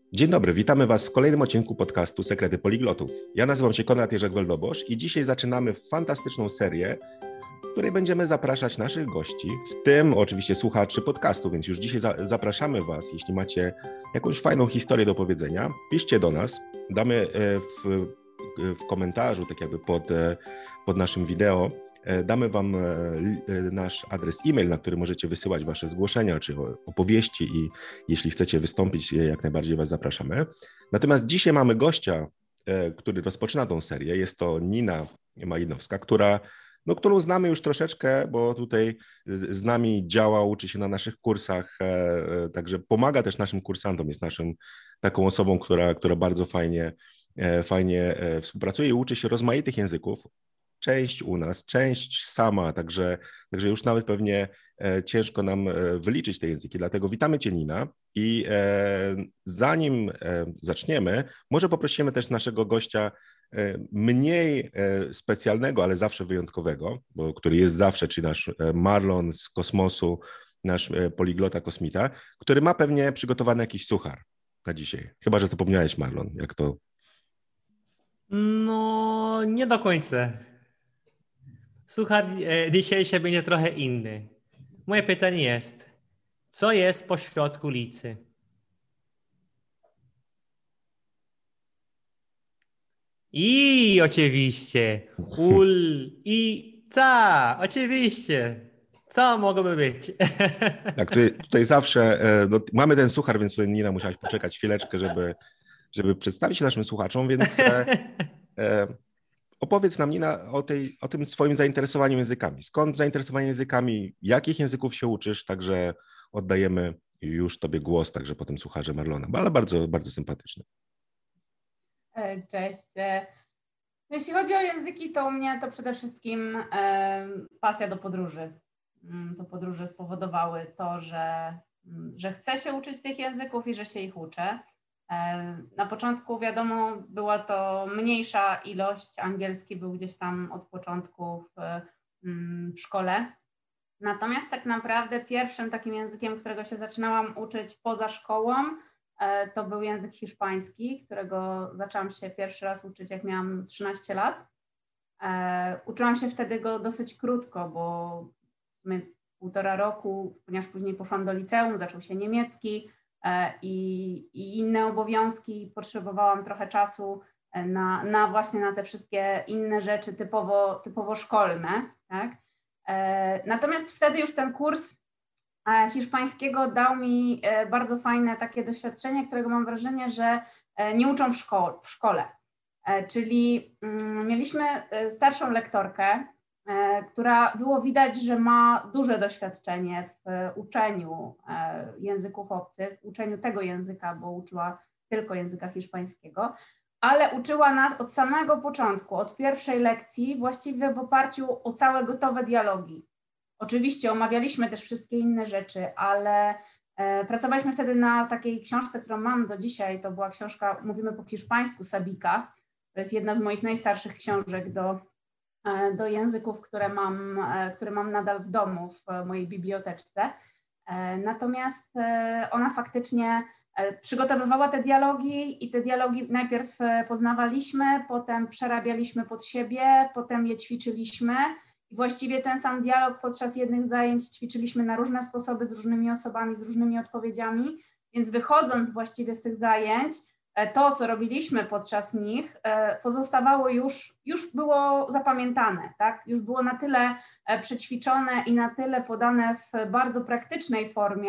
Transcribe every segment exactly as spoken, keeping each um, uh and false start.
Dzień dobry, witamy Was w kolejnym odcinku podcastu Sekrety Poliglotów. Ja nazywam się Konrad Jerzek-Weldobosz i dzisiaj zaczynamy fantastyczną serię, w której będziemy zapraszać naszych gości, w tym oczywiście słuchaczy podcastu, więc już dzisiaj za- zapraszamy Was, jeśli macie jakąś fajną historię do powiedzenia, piszcie do nas, damy w, w komentarzu, tak jakby pod, pod naszym wideo, damy Wam nasz adres e-mail, na który możecie wysyłać Wasze zgłoszenia czy opowieści i jeśli chcecie wystąpić, jak najbardziej Was zapraszamy. Natomiast dzisiaj mamy gościa, który rozpoczyna tą serię. Jest to Nina Malinowska, która, no, którą znamy już troszeczkę, bo tutaj z nami działa, uczy się na naszych kursach, także pomaga też naszym kursantom, jest naszą taką osobą, która, która bardzo fajnie, fajnie współpracuje i uczy się rozmaitych języków. Część u nas, część sama, także, także już nawet pewnie e, ciężko nam e, wyliczyć te języki. Dlatego witamy Cię, Nina. I e, zanim e, zaczniemy, może poprosimy też naszego gościa e, mniej e, specjalnego, ale zawsze wyjątkowego, bo który jest zawsze, czyli nasz Marlon z kosmosu, nasz e, poliglota kosmita, który ma pewnie przygotowany jakiś suchar na dzisiaj. Chyba że zapomniałeś, Marlon, jak to... No, nie do końca. Słuchaj, e, dzisiejszy będzie trochę inny. Moje pytanie jest, co jest po środku ulicy? I oczywiście, ul i ca, oczywiście. Co mogłoby być? Tak, tutaj, tutaj zawsze e, no, mamy ten suchar, więc tutaj Nina musiałaś poczekać chwileczkę, żeby, żeby przedstawić się naszym słuchaczom, więc e, e, opowiedz nam, Nina, o, tej, o tym swoim zainteresowaniu językami. Skąd zainteresowanie językami? Jakich języków się uczysz? Także oddajemy już Tobie głos, także po tym słucharze Marlona, ale bardzo, bardzo sympatyczny. Cześć. Jeśli chodzi o języki, to u mnie to przede wszystkim e, pasja do podróży. To podróże spowodowały to, że, że chcę się uczyć tych języków i że się ich uczę. E, na początku, wiadomo, była to mniejsza ilość. Angielski był gdzieś tam od początku w, w szkole. Natomiast tak naprawdę pierwszym takim językiem, którego się zaczynałam uczyć poza szkołą, to był język hiszpański, którego zaczęłam się pierwszy raz uczyć, jak miałam trzynaście lat. Uczyłam się wtedy go dosyć krótko, bo w sumie półtora roku, ponieważ później poszłam do liceum, zaczął się niemiecki i, i inne obowiązki. Potrzebowałam trochę czasu na, na właśnie na te wszystkie inne rzeczy typowo, typowo szkolne, tak? Natomiast wtedy już ten kurs hiszpańskiego dał mi bardzo fajne takie doświadczenie, którego mam wrażenie, że nie uczą w, szko- w szkole. Czyli mieliśmy starszą lektorkę, która było widać, że ma duże doświadczenie w uczeniu języków obcych, w uczeniu tego języka, bo uczyła tylko języka hiszpańskiego, ale uczyła nas od samego początku, od pierwszej lekcji, właściwie w oparciu o całe gotowe dialogi. Oczywiście omawialiśmy też wszystkie inne rzeczy, ale e, pracowaliśmy wtedy na takiej książce, którą mam do dzisiaj. To była książka, mówimy po hiszpańsku, Sabika. To jest jedna z moich najstarszych książek do, e, do języków, które mam, e, które mam nadal w domu, w mojej biblioteczce. E, natomiast e, ona faktycznie e, przygotowywała te dialogi i te dialogi najpierw poznawaliśmy, potem przerabialiśmy pod siebie, potem je ćwiczyliśmy. I właściwie ten sam dialog podczas jednych zajęć ćwiczyliśmy na różne sposoby z różnymi osobami, z różnymi odpowiedziami, więc wychodząc właściwie z tych zajęć, to, co robiliśmy podczas nich, pozostawało już, już było zapamiętane, tak? Już było na tyle przećwiczone i na tyle podane w bardzo praktycznej formie,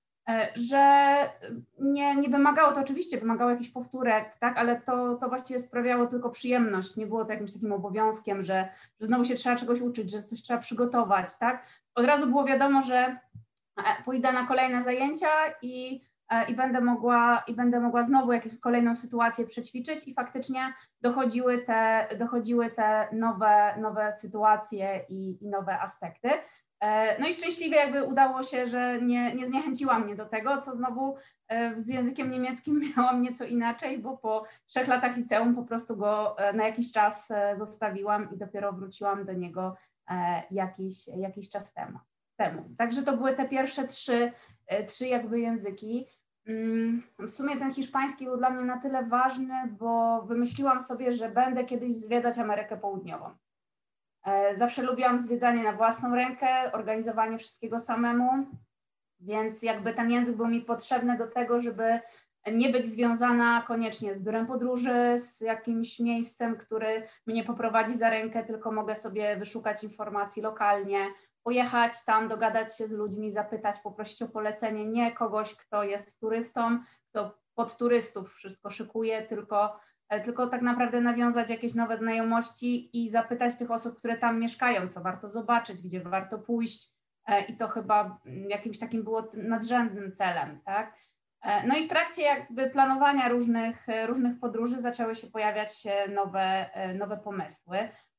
że nie, nie wymagało to, oczywiście wymagało jakichś powtórek, tak, ale to, to właściwie sprawiało tylko przyjemność, nie było to jakimś takim obowiązkiem, że, że znowu się trzeba czegoś uczyć, że coś trzeba przygotować, tak. Od razu było wiadomo, że pójdę na kolejne zajęcia i, i, będę, mogła, i będę mogła znowu jakąś kolejną sytuację przećwiczyć i faktycznie dochodziły te, dochodziły te nowe, nowe sytuacje i, i nowe aspekty. No i szczęśliwie jakby udało się, że nie, nie zniechęciła mnie do tego, co znowu z językiem niemieckim miałam nieco inaczej, bo po trzech latach liceum po prostu go na jakiś czas zostawiłam i dopiero wróciłam do niego jakiś, jakiś czas temu. temu. Także to były te pierwsze trzy, trzy jakby języki. w sumie ten hiszpański był dla mnie na tyle ważny, bo wymyśliłam sobie, że będę kiedyś zwiedzać Amerykę Południową. Zawsze lubiłam zwiedzanie na własną rękę, organizowanie wszystkiego samemu, więc jakby ten język był mi potrzebny do tego, żeby nie być związana koniecznie z biurem podróży, z jakimś miejscem, który mnie poprowadzi za rękę, tylko mogę sobie wyszukać informacji lokalnie, pojechać tam, dogadać się z ludźmi, zapytać, poprosić o polecenie, nie kogoś, kto jest turystą, kto pod turystów wszystko szykuje, tylko, tylko tak naprawdę nawiązać jakieś nowe znajomości i zapytać tych osób, które tam mieszkają, co warto zobaczyć, gdzie warto pójść i to chyba jakimś takim było nadrzędnym celem, tak? No i w trakcie jakby planowania różnych, różnych podróży zaczęły się pojawiać nowe, nowe pomysły.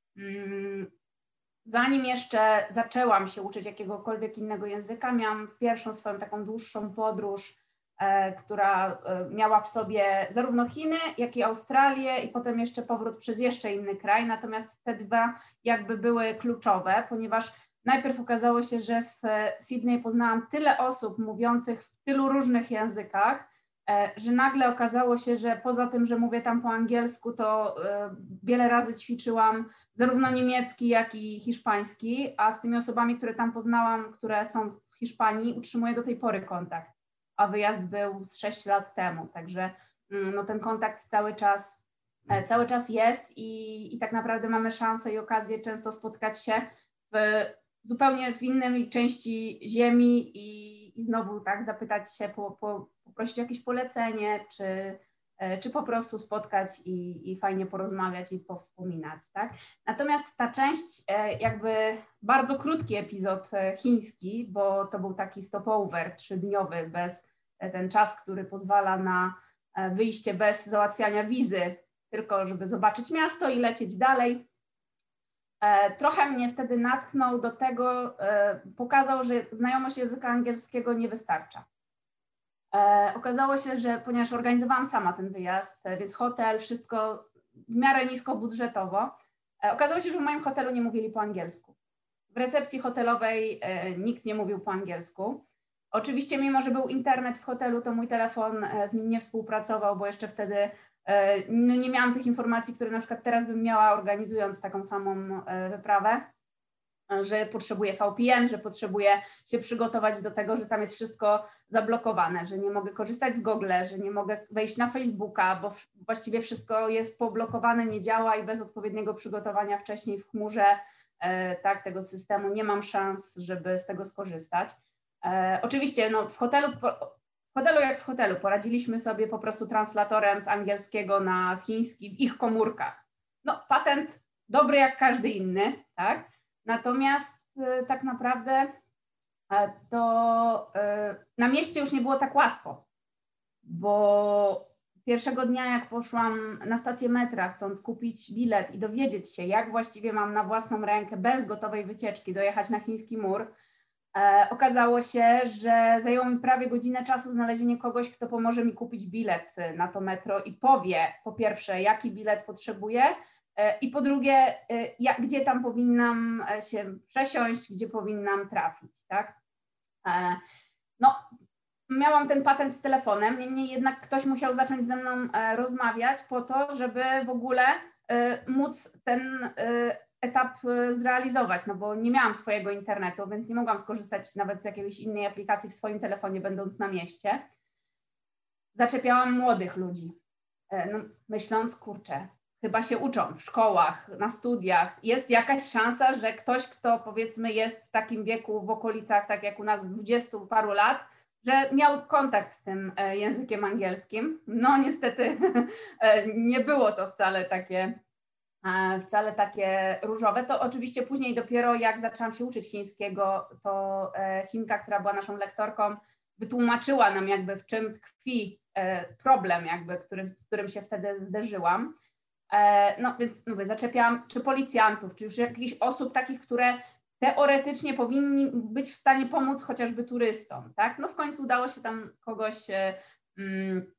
Zanim jeszcze zaczęłam się uczyć jakiegokolwiek innego języka, miałam pierwszą swoją taką dłuższą podróż, e, która e, miała w sobie zarówno Chiny, jak i Australię i potem jeszcze powrót przez jeszcze inny kraj, natomiast te dwa jakby były kluczowe, ponieważ najpierw okazało się, że w Sydney poznałam tyle osób mówiących w tylu różnych językach, że nagle okazało się, że poza tym, że mówię tam po angielsku, to wiele razy ćwiczyłam zarówno niemiecki, jak i hiszpański, a z tymi osobami, które tam poznałam, które są z Hiszpanii, utrzymuję do tej pory kontakt, a wyjazd był z sześć lat temu, także no, ten kontakt cały czas, cały czas jest i, i tak naprawdę mamy szansę i okazję często spotkać się w zupełnie w innej części ziemi i, i znowu tak zapytać się, po, po, poprosić o jakieś polecenie, czy, czy po prostu spotkać i, i fajnie porozmawiać i powspominać, tak? Natomiast ta część, jakby bardzo krótki epizod chiński, bo to był taki stopover trzydniowy, bez ten czas, który pozwala na wyjście bez załatwiania wizy, tylko żeby zobaczyć miasto i lecieć dalej. Trochę mnie wtedy natchnął do tego, pokazał, że znajomość języka angielskiego nie wystarcza. Okazało się, że ponieważ organizowałam sama ten wyjazd, więc hotel, wszystko w miarę niskobudżetowo, okazało się, że w moim hotelu nie mówili po angielsku. W recepcji hotelowej nikt nie mówił po angielsku. Oczywiście mimo, że był internet w hotelu, to mój telefon z nim nie współpracował, bo jeszcze wtedy no nie miałam tych informacji, które na przykład teraz bym miała, organizując taką samą wyprawę, że potrzebuję V P N, że potrzebuję się przygotować do tego, że tam jest wszystko zablokowane, że nie mogę korzystać z Google, że nie mogę wejść na Facebooka, bo właściwie wszystko jest poblokowane, nie działa i bez odpowiedniego przygotowania wcześniej w chmurze tak, tego systemu nie mam szans, żeby z tego skorzystać. Oczywiście no, w hotelu W hotelu jak w hotelu poradziliśmy sobie po prostu translatorem z angielskiego na chiński w ich komórkach. No patent dobry jak każdy inny, tak? Natomiast y, tak naprawdę y, to y, na mieście już nie było tak łatwo, bo pierwszego dnia jak poszłam na stację metra, chcąc kupić bilet i dowiedzieć się, jak właściwie mam na własną rękę, bez gotowej wycieczki dojechać na chiński mur, E, okazało się, że zajęło mi prawie godzinę czasu znalezienie kogoś, kto pomoże mi kupić bilet na to metro i powie po pierwsze, jaki bilet potrzebuję e, i po drugie, e, jak, gdzie tam powinnam się przesiąść, gdzie powinnam trafić, tak? E, no, miałam ten patent z telefonem, niemniej jednak ktoś musiał zacząć ze mną e, rozmawiać po to, żeby w ogóle e, móc ten e, etap zrealizować, no bo nie miałam swojego internetu, więc nie mogłam skorzystać nawet z jakiejś innej aplikacji w swoim telefonie, będąc na mieście. Zaczepiałam młodych ludzi, no, myśląc, kurczę, chyba się uczą w szkołach, na studiach. Jest jakaś szansa, że ktoś, kto powiedzmy jest w takim wieku, w okolicach, tak jak u nas, dwudziestu paru lat, że miał kontakt z tym językiem angielskim. No niestety nie było to wcale takie wcale takie różowe. To oczywiście później dopiero jak zaczęłam się uczyć chińskiego, to Chinka, która była naszą lektorką, wytłumaczyła nam jakby w czym tkwi problem jakby, który, z którym się wtedy zderzyłam. No więc mówię, zaczepiałam czy policjantów, czy już jakichś osób takich, które teoretycznie powinni być w stanie pomóc chociażby turystom, tak? No w końcu udało się tam kogoś um,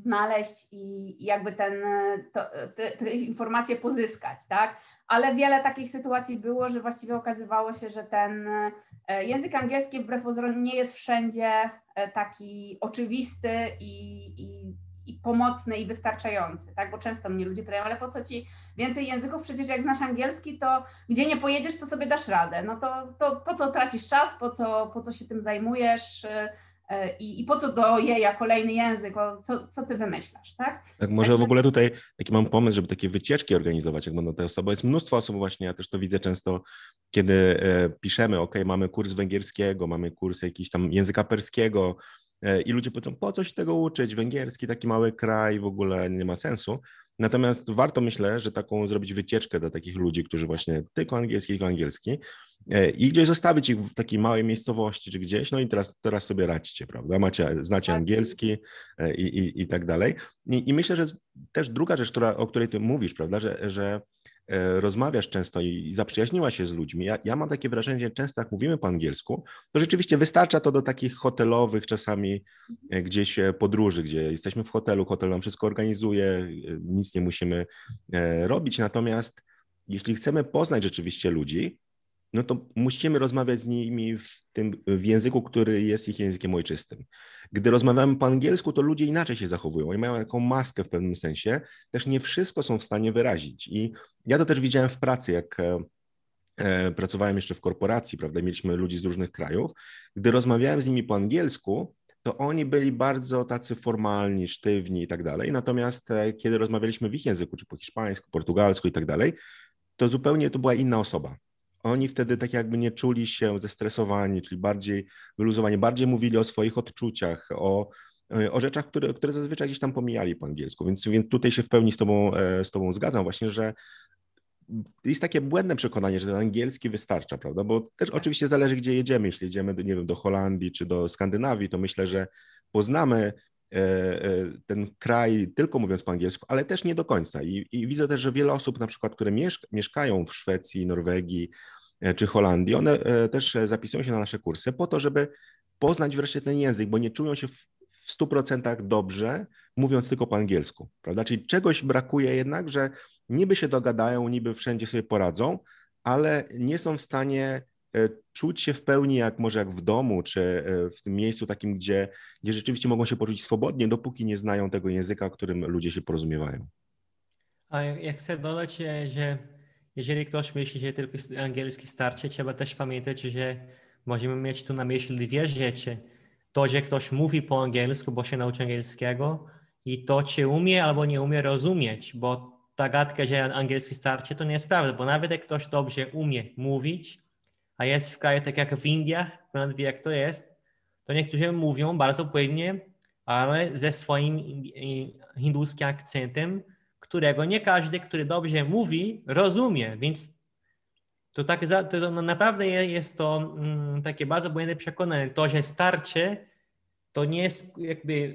znaleźć i jakby ten, to, te, te informacje pozyskać, tak? Ale wiele takich sytuacji było, że właściwie okazywało się, że ten język angielski wbrew pozorom nie jest wszędzie taki oczywisty i, i, i pomocny i wystarczający, tak? Bo często mnie ludzie pytają, ale po co ci więcej języków? Przecież jak znasz angielski, to gdzie nie pojedziesz, to sobie dasz radę. No to, to po co tracisz czas, po co, po co się tym zajmujesz? I, i po co do jeja kolejny język, o, co, co ty wymyślasz, tak? Tak, może w ogóle tutaj taki mam pomysł, żeby takie wycieczki organizować, jak będą te osoby. Jest mnóstwo osób właśnie, ja też to widzę często, kiedy e, piszemy, ok, mamy kurs węgierskiego, mamy kurs jakiś tam języka perskiego e, i ludzie powiedzą, po co się tego uczyć, węgierski, taki mały kraj, w ogóle nie ma sensu. Natomiast warto, myślę, że taką zrobić wycieczkę dla takich ludzi, którzy właśnie tylko angielski, tylko angielski i gdzieś zostawić ich w takiej małej miejscowości czy gdzieś, no i teraz, teraz sobie radźcie, prawda? Macie, znacie angielski i, i, i tak dalej. I, I myślę, że też druga rzecz, która, o której ty mówisz, prawda, że, że rozmawiasz często i, i zaprzyjaźniłaś się z ludźmi. Ja, ja mam takie wrażenie, że często jak mówimy po angielsku, to rzeczywiście wystarcza to do takich hotelowych czasami gdzieś podróży, gdzie jesteśmy w hotelu, hotel nam wszystko organizuje, nic nie musimy robić. Natomiast jeśli chcemy poznać rzeczywiście ludzi, no to musimy rozmawiać z nimi w tym w języku, który jest ich językiem ojczystym. Gdy rozmawiamy po angielsku, to ludzie inaczej się zachowują. Oni mają taką maskę w pewnym sensie. Też nie wszystko są w stanie wyrazić. I ja to też widziałem w pracy, jak e, pracowałem jeszcze w korporacji, prawda, mieliśmy ludzi z różnych krajów. Gdy rozmawiałem z nimi po angielsku, to oni byli bardzo tacy formalni, sztywni i tak dalej. Natomiast e, kiedy rozmawialiśmy w ich języku, czy po hiszpańsku, portugalsku i tak dalej, to zupełnie to była inna osoba. Oni wtedy tak jakby nie czuli się zestresowani, czyli bardziej wyluzowani, bardziej mówili o swoich odczuciach, o, o rzeczach, które, które zazwyczaj gdzieś tam pomijali po angielsku, więc, więc tutaj się w pełni z tobą, z tobą zgadzam właśnie, że jest takie błędne przekonanie, że ten angielski wystarcza, prawda, bo też oczywiście zależy, gdzie jedziemy, jeśli jedziemy, do, nie wiem, do Holandii czy do Skandynawii, to myślę, że poznamy ten kraj tylko mówiąc po angielsku, ale też nie do końca. I, i widzę też, że wiele osób na przykład, które mieszka, mieszkają w Szwecji, Norwegii czy Holandii, one też zapisują się na nasze kursy po to, żeby poznać wreszcie ten język, bo nie czują się w, w stu procentach dobrze, mówiąc tylko po angielsku, prawda? Czyli czegoś brakuje jednak, że niby się dogadają, niby wszędzie sobie poradzą, ale nie są w stanie czuć się w pełni jak może jak w domu, czy w tym miejscu takim, gdzie, gdzie rzeczywiście mogą się poczuć swobodnie, dopóki nie znają tego języka, którym ludzie się porozumiewają. A ja chcę dodać, że jeżeli ktoś myśli, że tylko angielski starczy, trzeba też pamiętać, że możemy mieć tu na myśli dwie rzeczy. To, że ktoś mówi po angielsku, bo się nauczy angielskiego i to, czy umie albo nie umie rozumieć, bo ta gadka, że angielski starczy, to nie jest prawda, bo nawet jak ktoś dobrze umie mówić, a jest w kraju tak jak w Indiach, ponad wie jak to jest, to niektórzy mówią bardzo płynnie, ale ze swoim hinduskim akcentem, którego nie każdy, który dobrze mówi, rozumie, więc to tak to naprawdę jest to um, takie bardzo błędne przekonanie. To, że starczy, to nie jest jakby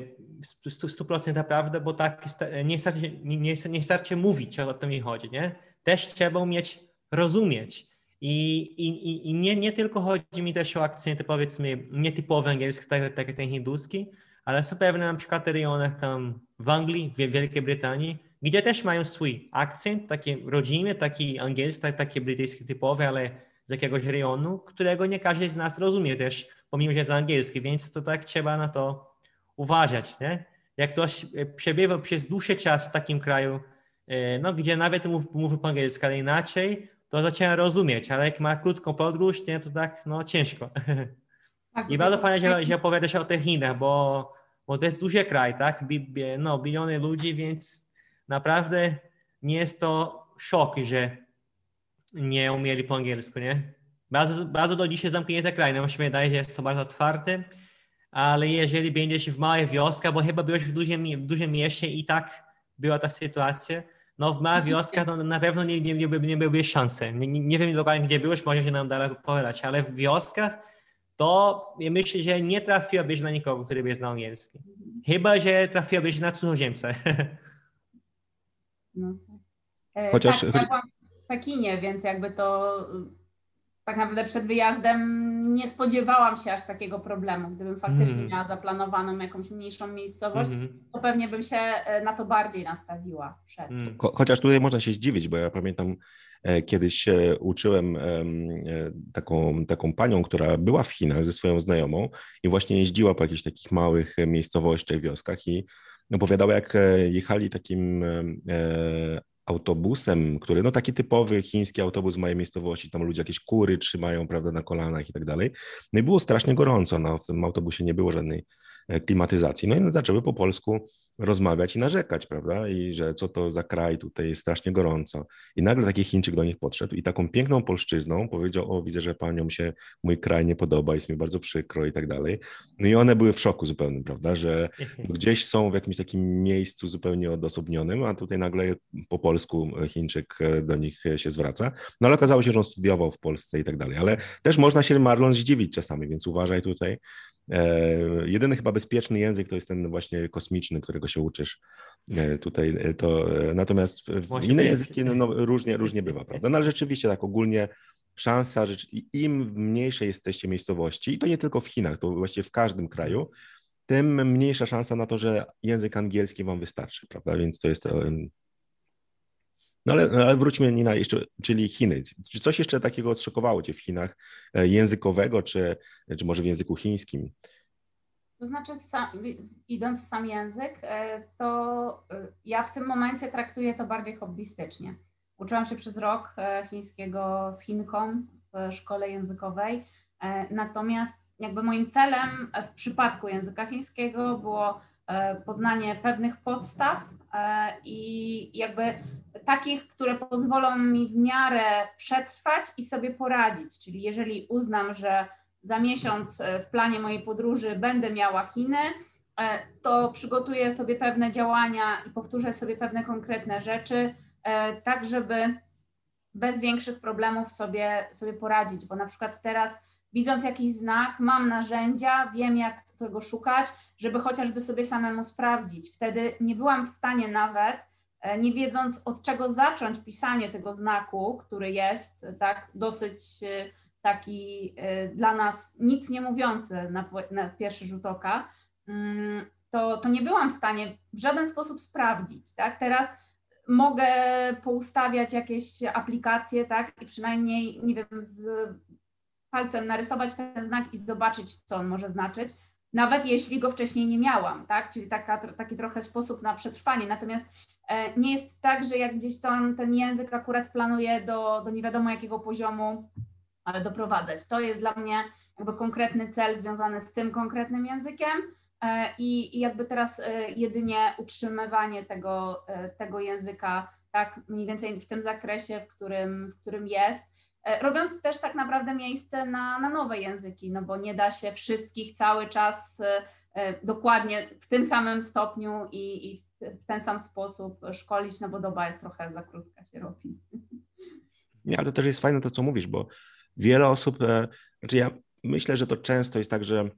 w stu procentach prawda, bo tak nie starczy, nie, nie starczy mówić, o to mi chodzi, nie? Też trzeba umieć rozumieć. I, i, i nie, nie tylko chodzi mi też o akcenty, powiedzmy, nietypowe angielskie, tak, tak jak ten hinduski, ale są pewne na przykład rejonach tam w Anglii, w Wielkiej Brytanii, gdzie też mają swój akcent, taki rodzimy, taki angielski, taki brytyjski typowy, ale z jakiegoś rejonu, którego nie każdy z nas rozumie też, pomimo że jest angielski, więc to tak trzeba na to uważać, nie? Jak ktoś przebywa przez dłuższy czas w takim kraju, no, gdzie nawet mówi, mówi po angielsku, ale inaczej, to zaczyna rozumieć, ale jak ma krótką podróż, nie, to tak, no ciężko. Tak, i bardzo fajnie, że, że opowiadasz o tych Chinach, bo, bo to jest duży kraj, tak, no, biliony ludzi, więc naprawdę nie jest to szok, że nie umieli po angielsku, nie? Bardzo, bardzo do dzisiaj zamknięte kraj, no mi się wydaje, że jest to bardzo otwarte, ale jeżeli będziesz w małej wiosce, bo chyba byłeś w dużym, w dużym mieście i tak była ta sytuacja, no w małych wioskach to na pewno nie, nie, nie, nie byłby szansy. Nie, nie wiem dokładnie, gdzie byłeś, może się nam dalej powiedzieć, ale w wioskach to ja myślę, że nie trafiłabyś na nikogo, który by znał angielski. Chyba, że trafiłabyś na cudzoziemcę. No. E, Chociaż... Tak, ja byłam w Pekinie, więc jakby to tak naprawdę przed wyjazdem nie spodziewałam się aż takiego problemu. Gdybym faktycznie Mm. miała zaplanowaną jakąś mniejszą miejscowość, Mhm. to pewnie bym się na to bardziej nastawiła przed. Mm. Cho- Chociaż tutaj można się zdziwić, bo ja pamiętam, e, kiedyś się uczyłem em, e, taką, taką panią, która była w Chinach ze swoją znajomą i właśnie jeździła po jakichś takich małych e, miejscowościach, wioskach i opowiadała, jak e, jechali takim e, autobusem, który, no taki typowy chiński autobus w małej miejscowości, tam ludzie jakieś kury trzymają, prawda, na kolanach i tak dalej. No i było strasznie gorąco, no, w tym autobusie nie było żadnej e, klimatyzacji. No i zaczęły po polsku rozmawiać i narzekać, prawda? I że co to za kraj, tutaj jest strasznie gorąco. I nagle taki Chińczyk do nich podszedł i taką piękną polszczyzną powiedział: o, widzę, że paniom się mój kraj nie podoba, jest mi bardzo przykro i tak dalej. No i one były w szoku zupełnym, prawda? Że gdzieś są w jakimś takim miejscu zupełnie odosobnionym, a tutaj nagle po polsku Chińczyk do nich się zwraca. No ale okazało się, że on studiował w Polsce i tak dalej. Ale też można się, Marlon, zdziwić czasami, więc uważaj tutaj. E, jedyny chyba bezpieczny język to jest ten właśnie kosmiczny, którego się uczysz e, tutaj. E, to, e, natomiast w, w Może inne być. języki no, no, różnie, różnie bywa, prawda? No ale rzeczywiście tak ogólnie szansa, że im mniejsze jesteście miejscowości, i to nie tylko w Chinach, to właściwie w każdym kraju, tym mniejsza szansa na to, że język angielski wam wystarczy, prawda? Więc to jest... em, No ale, ale wróćmy, Nina, jeszcze, czyli Chiny. Czy coś jeszcze takiego odszokowało cię w Chinach e, językowego, czy, czy może w języku chińskim? To znaczy, w sam, idąc w sam język, e, to e, ja w tym momencie traktuję to bardziej hobbystycznie. Uczyłam się przez rok e, chińskiego z Chinką w szkole językowej, e, natomiast jakby moim celem w przypadku języka chińskiego było e, poznanie pewnych podstaw e, i jakby takich, które pozwolą mi w miarę przetrwać i sobie poradzić. Czyli jeżeli uznam, że za miesiąc w planie mojej podróży będę miała Chiny, to przygotuję sobie pewne działania i powtórzę sobie pewne konkretne rzeczy, tak żeby bez większych problemów sobie, sobie poradzić, bo na przykład teraz widząc jakiś znak, mam narzędzia, wiem jak tego szukać, żeby chociażby sobie samemu sprawdzić. Wtedy nie byłam w stanie nawet, nie wiedząc od czego zacząć pisanie tego znaku, który jest tak dosyć taki dla nas nic nie mówiący na, na pierwszy rzut oka, to, to nie byłam w stanie w żaden sposób sprawdzić. Tak? Teraz mogę poustawiać jakieś aplikacje, tak, i przynajmniej, nie wiem, z palcem narysować ten znak i zobaczyć, co on może znaczyć, nawet jeśli go wcześniej nie miałam, tak, czyli taka, taki trochę sposób na przetrwanie. Natomiast nie jest tak, że jak gdzieś tam ten język akurat planuję do, do nie wiadomo jakiego poziomu doprowadzać. To jest dla mnie jakby konkretny cel związany z tym konkretnym językiem i, i jakby teraz jedynie utrzymywanie tego, tego języka tak mniej więcej w tym zakresie, w którym, w którym jest, robiąc też tak naprawdę miejsce na, na nowe języki, no bo nie da się wszystkich cały czas dokładnie w tym samym stopniu i, i w ten sam sposób szkolić, no bo doba trochę za krótka się robi. Nie, ale to też jest fajne to, co mówisz, bo wiele osób, znaczy ja myślę, że to często jest tak, że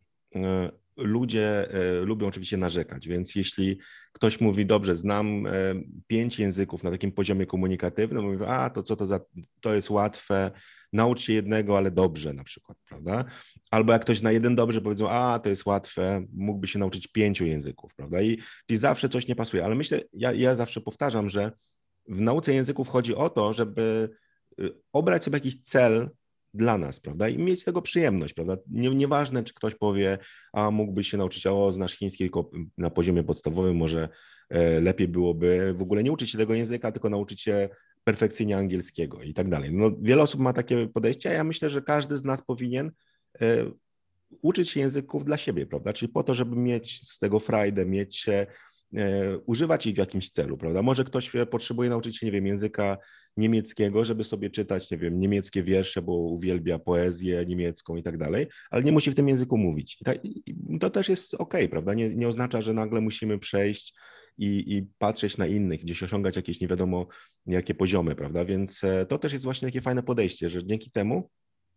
ludzie lubią oczywiście narzekać, więc jeśli ktoś mówi, dobrze, znam pięć języków na takim poziomie komunikatywnym, mówi, a to co to za, to jest łatwe, naucz się jednego, ale dobrze na przykład, prawda? Albo jak ktoś zna jeden dobrze, powiedzą, a to jest łatwe, mógłby się nauczyć pięciu języków, prawda? I, i zawsze coś nie pasuje, ale myślę, ja, ja zawsze powtarzam, że w nauce języków chodzi o to, żeby obrać sobie jakiś cel dla nas, prawda? I mieć z tego przyjemność, prawda? Nie, nieważne, czy ktoś powie, a mógłbyś się nauczyć, o, znasz chiński tylko na poziomie podstawowym, może e, lepiej byłoby w ogóle nie uczyć się tego języka, tylko nauczyć się perfekcyjnie angielskiego i tak dalej. No, wiele osób ma takie podejście, a ja myślę, że każdy z nas powinien e, uczyć się języków dla siebie, prawda? Czyli po to, żeby mieć z tego frajdę, mieć się, e, używać ich w jakimś celu, prawda? Może ktoś potrzebuje nauczyć się, nie wiem, języka niemieckiego, żeby sobie czytać, nie wiem, niemieckie wiersze, bo uwielbia poezję niemiecką i tak dalej, ale nie musi w tym języku mówić. I tak, i to też jest okej, prawda? Nie, nie oznacza, że nagle musimy przejść i, i patrzeć na innych, gdzieś osiągać jakieś nie wiadomo jakie poziomy, prawda? Więc to też jest właśnie takie fajne podejście, że dzięki temu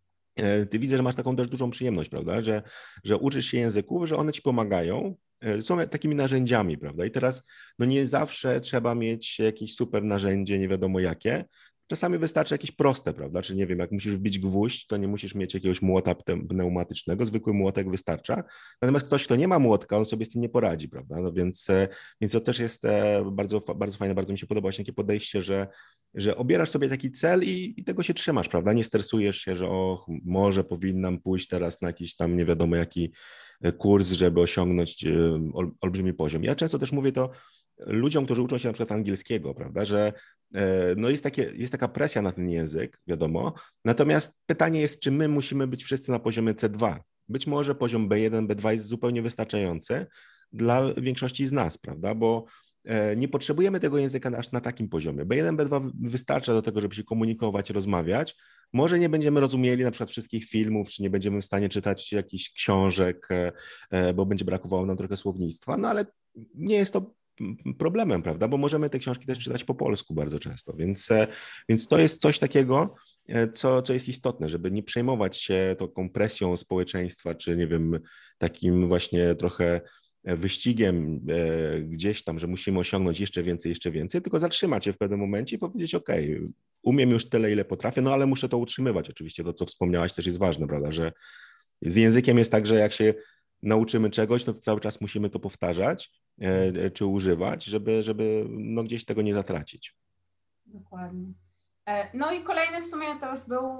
ty widzę, że masz taką też dużą przyjemność, prawda, że, że uczysz się języków, że one ci pomagają, są takimi narzędziami, prawda, i teraz no nie zawsze trzeba mieć jakieś super narzędzie, nie wiadomo jakie, czasami wystarczy jakieś proste, prawda? Czy nie wiem, jak musisz wbić gwóźdź, to nie musisz mieć jakiegoś młota pneumatycznego, zwykły młotek wystarcza. Natomiast ktoś, kto nie ma młotka, on sobie z tym nie poradzi, prawda? No więc, więc to też jest bardzo, bardzo fajne, bardzo mi się podoba właśnie takie podejście, że, że obierasz sobie taki cel i, i tego się trzymasz, prawda? Nie stresujesz się, że o, może powinnam pójść teraz na jakiś tam nie wiadomo jaki kurs, żeby osiągnąć ol, olbrzymi poziom. Ja często też mówię to ludziom, którzy uczą się na przykład angielskiego, prawda, że no jest, takie, jest taka presja na ten język, wiadomo, natomiast pytanie jest, czy my musimy być wszyscy na poziomie C dwa. Być może poziom B jeden, B dwa jest zupełnie wystarczający dla większości z nas, prawda, bo nie potrzebujemy tego języka aż na takim poziomie. B jeden, B dwa wystarcza do tego, żeby się komunikować, rozmawiać. Może nie będziemy rozumieli na przykład wszystkich filmów, czy nie będziemy w stanie czytać jakichś książek, bo będzie brakowało nam trochę słownictwa, no ale nie jest to problemem, prawda, bo możemy te książki też czytać po polsku bardzo często, więc, więc to jest coś takiego, co, co jest istotne, żeby nie przejmować się taką presją społeczeństwa, czy nie wiem, takim właśnie trochę wyścigiem gdzieś tam, że musimy osiągnąć jeszcze więcej, jeszcze więcej, tylko zatrzymać się w pewnym momencie i powiedzieć, ok, umiem już tyle, ile potrafię, no ale muszę to utrzymywać. Oczywiście to, co wspomniałaś, też jest ważne, prawda, że z językiem jest tak, że jak się nauczymy czegoś, no to cały czas musimy to powtarzać czy używać, żeby, żeby no gdzieś tego nie zatracić. Dokładnie. No i kolejny w sumie to już był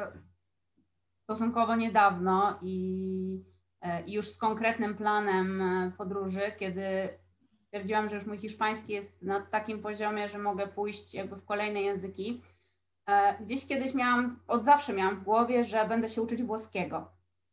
stosunkowo niedawno i już z konkretnym planem podróży, kiedy stwierdziłam, że już mój hiszpański jest na takim poziomie, że mogę pójść jakby w kolejne języki. Gdzieś kiedyś miałam, od zawsze miałam w głowie, że będę się uczyć włoskiego.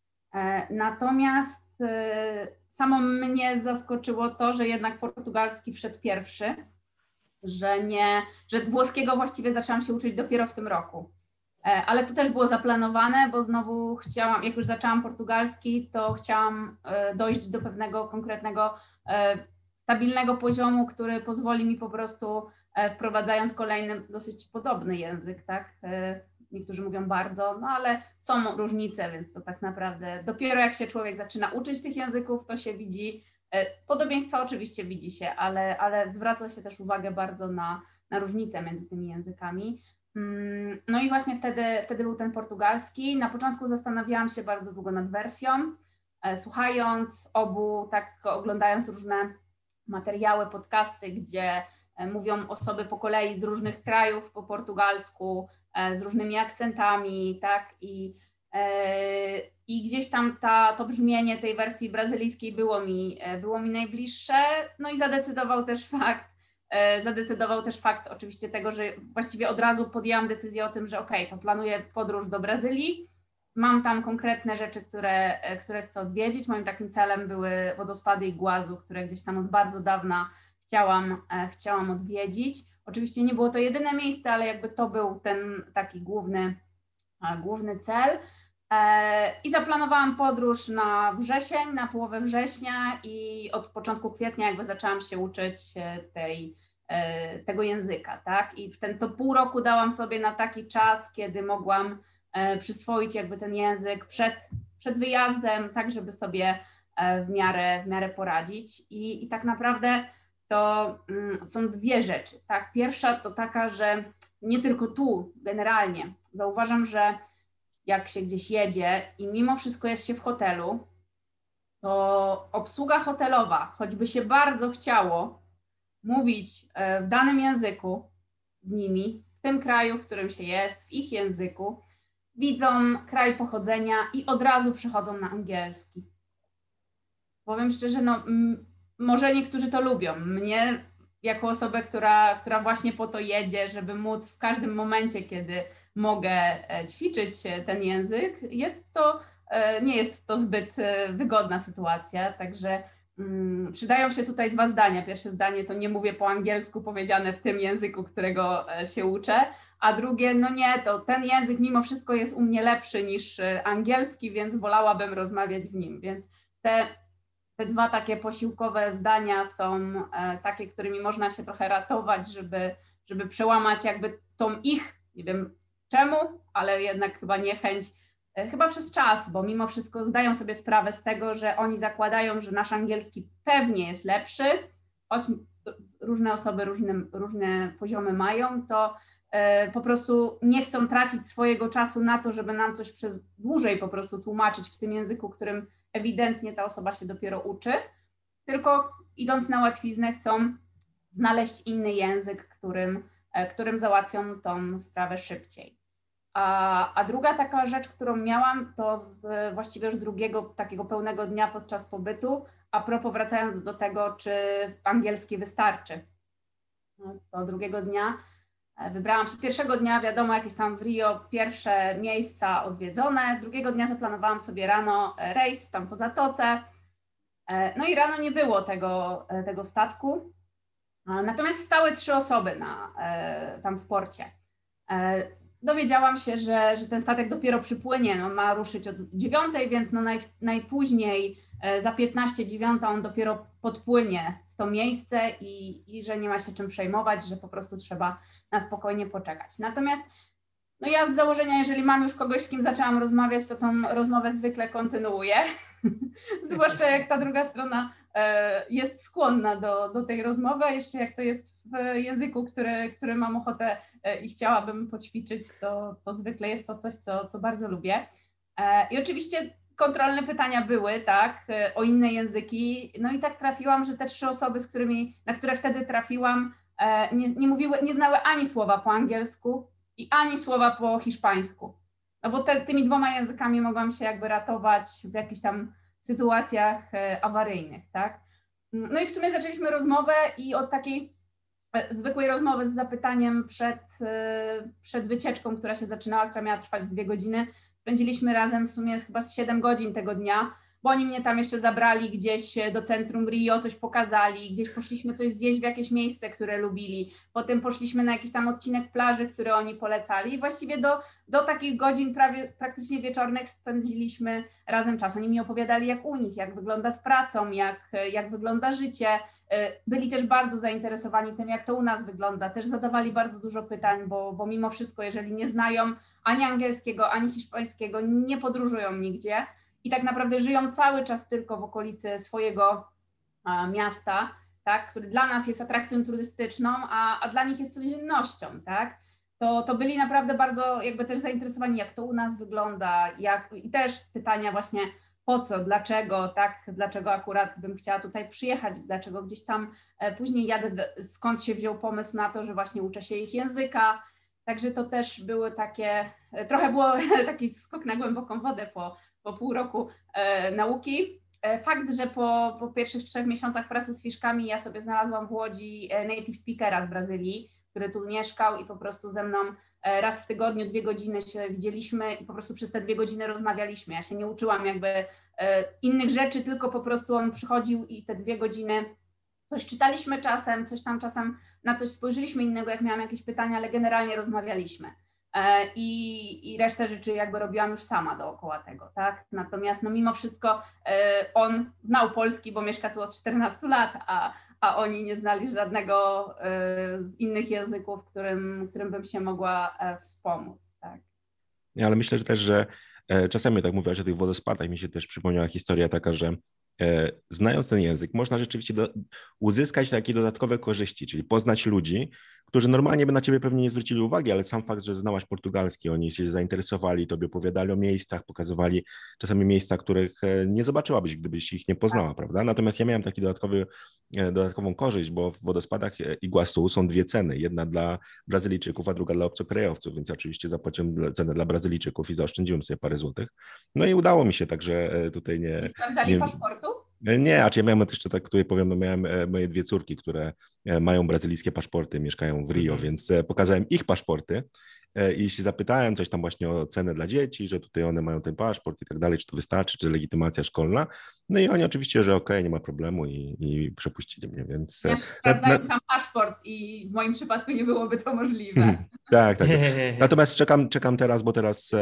Natomiast samo mnie zaskoczyło to, że jednak portugalski wszedł pierwszy, że nie, że włoskiego właściwie zaczęłam się uczyć dopiero w tym roku. Ale to też było zaplanowane, bo znowu chciałam, jak już zaczęłam portugalski, to chciałam dojść do pewnego konkretnego, stabilnego poziomu, który pozwoli mi po prostu, wprowadzając kolejny dosyć podobny język, tak? Niektórzy mówią bardzo, no ale są różnice, więc to tak naprawdę dopiero jak się człowiek zaczyna uczyć tych języków, to się widzi, podobieństwa oczywiście widzi się, ale, ale zwraca się też uwagę bardzo na, na różnice między tymi językami. No i właśnie wtedy, wtedy był ten portugalski. Na początku zastanawiałam się bardzo długo nad wersją, słuchając obu, tak oglądając różne materiały, podcasty, gdzie mówią osoby po kolei z różnych krajów po portugalsku, z różnymi akcentami, tak, i, i gdzieś tam ta, to brzmienie tej wersji brazylijskiej było mi, było mi najbliższe, no i zadecydował też fakt, zadecydował też fakt oczywiście tego, że właściwie od razu podjęłam decyzję o tym, że okej, to planuję podróż do Brazylii, mam tam konkretne rzeczy, które, które chcę odwiedzić, moim takim celem były wodospady Iguazu, które gdzieś tam od bardzo dawna chciałam, chciałam odwiedzić. Oczywiście nie było to jedyne miejsce, ale jakby to był ten taki główny, główny cel. I zaplanowałam podróż na wrzesień, na połowę września i od początku kwietnia jakby zaczęłam się uczyć tej, tego języka, tak? I w ten to pół roku dałam sobie na taki czas, kiedy mogłam przyswoić jakby ten język przed, przed wyjazdem, tak żeby sobie w miarę, w miarę poradzić. I, i tak naprawdę to są dwie rzeczy, tak? Pierwsza to taka, że nie tylko tu, generalnie, zauważam, że jak się gdzieś jedzie i mimo wszystko jest się w hotelu, to obsługa hotelowa, choćby się bardzo chciało mówić w danym języku z nimi, w tym kraju, w którym się jest, w ich języku, widzą kraj pochodzenia i od razu przechodzą na angielski. Powiem szczerze, no m- może niektórzy to lubią. Mnie jako osobę, która, która właśnie po to jedzie, żeby móc w każdym momencie, kiedy mogę ćwiczyć ten język, jest to, nie jest to zbyt wygodna sytuacja, także um, przydają się tutaj dwa zdania. Pierwsze zdanie to nie mówię po angielsku powiedziane w tym języku, którego się uczę, a drugie, no nie, to ten język mimo wszystko jest u mnie lepszy niż angielski, więc wolałabym rozmawiać w nim, więc te Te dwa takie posiłkowe zdania są e, takie, którymi można się trochę ratować, żeby, żeby przełamać jakby tą ich, nie wiem czemu, ale jednak chyba niechęć, e, chyba przez czas, bo mimo wszystko zdają sobie sprawę z tego, że oni zakładają, że nasz angielski pewnie jest lepszy, choć różne osoby różne, różne poziomy mają, to po prostu nie chcą tracić swojego czasu na to, żeby nam coś przez dłużej po prostu tłumaczyć w tym języku, którym ewidentnie ta osoba się dopiero uczy, tylko idąc na łatwiznę chcą znaleźć inny język, którym, którym załatwią tą sprawę szybciej. A, a druga taka rzecz, którą miałam, to z, właściwie już drugiego takiego pełnego dnia podczas pobytu, a propos wracając do tego, czy angielski wystarczy. To drugiego dnia wybrałam się, pierwszego dnia wiadomo jakieś tam w Rio pierwsze miejsca odwiedzone, drugiego dnia zaplanowałam sobie rano rejs tam po zatoce, no i rano nie było tego, tego statku, natomiast stały trzy osoby na, tam w porcie. Dowiedziałam się, że, że ten statek dopiero przypłynie, no, ma ruszyć od dziewiątej, więc no naj, najpóźniej za piętnaście dziewiąta on dopiero podpłynie w to miejsce i, i że nie ma się czym przejmować, że po prostu trzeba na spokojnie poczekać. Natomiast no ja z założenia, jeżeli mam już kogoś, z kim zaczęłam rozmawiać, to tą rozmowę zwykle kontynuuję, zwłaszcza jak ta druga strona jest skłonna do, do tej rozmowy, a jeszcze jak to jest w języku, który, który mam ochotę i chciałabym poćwiczyć, to, to zwykle jest to coś, co, co bardzo lubię. I oczywiście kontrolne pytania były, tak, o inne języki, no i tak trafiłam, że te trzy osoby, z którymi, na które wtedy trafiłam, nie, nie mówiły, nie znały ani słowa po angielsku i ani słowa po hiszpańsku, no bo te, tymi dwoma językami mogłam się jakby ratować w jakichś tam sytuacjach awaryjnych, tak. No i w sumie zaczęliśmy rozmowę i od takiej zwykłej rozmowy z zapytaniem przed, przed wycieczką, która się zaczynała, która miała trwać dwie godziny, spędziliśmy razem w sumie chyba z siedem godzin tego dnia, bo oni mnie tam jeszcze zabrali gdzieś do centrum Rio, coś pokazali, gdzieś poszliśmy coś zjeść w jakieś miejsce, które lubili, potem poszliśmy na jakiś tam odcinek plaży, który oni polecali i właściwie do, do takich godzin prawie praktycznie wieczornych spędziliśmy razem czas. Oni mi opowiadali jak u nich, jak wygląda z pracą, jak, jak wygląda życie. Byli też bardzo zainteresowani tym, jak to u nas wygląda, też zadawali bardzo dużo pytań, bo, bo mimo wszystko, jeżeli nie znają ani angielskiego, ani hiszpańskiego, nie podróżują nigdzie i tak naprawdę żyją cały czas tylko w okolicy swojego a, miasta, tak, który dla nas jest atrakcją turystyczną, a, a dla nich jest codziennością, tak, to, to byli naprawdę bardzo jakby też zainteresowani, jak to u nas wygląda, jak, i też pytania właśnie po co, dlaczego, tak, dlaczego akurat bym chciała tutaj przyjechać, dlaczego gdzieś tam e, później jadę, skąd się wziął pomysł na to, że właśnie uczę się ich języka. Także to też były takie, trochę było taki skok na głęboką wodę po, po pół roku e, nauki. E, fakt, że po, po pierwszych trzech miesiącach pracy z fiszkami ja sobie znalazłam w Łodzi native speakera z Brazylii, który tu mieszkał i po prostu ze mną e, raz w tygodniu, dwie godziny się widzieliśmy i po prostu przez te dwie godziny rozmawialiśmy. Ja się nie uczyłam jakby e, innych rzeczy, tylko po prostu on przychodził i te dwie godziny coś czytaliśmy czasem, coś tam czasem na coś spojrzeliśmy innego, jak miałam jakieś pytania, ale generalnie rozmawialiśmy. I, i resztę rzeczy jakby robiłam już sama dookoła tego, tak? Natomiast no mimo wszystko on znał polski, bo mieszka tu od czternastu lat, a, a oni nie znali żadnego z innych języków, którym, którym bym się mogła wspomóc, tak? Ja, ale myślę, że też, że czasami tak mówiłaś o tych wodospadach, mi się też przypomniała historia taka, że znając ten język, można rzeczywiście do, uzyskać takie dodatkowe korzyści, czyli poznać ludzi, którzy normalnie by na ciebie pewnie nie zwrócili uwagi, ale sam fakt, że znałaś portugalski, oni się zainteresowali, tobie opowiadali o miejscach, pokazywali czasami miejsca, których nie zobaczyłabyś, gdybyś ich nie poznała, tak, prawda? Natomiast ja miałem taki dodatkowy, dodatkową korzyść, bo w wodospadach Iguazu są dwie ceny, jedna dla Brazylijczyków, a druga dla obcokrajowców, więc oczywiście zapłaciłem cenę dla Brazylijczyków i zaoszczędziłem sobie parę złotych. No i udało mi się, także tutaj nie... Nie sprawdzali paszportu? Nie, a czy ja miałem jeszcze tak, tutaj powiem, no miałem moje dwie córki, które mają brazylijskie paszporty, mieszkają w Rio, mm-hmm. więc pokazałem ich paszporty i się zapytałem coś tam właśnie o cenę dla dzieci, że tutaj one mają ten paszport i tak dalej, czy to wystarczy, czy legitymacja szkolna. No i oni oczywiście, że okej, okay, nie ma problemu i, i przepuścili mnie, więc... Ja sprawdzałem tam paszport i w moim przypadku nie byłoby to możliwe. Tak, tak. Natomiast czekam, czekam teraz, bo teraz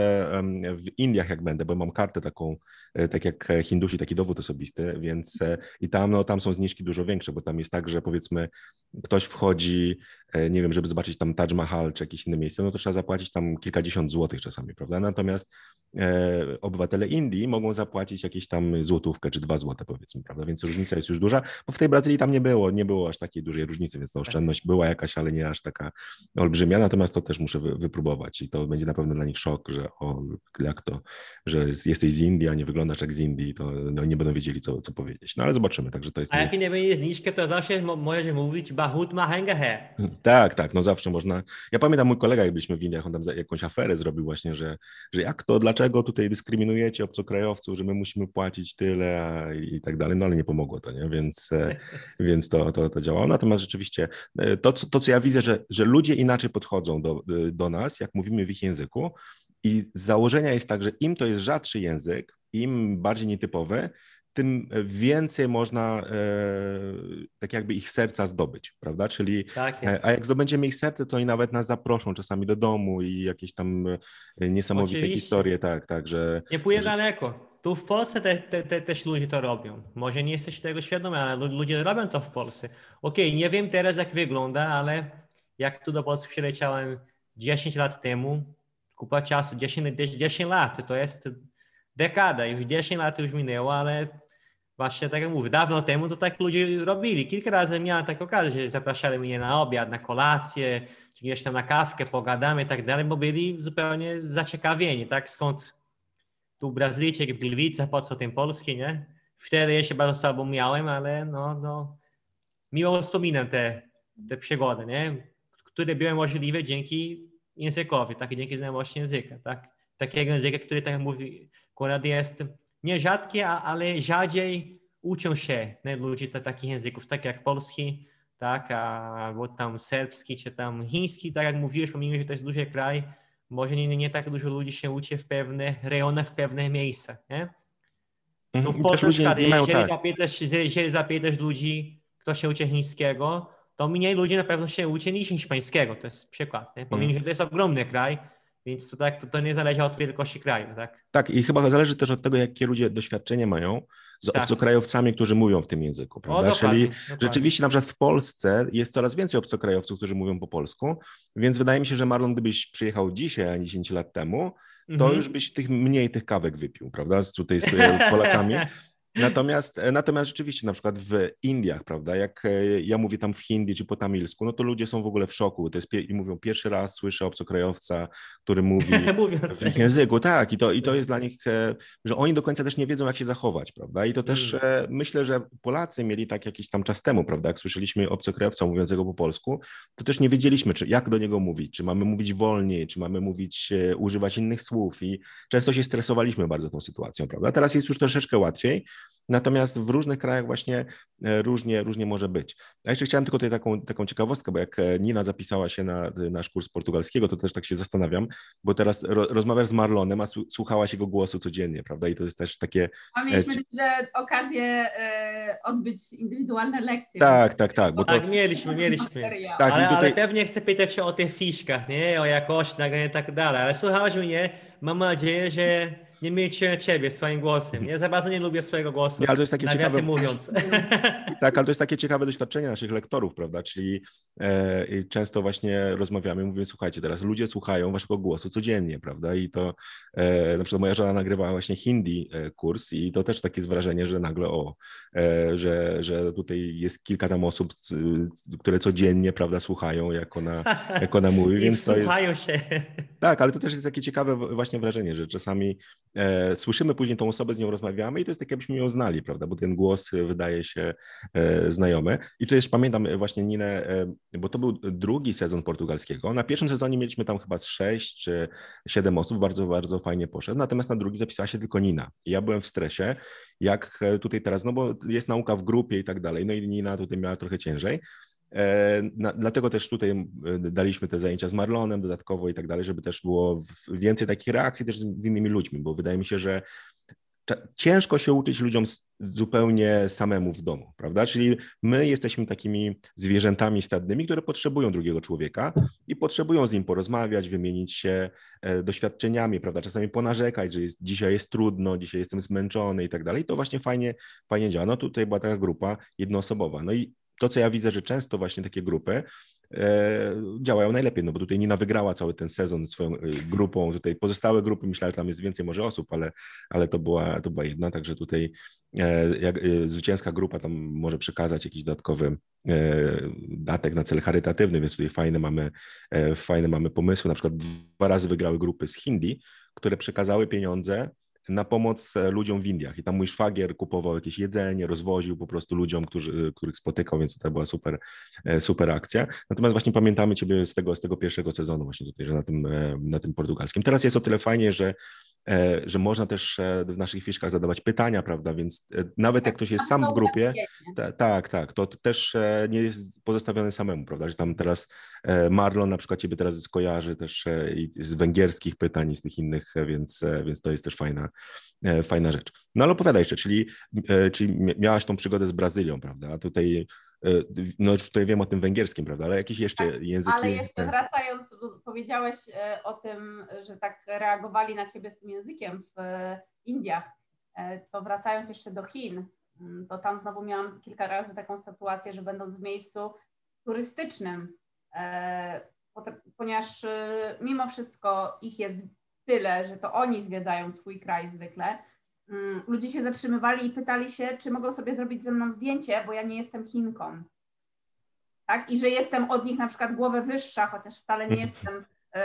w Indiach jak będę, bo mam kartę taką, tak jak Hindusi, taki dowód osobisty, więc i tam, no, tam są zniżki dużo większe, bo tam jest tak, że powiedzmy ktoś wchodzi, nie wiem, żeby zobaczyć tam Taj Mahal czy jakieś inne miejsce, no to trzeba zapłacić tam kilkadziesiąt złotych czasami, prawda? Natomiast e, obywatele Indii mogą zapłacić jakieś tam złotówkę czy dwa złote, powiedzmy, prawda? Więc różnica jest już duża, bo w tej Brazylii tam nie było, nie było aż takiej dużej różnicy, więc ta oszczędność była jakaś, ale nie aż taka olbrzymia, natomiast to też muszę wy, wypróbować i to będzie na pewno dla nich szok, że o, jak to, że jesteś z Indii, a nie wyglądasz jak z Indii, to no, nie będą wiedzieli, co, co powiedzieć. No ale zobaczymy, także to jest... A jak nie będzie zniżkę, to zawsze możesz mówić bahut mahenga he. Tak, tak, no zawsze można. Ja pamiętam, mój kolega, jak byliśmy w Indiach, on tam jakąś aferę zrobił właśnie, że, że jak to, dlaczego tutaj dyskryminujecie obcokrajowców, że my musimy płacić tyle a, i tak dalej, no ale nie pomogło to, nie? Więc, więc to, to, to działało. Natomiast rzeczywiście to, co, to, co ja widzę, że, że ludzie inaczej podchodzą do, do nas, jak mówimy w ich języku i z założenia jest tak, że im to jest rzadszy język, im bardziej nietypowy, tym więcej można e, tak jakby ich serca zdobyć, prawda? Czyli, tak jest. A jak zdobędziemy ich serce, to oni nawet nas zaproszą czasami do domu i jakieś tam niesamowite Oczywiście. historie, tak, tak, że... Nie pójdę że... daleko. Tu w Polsce te, te, te, też ludzie to robią. Może nie jesteś tego świadomi, ale ludzie robią to w Polsce. Okej, okay, nie wiem teraz jak wygląda, ale jak tu do Polski przyleciałem dziesięć lat temu, kupa czasu, dziesięć, dziesięć lat, to jest dekada, już dziesięć lat już minęło, ale właśnie tak jak mówię, dawno temu to tak ludzie robili. Kilka razy miałem taką okazję, że zapraszali mnie na obiad, na kolację, czy gdzieś tam na kawkę, pogadamy i tak dalej, bo byli zupełnie zaciekawieni, tak, skąd tu Brazylijczyk w Gliwicach, po co ten polski, nie? Wtedy jeszcze bardzo słabo miałem, ale no, no miło wspominam te, te przygody, nie? Które były możliwe dzięki językowi, tak, dzięki znajomości języka, tak? Takiego języka, który, tak jak mówi Konrad, jest nie rzadkie, ale rzadziej uczą się nie, ludzie te, takich języków, tak jak polski, tak, albo tam serbski, czy tam chiński, tak jak mówiłeś, pomimo, że to jest duży kraj, może nie, nie tak dużo ludzi się uczy w pewnych rejonach, w pewnych miejscach, nie? Tu w Polsce na przykład, jeżeli, tak. zapytasz, jeżeli zapytasz ludzi, kto się uczy chińskiego, to mniej ludzi na pewno się uczy niż hiszpańskiego, to jest przykład, nie? Pomimo, że to jest ogromny kraj, więc to, tak, to, to nie zależy od wielkości kraju, tak? Tak, i chyba zależy też od tego, jakie ludzie doświadczenie mają z tak. obcokrajowcami, którzy mówią w tym języku, prawda? O, dokładnie, Czyli dokładnie. Rzeczywiście na przykład w Polsce jest coraz więcej obcokrajowców, którzy mówią po polsku, więc wydaje mi się, że Marlon, gdybyś przyjechał dzisiaj, a nie dziesięć lat temu, to mhm. już byś tych, mniej tych kawek wypił, prawda? Z tutaj z Polakami. Natomiast, natomiast rzeczywiście na przykład w Indiach, prawda, jak ja mówię tam w hindi czy po tamilsku, no to ludzie są w ogóle w szoku. To jest i mówią, pierwszy raz słyszę obcokrajowca, który mówi w ich języku. Tak, i to, i to jest dla nich, że oni do końca też nie wiedzą, jak się zachować, prawda? I to też mm. myślę, że Polacy mieli tak jakiś tam czas temu, prawda, jak słyszeliśmy obcokrajowca mówiącego po polsku, to też nie wiedzieliśmy, czy, jak do niego mówić, czy mamy mówić wolniej, czy mamy mówić, używać innych słów i często się stresowaliśmy bardzo tą sytuacją, prawda? Teraz jest już troszeczkę łatwiej. Natomiast w różnych krajach właśnie różnie, różnie może być. A jeszcze chciałem tylko tutaj taką, taką ciekawostkę, bo jak Nina zapisała się na nasz kurs portugalskiego, to też tak się zastanawiam, bo teraz ro, rozmawiasz z Marlonem, a słuchałaś jego głosu codziennie, prawda? I to jest też takie... A mieliśmy że okazję e, odbyć indywidualne lekcje. Tak, tak, tak. Bo to... Tak, mieliśmy, mieliśmy. Tak, ale, tutaj... ale pewnie chcę pytać się o tych fiszkach, nie? O jakości nagrania i tak dalej. Ale słuchałeś mnie, mam nadzieję, że nie myjcie ciebie swoim głosem. Ja za bardzo nie lubię swojego głosu. Nie, ale to jest takie ciekawe, mówiąc. Tak, ale to jest takie ciekawe doświadczenie naszych lektorów, prawda? Czyli e, często właśnie rozmawiamy, mówimy, słuchajcie, teraz ludzie słuchają waszego głosu codziennie, prawda? I to e, na przykład moja żona nagrywała właśnie hindi e, kurs i to też takie jest wrażenie, że nagle o, e, że, że tutaj jest kilka tam osób, c, które codziennie, prawda, słuchają, jak ona, jak ona mówi. I więc to słuchają jest... się. Tak, ale to też jest takie ciekawe właśnie wrażenie, że czasami E, słyszymy później tą osobę, z nią rozmawiamy i to jest tak, jakbyśmy ją znali, prawda, bo ten głos wydaje się e, znajomy. I tu też pamiętam właśnie Ninę, e, bo to był drugi sezon portugalskiego. Na pierwszym sezonie mieliśmy tam chyba sześć czy siedem osób, bardzo, bardzo fajnie poszedł, natomiast na drugi zapisała się tylko Nina. I ja byłem w stresie, jak tutaj teraz, no bo jest nauka w grupie i tak dalej, no i Nina tutaj miała trochę ciężej. E, na, dlatego też tutaj daliśmy te zajęcia z Marlonem dodatkowo i tak dalej, żeby też było więcej takich reakcji też z, z innymi ludźmi, bo wydaje mi się, że ciężko się uczyć ludziom zupełnie samemu w domu, prawda? Czyli my jesteśmy takimi zwierzętami stadnymi, które potrzebują drugiego człowieka i potrzebują z nim porozmawiać, wymienić się doświadczeniami, prawda? Czasami ponarzekać, że jest, dzisiaj jest trudno, dzisiaj jestem zmęczony i tak dalej. To właśnie fajnie, fajnie działa. No tutaj była taka grupa jednoosobowa. No i to, co ja widzę, że często właśnie takie grupy e, działają najlepiej, no bo tutaj Nina wygrała cały ten sezon swoją grupą, tutaj pozostałe grupy, myślałem, że tam jest więcej może osób, ale, ale to, była, to była jedna, także tutaj e, jak, e, zwycięska grupa tam może przekazać jakiś dodatkowy e, datek na cel charytatywny, więc tutaj fajne mamy, e, fajne mamy pomysły, na przykład dwa razy wygrały grupy z Hindi, które przekazały pieniądze na pomoc ludziom w Indiach. I tam mój szwagier kupował jakieś jedzenie, rozwoził po prostu ludziom, którzy, których spotykał, więc to była super, super akcja. Natomiast właśnie pamiętamy Ciebie z tego, z tego pierwszego sezonu właśnie tutaj, że na tym, na tym portugalskim. Teraz jest o tyle fajnie, że że można też w naszych fiszkach zadawać pytania, prawda, więc nawet jak ktoś jest sam w grupie, ta, tak, tak, to też nie jest pozostawiony samemu, prawda, że tam teraz Marlon na przykład Ciebie teraz skojarzy też i z węgierskich pytań i z tych innych, więc, więc to jest też fajna, fajna rzecz. No ale opowiadaj jeszcze, czyli, czyli miałaś tą przygodę z Brazylią, prawda, tutaj no już tutaj wiem o tym węgierskim, prawda, ale jakieś jeszcze tak, języki... Ale jeszcze wracając, powiedziałeś o tym, że tak reagowali na Ciebie z tym językiem w Indiach, to wracając jeszcze do Chin, to tam znowu miałam kilka razy taką sytuację, że będąc w miejscu turystycznym, ponieważ mimo wszystko ich jest tyle, że to oni zwiedzają swój kraj zwykle, ludzie się zatrzymywali i pytali się, czy mogą sobie zrobić ze mną zdjęcie, bo ja nie jestem Chinką. Tak? I że jestem od nich na przykład głowę wyższa, chociaż wcale nie jestem y,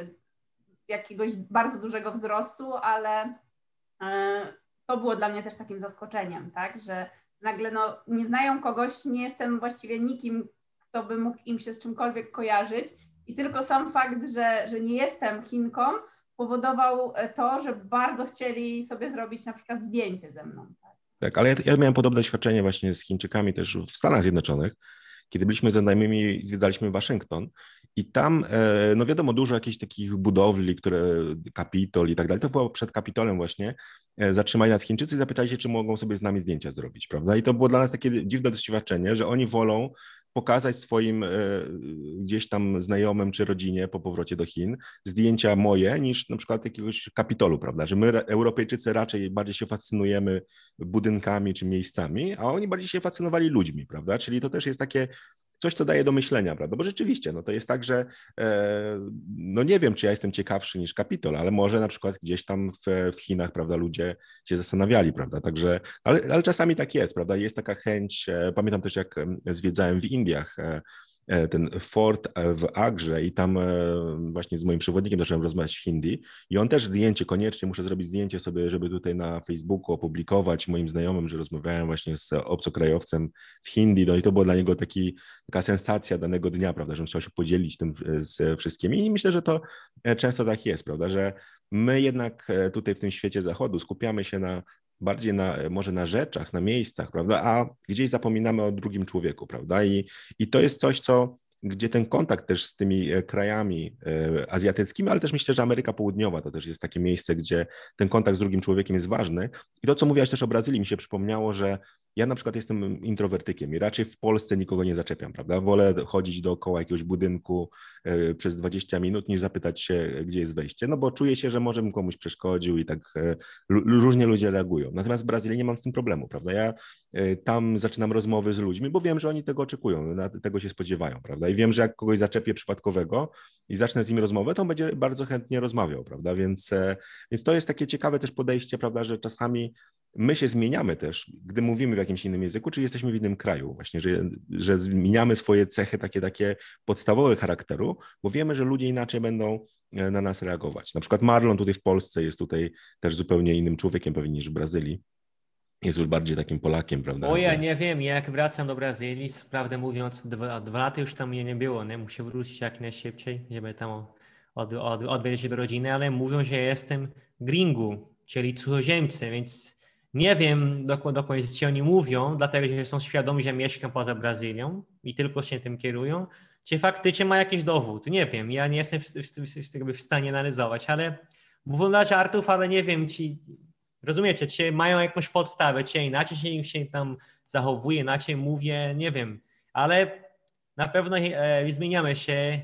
jakiegoś bardzo dużego wzrostu, ale y, to było dla mnie też takim zaskoczeniem, tak? Że nagle no, nie znają kogoś, nie jestem właściwie nikim, kto by mógł im się z czymkolwiek kojarzyć i tylko sam fakt, że, że nie jestem Chinką, powodował to, że bardzo chcieli sobie zrobić na przykład zdjęcie ze mną. Tak, tak ale ja, ja miałem podobne doświadczenie właśnie z Chińczykami też w Stanach Zjednoczonych, kiedy byliśmy ze znajomymi, zwiedzaliśmy Waszyngton i tam, no wiadomo, dużo jakichś takich budowli, które, Kapitol i tak dalej, to było przed Kapitolem właśnie, zatrzymali nas Chińczycy i zapytali się, czy mogą sobie z nami zdjęcia zrobić, prawda? I to było dla nas takie dziwne doświadczenie, że oni wolą pokazać swoim gdzieś tam znajomym czy rodzinie po powrocie do Chin zdjęcia moje niż na przykład jakiegoś Kapitolu, prawda, że my Europejczycy raczej bardziej się fascynujemy budynkami czy miejscami, a oni bardziej się fascynowali ludźmi, prawda, czyli to też jest takie coś, co daje do myślenia, prawda, bo rzeczywiście, no to jest tak, że e, no nie wiem, czy ja jestem ciekawszy niż Kapitol, ale może na przykład gdzieś tam w, w Chinach, prawda, ludzie się zastanawiali, prawda, także, ale, ale czasami tak jest, prawda, jest taka chęć, e, pamiętam też jak zwiedzałem w Indiach e, ten fort w Agrze i tam właśnie z moim przewodnikiem zacząłem rozmawiać w hindi i on też zdjęcie, koniecznie muszę zrobić zdjęcie sobie, żeby tutaj na Facebooku opublikować moim znajomym, że rozmawiałem właśnie z obcokrajowcem w hindi, no i to była dla niego taki, taka sensacja danego dnia, prawda, że on chciał się podzielić tym z wszystkimi i myślę, że to często tak jest, prawda, że my jednak tutaj w tym świecie zachodu skupiamy się na bardziej na, może na rzeczach, na miejscach, prawda, a gdzieś zapominamy o drugim człowieku, prawda, i, i to jest coś, co, gdzie ten kontakt też z tymi krajami azjatyckimi, ale też myślę, że Ameryka Południowa to też jest takie miejsce, gdzie ten kontakt z drugim człowiekiem jest ważny i to, co mówiłaś też o Brazylii, mi się przypomniało, że ja na przykład jestem introwertykiem i raczej w Polsce nikogo nie zaczepiam, prawda? Wolę chodzić dookoła jakiegoś budynku y, przez dwadzieścia minut, niż zapytać się, gdzie jest wejście, no bo czuję się, że może bym komuś przeszkodził i tak y, różnie ludzie reagują. Natomiast w Brazylii nie mam z tym problemu, prawda? Ja y, tam zaczynam rozmowy z ludźmi, bo wiem, że oni tego oczekują, na, tego się spodziewają, prawda? I wiem, że jak kogoś zaczepię przypadkowego i zacznę z nim rozmowę, to on będzie bardzo chętnie rozmawiał, prawda? Więc, y, więc to jest takie ciekawe też podejście, prawda, że czasami my się zmieniamy też, gdy mówimy w jakimś innym języku, czy jesteśmy w innym kraju, właśnie, że, że zmieniamy swoje cechy takie, takie podstawowe charakteru, bo wiemy, że ludzie inaczej będą na nas reagować. Na przykład Marlon tutaj w Polsce jest tutaj też zupełnie innym człowiekiem pewnie niż w Brazylii. Jest już bardziej takim Polakiem, prawda? O ja nie wiem, jak wracam do Brazylii, prawdę mówiąc, dwa, dwa lata już tam mnie nie było, nie? Muszę wrócić jak najszybciej, żeby tam od, od, odwiedzić do rodziny, ale mówią, że jestem gringu, czyli cudzoziemcem, więc nie wiem dokładnie, co oni mówią, dlatego że są świadomi, że mieszkam poza Brazylią i tylko się tym kierują. Czy faktycznie ma jakiś dowód? Nie wiem, ja nie jestem w, w, w, w stanie analizować, ale mówią dla żartów, ale nie wiem, czy rozumiecie, czy mają jakąś podstawę, czy inaczej się, się tam zachowuje, inaczej mówię, nie wiem, ale na pewno e, zmieniamy się,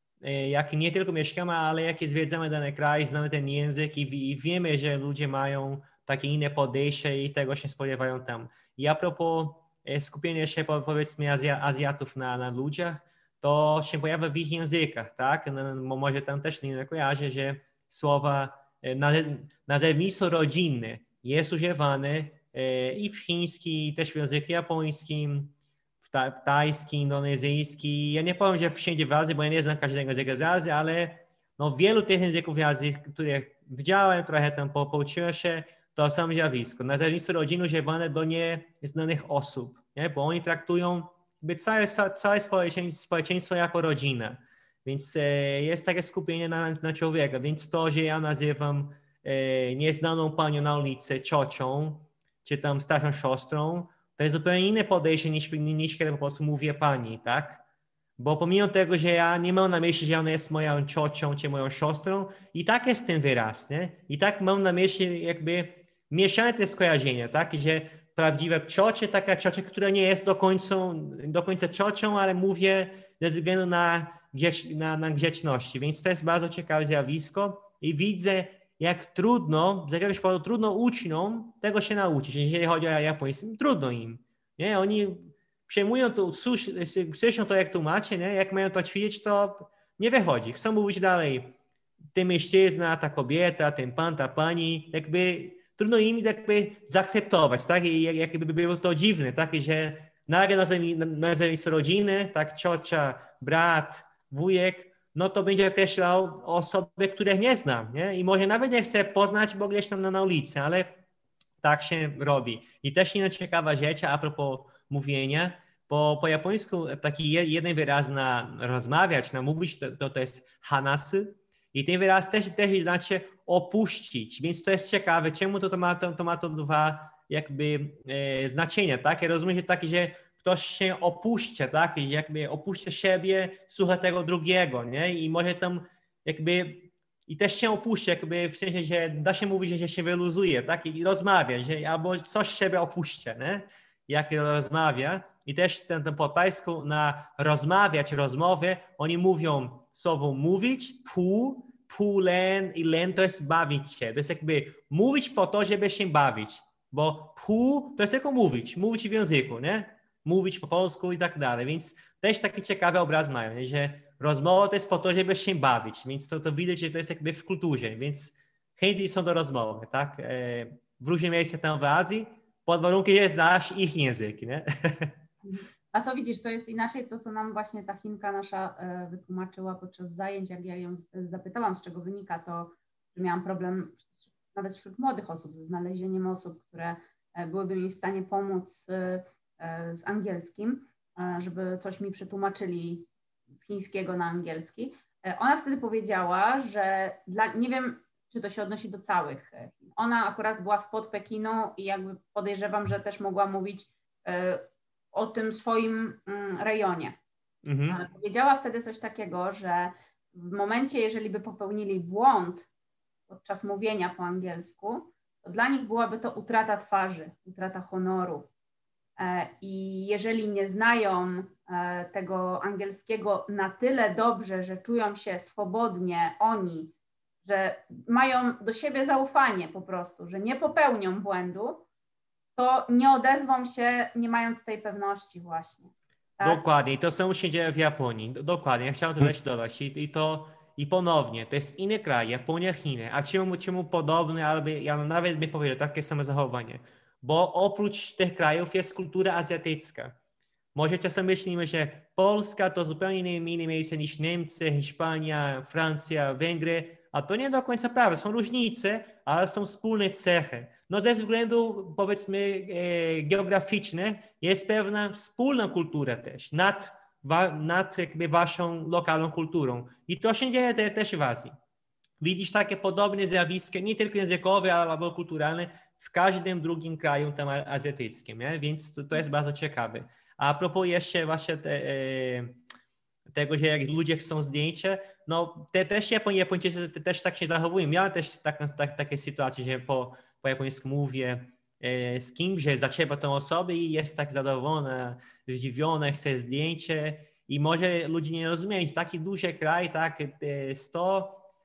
e, jak nie tylko mieszkamy, ale jak zwiedzamy dany kraj, znamy ten język i, i wiemy, że ludzie mają takie inne podejście i tego się spodziewają tam. I a propos skupienie się powiedzmy Azja, Azjatów na, na ludziach, to się pojawia w ich językach, tak? No, może tam też nie kojarzę, że słowa nazewnictwo rodzinne jest używane i w chińskim, i też w języku japońskim, w, ta, w tajskim, indonezyjskim. Ja nie powiem, że wszędzie w Azji, bo ja nie znam każdego języka z Azji, ale no, wielu tych języków w Azji, które widziałem, trochę tam po, pouczyłem się, to samo zjawisko. Nazewnictwo rodziny używane do nieznanych osób, nie? Bo oni traktują całe, całe społeczeństwo, społeczeństwo jako rodzinę. Więc e, jest takie skupienie na, na człowieka. Więc to, że ja nazywam e, nieznaną panią na ulicy ciocią, czy tam starszą siostrą, to jest zupełnie inne podejście niż, niż kiedy po prostu mówię pani, tak? Bo pomimo tego, że ja nie mam na myśli, że ona jest moją ciocią czy moją siostrą, i tak jest ten wyraz, nie? I tak mam na myśli jakby mieszane te skojarzenia, tak? Że prawdziwa ciocia, taka ciocia, która nie jest do końca, do końca ciocią, ale mówię ze względu na, na, na grzeczności. Więc to jest bardzo ciekawe zjawisko i widzę, jak trudno, z jakiegoś powodu trudno uczniom tego się nauczyć. Jeżeli chodzi o japońskim, trudno im. Nie? Oni przejmują to, słyszą to, jak tłumaczę, nie? Jak mają to ćwiczyć, to nie wychodzi. Chcą mówić dalej. Ten mężczyzna, ta kobieta, ten pan, ta pani, jakby trudno im jakby zaakceptować, tak? I jakby było to dziwne, tak? Że nagle nazewnictwo rodziny, tak? Ciocia, brat, wujek, no to będzie określał osoby, których nie znam, nie? I może nawet nie chcę poznać, bo gdzieś tam na, na ulicy, ale tak się robi. I też inna ciekawa rzecz, a propos mówienia, bo po japońsku taki jeden wyraz na rozmawiać, na mówić, to, to jest hanasy. I ten wyraz też, też znaczy opuścić, więc to jest ciekawe, czemu to, to, ma, to, to ma to dwa jakby e, znaczenia, tak? Ja rozumiem, że taki, że ktoś się opuszcza, tak? I jakby opuszcza siebie, słucha tego drugiego, nie? I może tam jakby i też się opuszcza, jakby w sensie, że da się mówić, że się wyluzuje, tak? I rozmawia, że albo coś siebie opuszcza, nie? Jak rozmawia. I też ten, ten po tajsku na rozmawiać, rozmowy, oni mówią słowo mówić, pół, pół len i len to jest bawić się. To jest jakby mówić po to, żeby się bawić. Bo pół to jest tylko mówić, mówić w języku, nie? Mówić po polsku i tak dalej. Więc też taki ciekawy obraz mają, nie? Że rozmowa to jest po to, żeby się bawić. Więc to, to widać, że to jest jakby w kulturze. Więc chętni są do rozmowy, tak? W różnych miejscach tam w Azji, pod warunkiem, że znasz ich język, nie? A to widzisz, to jest inaczej to, co nam właśnie ta Chinka nasza wytłumaczyła podczas zajęć, jak ja ją zapytałam, z czego wynika to, że miałam problem nawet wśród młodych osób ze znalezieniem osób, które byłyby mi w stanie pomóc z angielskim, żeby coś mi przetłumaczyli z chińskiego na angielski. Ona wtedy powiedziała, że dla, nie wiem, czy to się odnosi do całych Chin. Ona akurat była spod Pekinu i jakby podejrzewam, że też mogła mówić o tym swoim rejonie. Mhm. Powiedziała wtedy coś takiego, że w momencie, jeżeli by popełnili błąd podczas mówienia po angielsku, to dla nich byłaby to utrata twarzy, utrata honoru. I jeżeli nie znają tego angielskiego na tyle dobrze, że czują się swobodnie oni, że mają do siebie zaufanie po prostu, że nie popełnią błędu, to nie odezwą się, nie mając tej pewności właśnie. Tak? Dokładnie. I to samo się dzieje w Japonii. Dokładnie. Ja chciałem to też dodać. I, i to i ponownie, to jest inny kraj, Japonia, Chiny. A czemu, czemu podobne, albo ja nawet bym powiedział takie samo zachowanie? Bo oprócz tych krajów jest kultura azjatycka. Może czasem myślimy, że Polska to zupełnie inne miejsce niż Niemcy, Hiszpania, Francja, Węgry, a to nie do końca prawda. Są różnice, ale są wspólne cechy. No ze względu, powiedzmy, e, geograficznych jest pewna wspólna kultura też nad, wa, nad jakby waszą lokalną kulturą. I to się dzieje te, też w Azji. Widzisz takie podobne zjawiska, nie tylko językowe, ale kulturalne, w każdym drugim kraju tam azjatyckim, nie? Więc to, to jest bardzo ciekawe. A propos jeszcze właśnie te, e, tego, że jak ludzie chcą zdjęcia, no te też Japoń, Japończycy te, też tak się zachowują. Miałem też taką, tak, takie sytuacje, że po, po japońsku mówię e, z kimś, że zaczęła tą osobę i jest tak zadowolona, zdziwiona, chce zdjęcie i może ludzie nie rozumieją, że taki duży kraj, tak, sto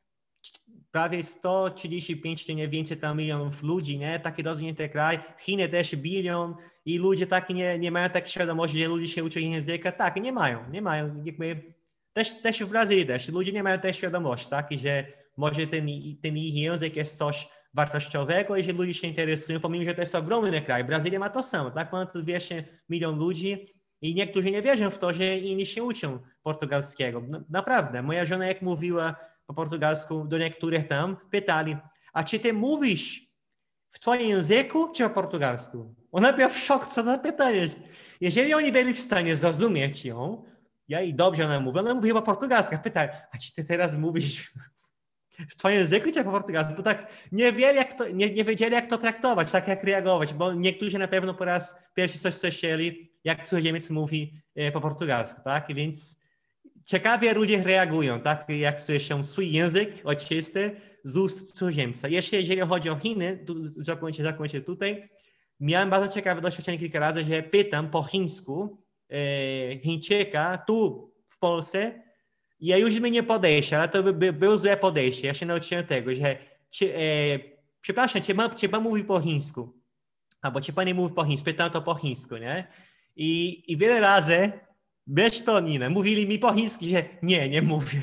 prawie sto trzydzieści pięć, czy nie więcej tam milionów ludzi, nie? Taki rozwinięty kraj, Chiny też bilion i ludzie taki nie, nie mają tak świadomości, że ludzie się uczą języka. Tak, nie mają, nie mają. Jakby, też, też w Brazylii też, ludzie nie mają tej świadomości, tak? I że może ten, ten ich język jest coś wartościowego i że ludzie się interesują, pomimo, że to jest ogromny kraj. Brazylia ma to samo, tak? Ponad dwieście milionów ludzi i niektórzy nie wierzą w to, że inni się uczą portugalskiego. No, naprawdę, moja żona jak mówiła po portugalsku do niektórych tam, pytali, a czy ty mówisz w twoim języku, czy po portugalsku? Ona była w szoku, co za pytanie. Jeżeli oni byli w stanie zrozumieć ją, ja i dobrze ona mówi, ona mówi po portugalsku, pytali, a czy ty teraz mówisz w twoim języku, czy po portugalsku? Bo tak nie wiedzieli, jak to, nie, nie wiedzieli, jak to traktować, tak jak reagować, bo niektórzy na pewno po raz pierwszy coś słyszeli, jak cudzoziemiec mówi po portugalsku, tak? Więc ciekawie ludzie reagują, tak? Jak słyszą swój język ojczysty z ust cudzoziemca. Jeszcze jeżeli chodzi o Chiny, tu zakończę, zakończę tutaj, miałem bardzo ciekawe doświadczenie kilka razy, że pytam po chińsku e, Chińczyka tu w Polsce, ja już mi nie podejście, ale to by, by było złe podejście. Ja się nauczyłem tego, że czy, e, przepraszam, czy pan, czy pan mówi po chińsku? Albo czy pan nie mówi po chińsku? Pytam to po chińsku, nie? I, i wiele razy bez to Nina, mówili mi po chińsku, że nie, nie mówię.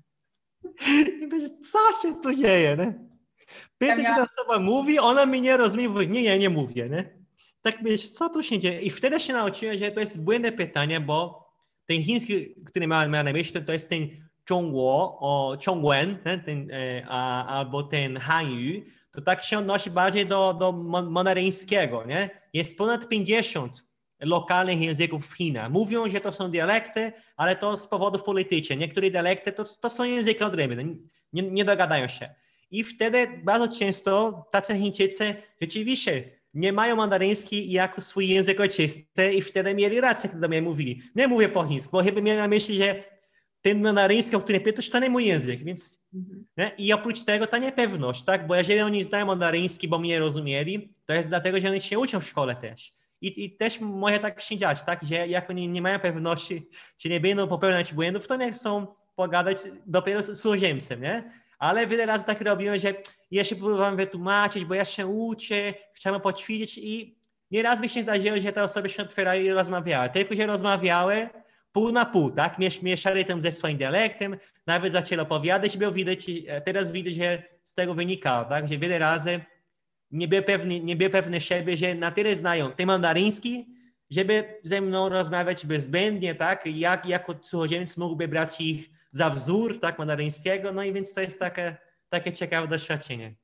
I myślę, co się tu dzieje, nie? Pytam, czy ta osoba mówi, ona mi nie rozumie, mówi, nie, ja nie mówię, nie? Tak myślę, co tu się dzieje? I wtedy się nauczyłem, że to jest błędne pytanie, bo ten chiński, który miałem na myśli, to jest ten Zhongguo, o Zhongwen, ten, e, a, albo ten Hanyu, to tak się odnosi bardziej do, do mandaryńskiego, nie? Jest ponad pięćdziesiąt lokalnych języków w Chinach. Mówią, że to są dialekty, ale to z powodów politycznych. Niektóre dialekty to, to są języki odrębne, nie, nie dogadają się. I wtedy bardzo często tacy Chińczycy rzeczywiście nie mają mandaryński jako swój język ojczysty i wtedy mieli rację, kiedy do mnie mówili. Nie mówię po chińsku, bo chyba miałem na myśli, że ten mandaryński, o którym pytasz, to nie mój język, więc nie? I oprócz tego ta niepewność, tak? Bo jeżeli oni znają mandaryński, bo mnie rozumieli, to jest dlatego, że oni się uczą w szkole też. I, i też może tak się dziać, tak? Że jak oni nie mają pewności, czy nie będą popełniać błędów, to nie chcą pogadać dopiero z cudzoziemcem, nie? Ale wiele razy tak robiłem, że ja się próbowałem wytłumaczyć, bo ja się uczę, chciałem poćwiczyć i nieraz mi się zdarzyło, że te osoby się otwierały i rozmawiały. Tylko, że rozmawiały pół na pół, tak? Mieszali tam ze swoim dialektem, nawet zaczęli opowiadać i było widać, teraz widać, że z tego wynikało, tak? Że wiele razy nie były pewni, nie były pewne siebie, że na tyle znają ten mandaryński, żeby ze mną rozmawiać bezbłędnie, tak? Jak jako cudzoziemiec mógłby brać ich za wzór, tak, mandaryńskiego, no i więc to jest takie, takie ciekawe doświadczenie.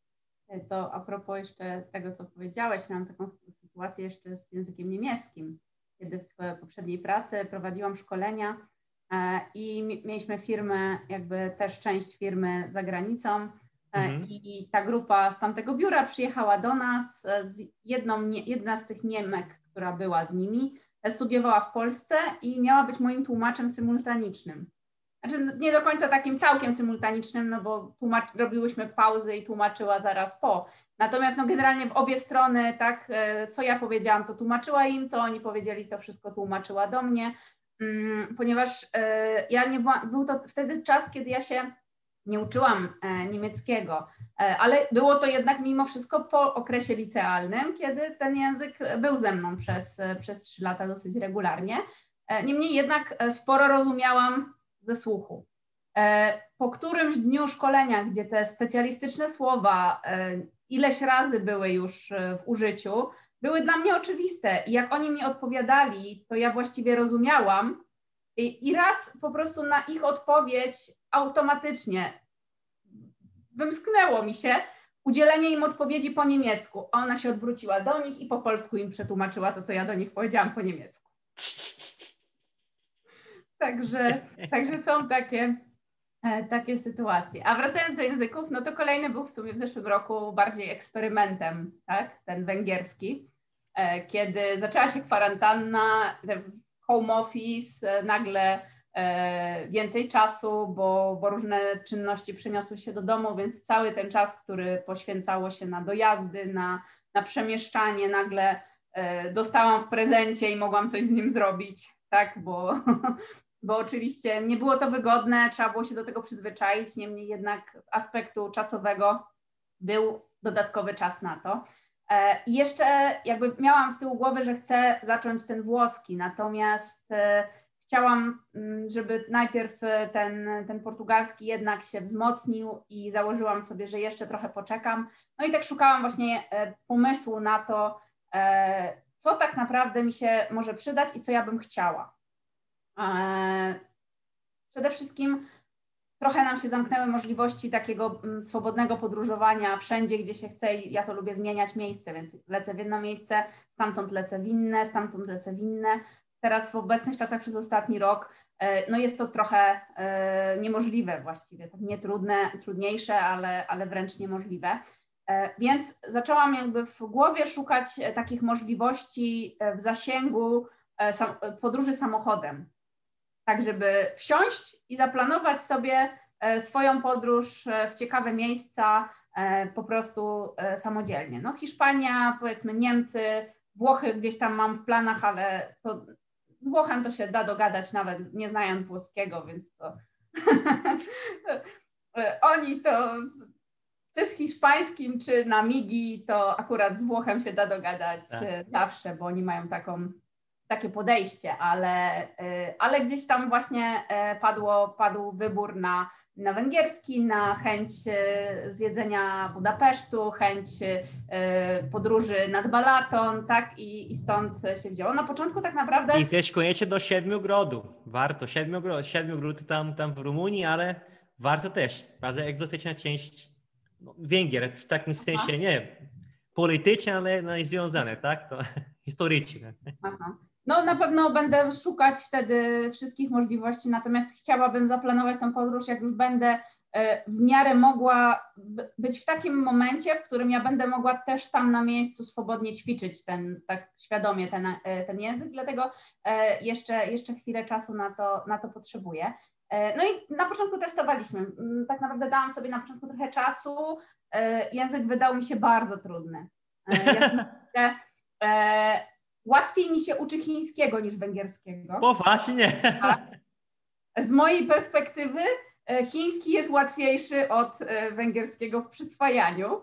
To a propos jeszcze tego, co powiedziałeś, miałam taką sytuację jeszcze z językiem niemieckim, kiedy w poprzedniej pracy prowadziłam szkolenia i mieliśmy firmę, jakby też część firmy za granicą mhm. i ta grupa z tamtego biura przyjechała do nas, z jedną, jedna z tych Niemek, która była z nimi, studiowała w Polsce i miała być moim tłumaczem symultanicznym. Znaczy nie do końca takim całkiem symultanicznym, no bo tłumacz, robiłyśmy pauzy i tłumaczyła zaraz po. Natomiast no generalnie w obie strony, tak, co ja powiedziałam, to tłumaczyła im, co oni powiedzieli, to wszystko tłumaczyła do mnie, ponieważ ja nie byłam, był to wtedy czas, kiedy ja się nie uczyłam niemieckiego, ale było to jednak mimo wszystko po okresie licealnym, kiedy ten język był ze mną przez, przez trzy lata dosyć regularnie. Niemniej jednak sporo rozumiałam ze słuchu. Po którymś dniu szkolenia, gdzie te specjalistyczne słowa ileś razy były już w użyciu, były dla mnie oczywiste i jak oni mi odpowiadali, to ja właściwie rozumiałam i, i raz po prostu na ich odpowiedź automatycznie wymsknęło mi się udzielenie im odpowiedzi po niemiecku. Ona się odwróciła do nich i po polsku im przetłumaczyła to, co ja do nich powiedziałam po niemiecku. Także, także są takie, takie sytuacje. A wracając do języków, no to kolejny był w sumie w zeszłym roku bardziej eksperymentem, tak? Ten węgierski, kiedy zaczęła się kwarantanna, home office, nagle więcej czasu, bo, bo różne czynności przeniosły się do domu, więc cały ten czas, który poświęcało się na dojazdy, na, na przemieszczanie, nagle dostałam w prezencie i mogłam coś z nim zrobić. Tak, bo bo oczywiście nie było to wygodne, trzeba było się do tego przyzwyczaić, niemniej jednak z aspektu czasowego był dodatkowy czas na to. I jeszcze jakby miałam z tyłu głowy, że chcę zacząć ten włoski, natomiast chciałam, żeby najpierw ten, ten portugalski jednak się wzmocnił i założyłam sobie, że jeszcze trochę poczekam. No i tak szukałam właśnie pomysłu na to, co tak naprawdę mi się może przydać i co ja bym chciała. Przede wszystkim trochę nam się zamknęły możliwości takiego swobodnego podróżowania wszędzie, gdzie się chce i ja to lubię zmieniać miejsce, więc lecę w jedno miejsce, stamtąd lecę w inne, stamtąd lecę w inne. Teraz w obecnych czasach przez ostatni rok no jest to trochę niemożliwe właściwie, tak nie trudne, trudniejsze, ale, ale wręcz niemożliwe. Więc zaczęłam jakby w głowie szukać takich możliwości w zasięgu podróży samochodem, tak żeby wsiąść i zaplanować sobie swoją podróż w ciekawe miejsca po prostu samodzielnie. No Hiszpania, powiedzmy Niemcy, Włochy gdzieś tam mam w planach, ale to z Włochem to się da dogadać nawet nie znając włoskiego, więc to oni to czy z hiszpańskim, czy na migi, to akurat z Włochem się da dogadać tak. zawsze, bo oni mają taką, takie podejście, ale, ale gdzieś tam właśnie padło, padł wybór na, na węgierski, na chęć zwiedzenia Budapesztu, chęć podróży nad Balaton, tak, i, i stąd się wzięło. Na początku tak naprawdę... I też koniecznie do Siedmiogrodu, warto, Siedmiogród, Siedmiogród tam, tam w Rumunii, ale warto też, bardzo egzotyczna część no, Węgier, w takim sensie Aha. nie polityczne, ale no, związane, tak, to historyczne. Aha. No na pewno będę szukać wtedy wszystkich możliwości, natomiast chciałabym zaplanować tą podróż, jak już będę w miarę mogła być w takim momencie, w którym ja będę mogła też tam na miejscu swobodnie ćwiczyć ten, tak świadomie ten, ten język, dlatego jeszcze, jeszcze chwilę czasu na to, na to potrzebuję. No i na początku testowaliśmy, tak naprawdę dałam sobie na początku trochę czasu, język wydał mi się bardzo trudny. Ja Łatwiej mi się uczy chińskiego niż węgierskiego. Poważnie. Z mojej perspektywy chiński jest łatwiejszy od węgierskiego w przyswajaniu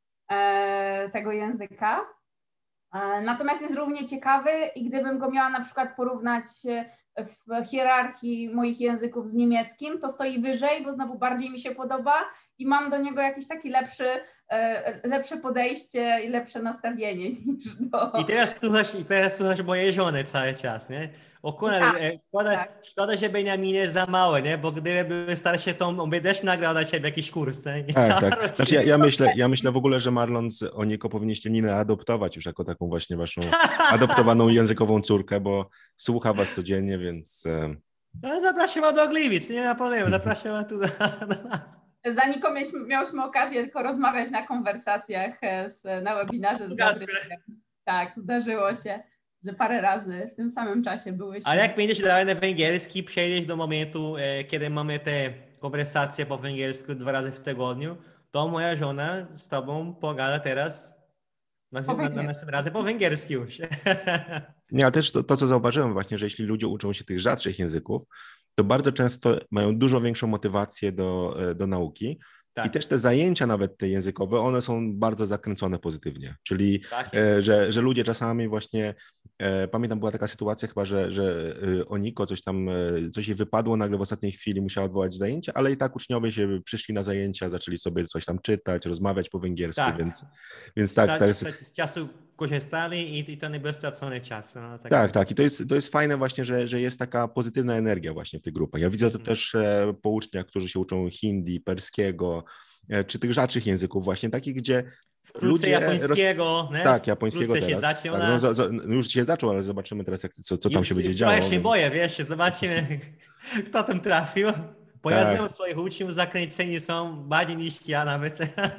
tego języka. Natomiast jest równie ciekawy i gdybym go miała na przykład porównać w hierarchii moich języków z niemieckim, to stoi wyżej, bo znowu bardziej mi się podoba i mam do niego jakiś taki lepszy, lepsze podejście i lepsze nastawienie niż do... I teraz słuchasz, i teraz słuchasz mojej żony cały czas, nie? O kurde, tak, szkoda, tak. szkoda, że Beniamin jest za mały, nie? Bo gdyby były starsze, to on by też nagrał dla ciebie jakiś kurs, nie? I tak, tak. Znaczy ja, ja, myślę, ja myślę w ogóle, że Marlon z Oniko powinniście Ninę adoptować już jako taką właśnie waszą adoptowaną językową córkę, bo słucha was codziennie, więc... No, zapraszam do Gliwic, nie ma problemu, zapraszam tu do nas. Za Niką mieliśmy, miałyśmy okazję tylko rozmawiać na konwersacjach z, na webinarze z Gabrykiem. Tak, zdarzyło się, że parę razy w tym samym czasie byłyśmy. Ale jak będziesz dalej na węgierski, przejdziesz do momentu, e, kiedy mamy te konwersacje po węgiersku dwa razy w tygodniu, to moja żona z tobą pogada teraz na, na, na następnym razem po węgiersku już. Nie, ale też to, to, co zauważyłem właśnie, że jeśli ludzie uczą się tych rzadszych języków, to bardzo często mają dużo większą motywację do, do nauki. Tak. I też te zajęcia nawet te językowe, one są bardzo zakręcone pozytywnie. Czyli, tak e, że, że ludzie czasami właśnie, e, pamiętam była taka sytuacja chyba, że, że e, Oniko coś tam, e, coś jej wypadło nagle w ostatniej chwili, musiała odwołać zajęcia, ale i tak uczniowie się przyszli na zajęcia, zaczęli sobie coś tam czytać, rozmawiać po węgiersku, tak. więc, więc tak. tak jest... Z czasu korzystali i, i to nie był stracony czas. No, tak, tak, tak. I to jest, to jest fajne właśnie, że, że jest taka pozytywna energia właśnie w tych grupach. Ja widzę to hmm. też e, po uczniach, którzy się uczą hindi, perskiego, e, czy tych rzadszych języków właśnie, takich, gdzie Wkrótce ludzie... japońskiego, roz... Tak, japońskiego Wkrótce teraz. Się tak, no, za, za, już się zaczął, ale zobaczymy teraz, jak, co, co tam już, się będzie działo. Ja się boję, wiesz, zobaczymy, kto tam trafił. Bo tak. ja znam swoich uczniów, zakręceni są bardziej niż ja nawet.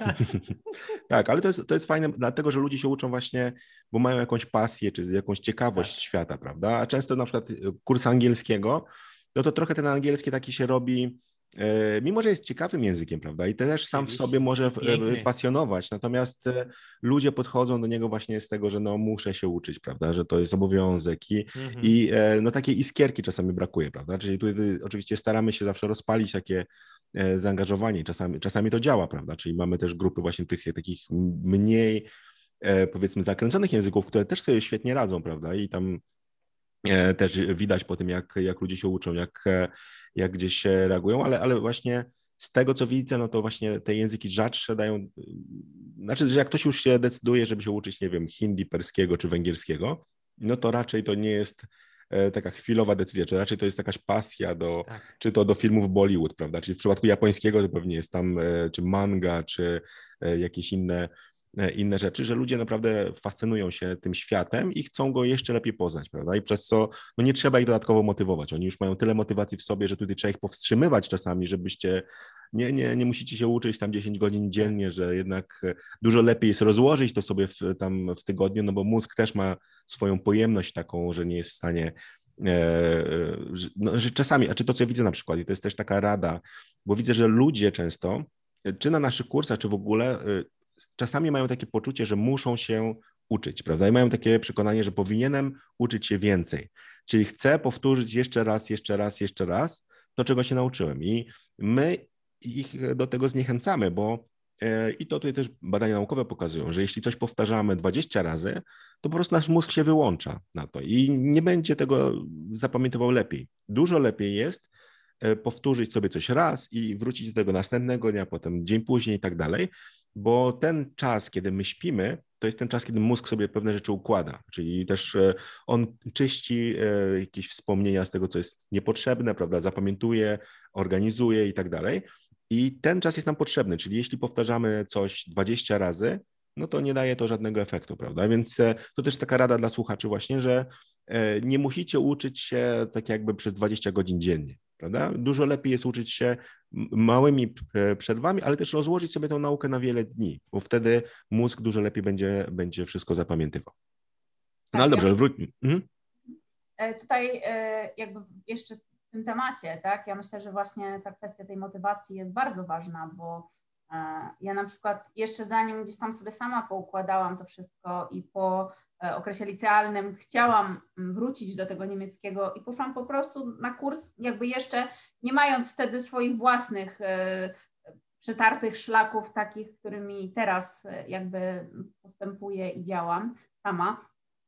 Tak, ale to jest, to jest fajne, dlatego że ludzie się uczą właśnie, bo mają jakąś pasję, czy jakąś ciekawość tak. świata, prawda? A często na przykład kurs angielskiego, no to trochę ten angielski taki się robi mimo że jest ciekawym językiem, prawda, i też sam w sobie może Piękny. pasjonować, natomiast ludzie podchodzą do niego właśnie z tego, że no muszę się uczyć, prawda, że to jest obowiązek i, mhm. i no takiej iskierki czasami brakuje, prawda, czyli tutaj oczywiście staramy się zawsze rozpalić takie zaangażowanie, czasami, czasami to działa, prawda, czyli mamy też grupy właśnie tych takich mniej powiedzmy zakręconych języków, które też sobie świetnie radzą, prawda, i tam też widać po tym, jak, jak ludzie się uczą, jak, jak gdzieś reagują, ale, ale właśnie z tego, co widzę, no to właśnie te języki rzadsze dają, znaczy, że jak ktoś już się decyduje, żeby się uczyć, nie wiem, hindi, perskiego czy węgierskiego, no to raczej to nie jest taka chwilowa decyzja, czy raczej to jest jakaś pasja do, tak. czy to do filmów Bollywood, prawda, czyli w przypadku japońskiego to pewnie jest tam czy manga, czy jakieś inne inne rzeczy, że ludzie naprawdę fascynują się tym światem i chcą go jeszcze lepiej poznać, prawda? I przez co no nie trzeba ich dodatkowo motywować. Oni już mają tyle motywacji w sobie, że tutaj trzeba ich powstrzymywać czasami, żebyście nie, nie, nie musicie się uczyć tam dziesięć godzin dziennie, że jednak dużo lepiej jest rozłożyć to sobie w, tam w tygodniu, no bo mózg też ma swoją pojemność taką, że nie jest w stanie no, że czasami, a czy to, co ja widzę na przykład, i to jest też taka rada, bo widzę, że ludzie często, czy na naszych kursach, czy w ogóle czasami mają takie poczucie, że muszą się uczyć, prawda? I mają takie przekonanie, że powinienem uczyć się więcej. Czyli chcę powtórzyć jeszcze raz, jeszcze raz, jeszcze raz to, czego się nauczyłem. I my ich do tego zniechęcamy, bo i to tutaj też badania naukowe pokazują, że jeśli coś powtarzamy dwadzieścia razy, to po prostu nasz mózg się wyłącza na to i nie będzie tego zapamiętywał lepiej. Dużo lepiej jest powtórzyć sobie coś raz i wrócić do tego następnego dnia, potem dzień później i tak dalej, bo ten czas, kiedy my śpimy, to jest ten czas, kiedy mózg sobie pewne rzeczy układa, czyli też on czyści jakieś wspomnienia z tego, co jest niepotrzebne, prawda, zapamiętuje, organizuje i tak dalej. I ten czas jest nam potrzebny, czyli jeśli powtarzamy coś dwadzieścia razy, no to nie daje to żadnego efektu, prawda? Więc to też taka rada dla słuchaczy właśnie, że nie musicie uczyć się tak jakby przez dwadzieścia godzin dziennie, prawda? Dużo lepiej jest uczyć się małymi przerwami, ale też rozłożyć sobie tę naukę na wiele dni, bo wtedy mózg dużo lepiej będzie, będzie wszystko zapamiętywał. No ale dobrze, ale wróćmy. Mhm. Tutaj jakby jeszcze w tym temacie, tak, ja myślę, że właśnie ta kwestia tej motywacji jest bardzo ważna, bo ja na przykład jeszcze zanim gdzieś tam sobie sama poukładałam to wszystko i po okresie licealnym chciałam wrócić do tego niemieckiego i poszłam po prostu na kurs, jakby jeszcze nie mając wtedy swoich własnych przetartych szlaków, takich, którymi teraz jakby postępuję i działam sama,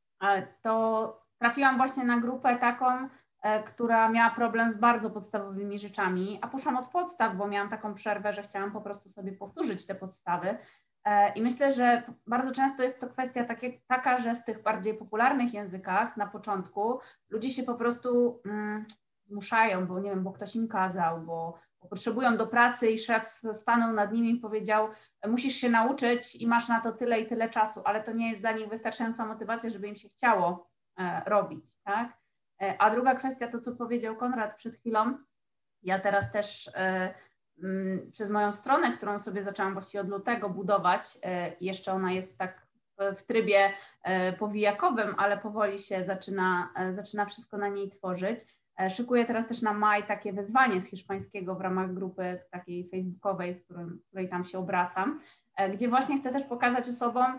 to trafiłam właśnie na grupę taką, która miała problem z bardzo podstawowymi rzeczami, a poszłam od podstaw, bo miałam taką przerwę, że chciałam po prostu sobie powtórzyć te podstawy. I myślę, że bardzo często jest to kwestia takie, taka, że w tych bardziej popularnych językach na początku ludzie się po prostu mm, zmuszają, bo nie wiem, bo ktoś im kazał, bo, bo potrzebują do pracy i szef stanął nad nimi i powiedział, musisz się nauczyć i masz na to tyle i tyle czasu, ale to nie jest dla nich wystarczająca motywacja, żeby im się chciało e, robić, tak? E, a druga kwestia, to co powiedział Konrad przed chwilą, ja teraz też e, przez moją stronę, którą sobie zaczęłam właściwie od lutego budować, jeszcze ona jest tak w trybie powijakowym, ale powoli się zaczyna, zaczyna wszystko na niej tworzyć. Szykuję teraz też na maj takie wyzwanie z hiszpańskiego w ramach grupy takiej facebookowej, w którym, w której tam się obracam, gdzie właśnie chcę też pokazać osobom,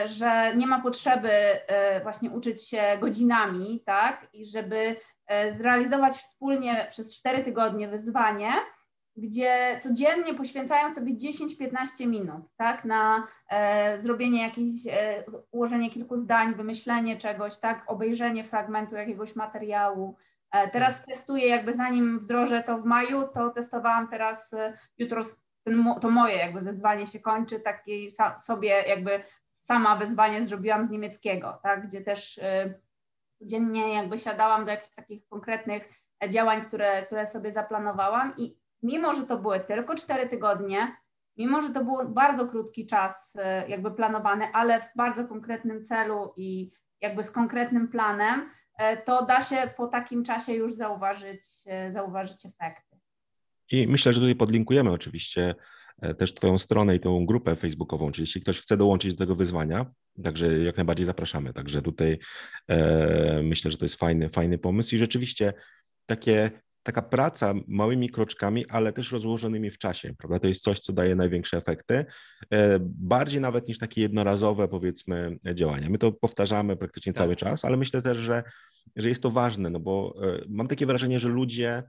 że nie ma potrzeby właśnie uczyć się godzinami, tak, i żeby zrealizować wspólnie przez cztery tygodnie wyzwanie, gdzie codziennie poświęcają sobie dziesięć do piętnastu minut, tak, na e, zrobienie jakichś, e, ułożenie kilku zdań, wymyślenie czegoś, tak, obejrzenie fragmentu jakiegoś materiału. E, teraz testuję, jakby zanim wdrożę to w maju, to testowałam teraz e, jutro, ten, to moje jakby wyzwanie się kończy, takie sobie jakby sama wyzwanie zrobiłam z niemieckiego, tak, gdzie też e, codziennie jakby siadałam do jakichś takich konkretnych działań, które, które sobie zaplanowałam i mimo, że to były tylko cztery tygodnie, mimo, że to był bardzo krótki czas jakby planowany, ale w bardzo konkretnym celu i jakby z konkretnym planem, to da się po takim czasie już zauważyć, zauważyć efekty. I myślę, że tutaj podlinkujemy oczywiście też Twoją stronę i tą grupę facebookową, czyli jeśli ktoś chce dołączyć do tego wyzwania, także jak najbardziej zapraszamy. Także tutaj e, myślę, że to jest fajny, fajny pomysł i rzeczywiście takie taka praca małymi kroczkami, ale też rozłożonymi w czasie, prawda? To jest coś, co daje największe efekty, bardziej nawet niż takie jednorazowe, powiedzmy, działania. My to powtarzamy praktycznie Tak. cały czas, ale myślę też, że, że jest to ważne, no bo mam takie wrażenie, że ludzie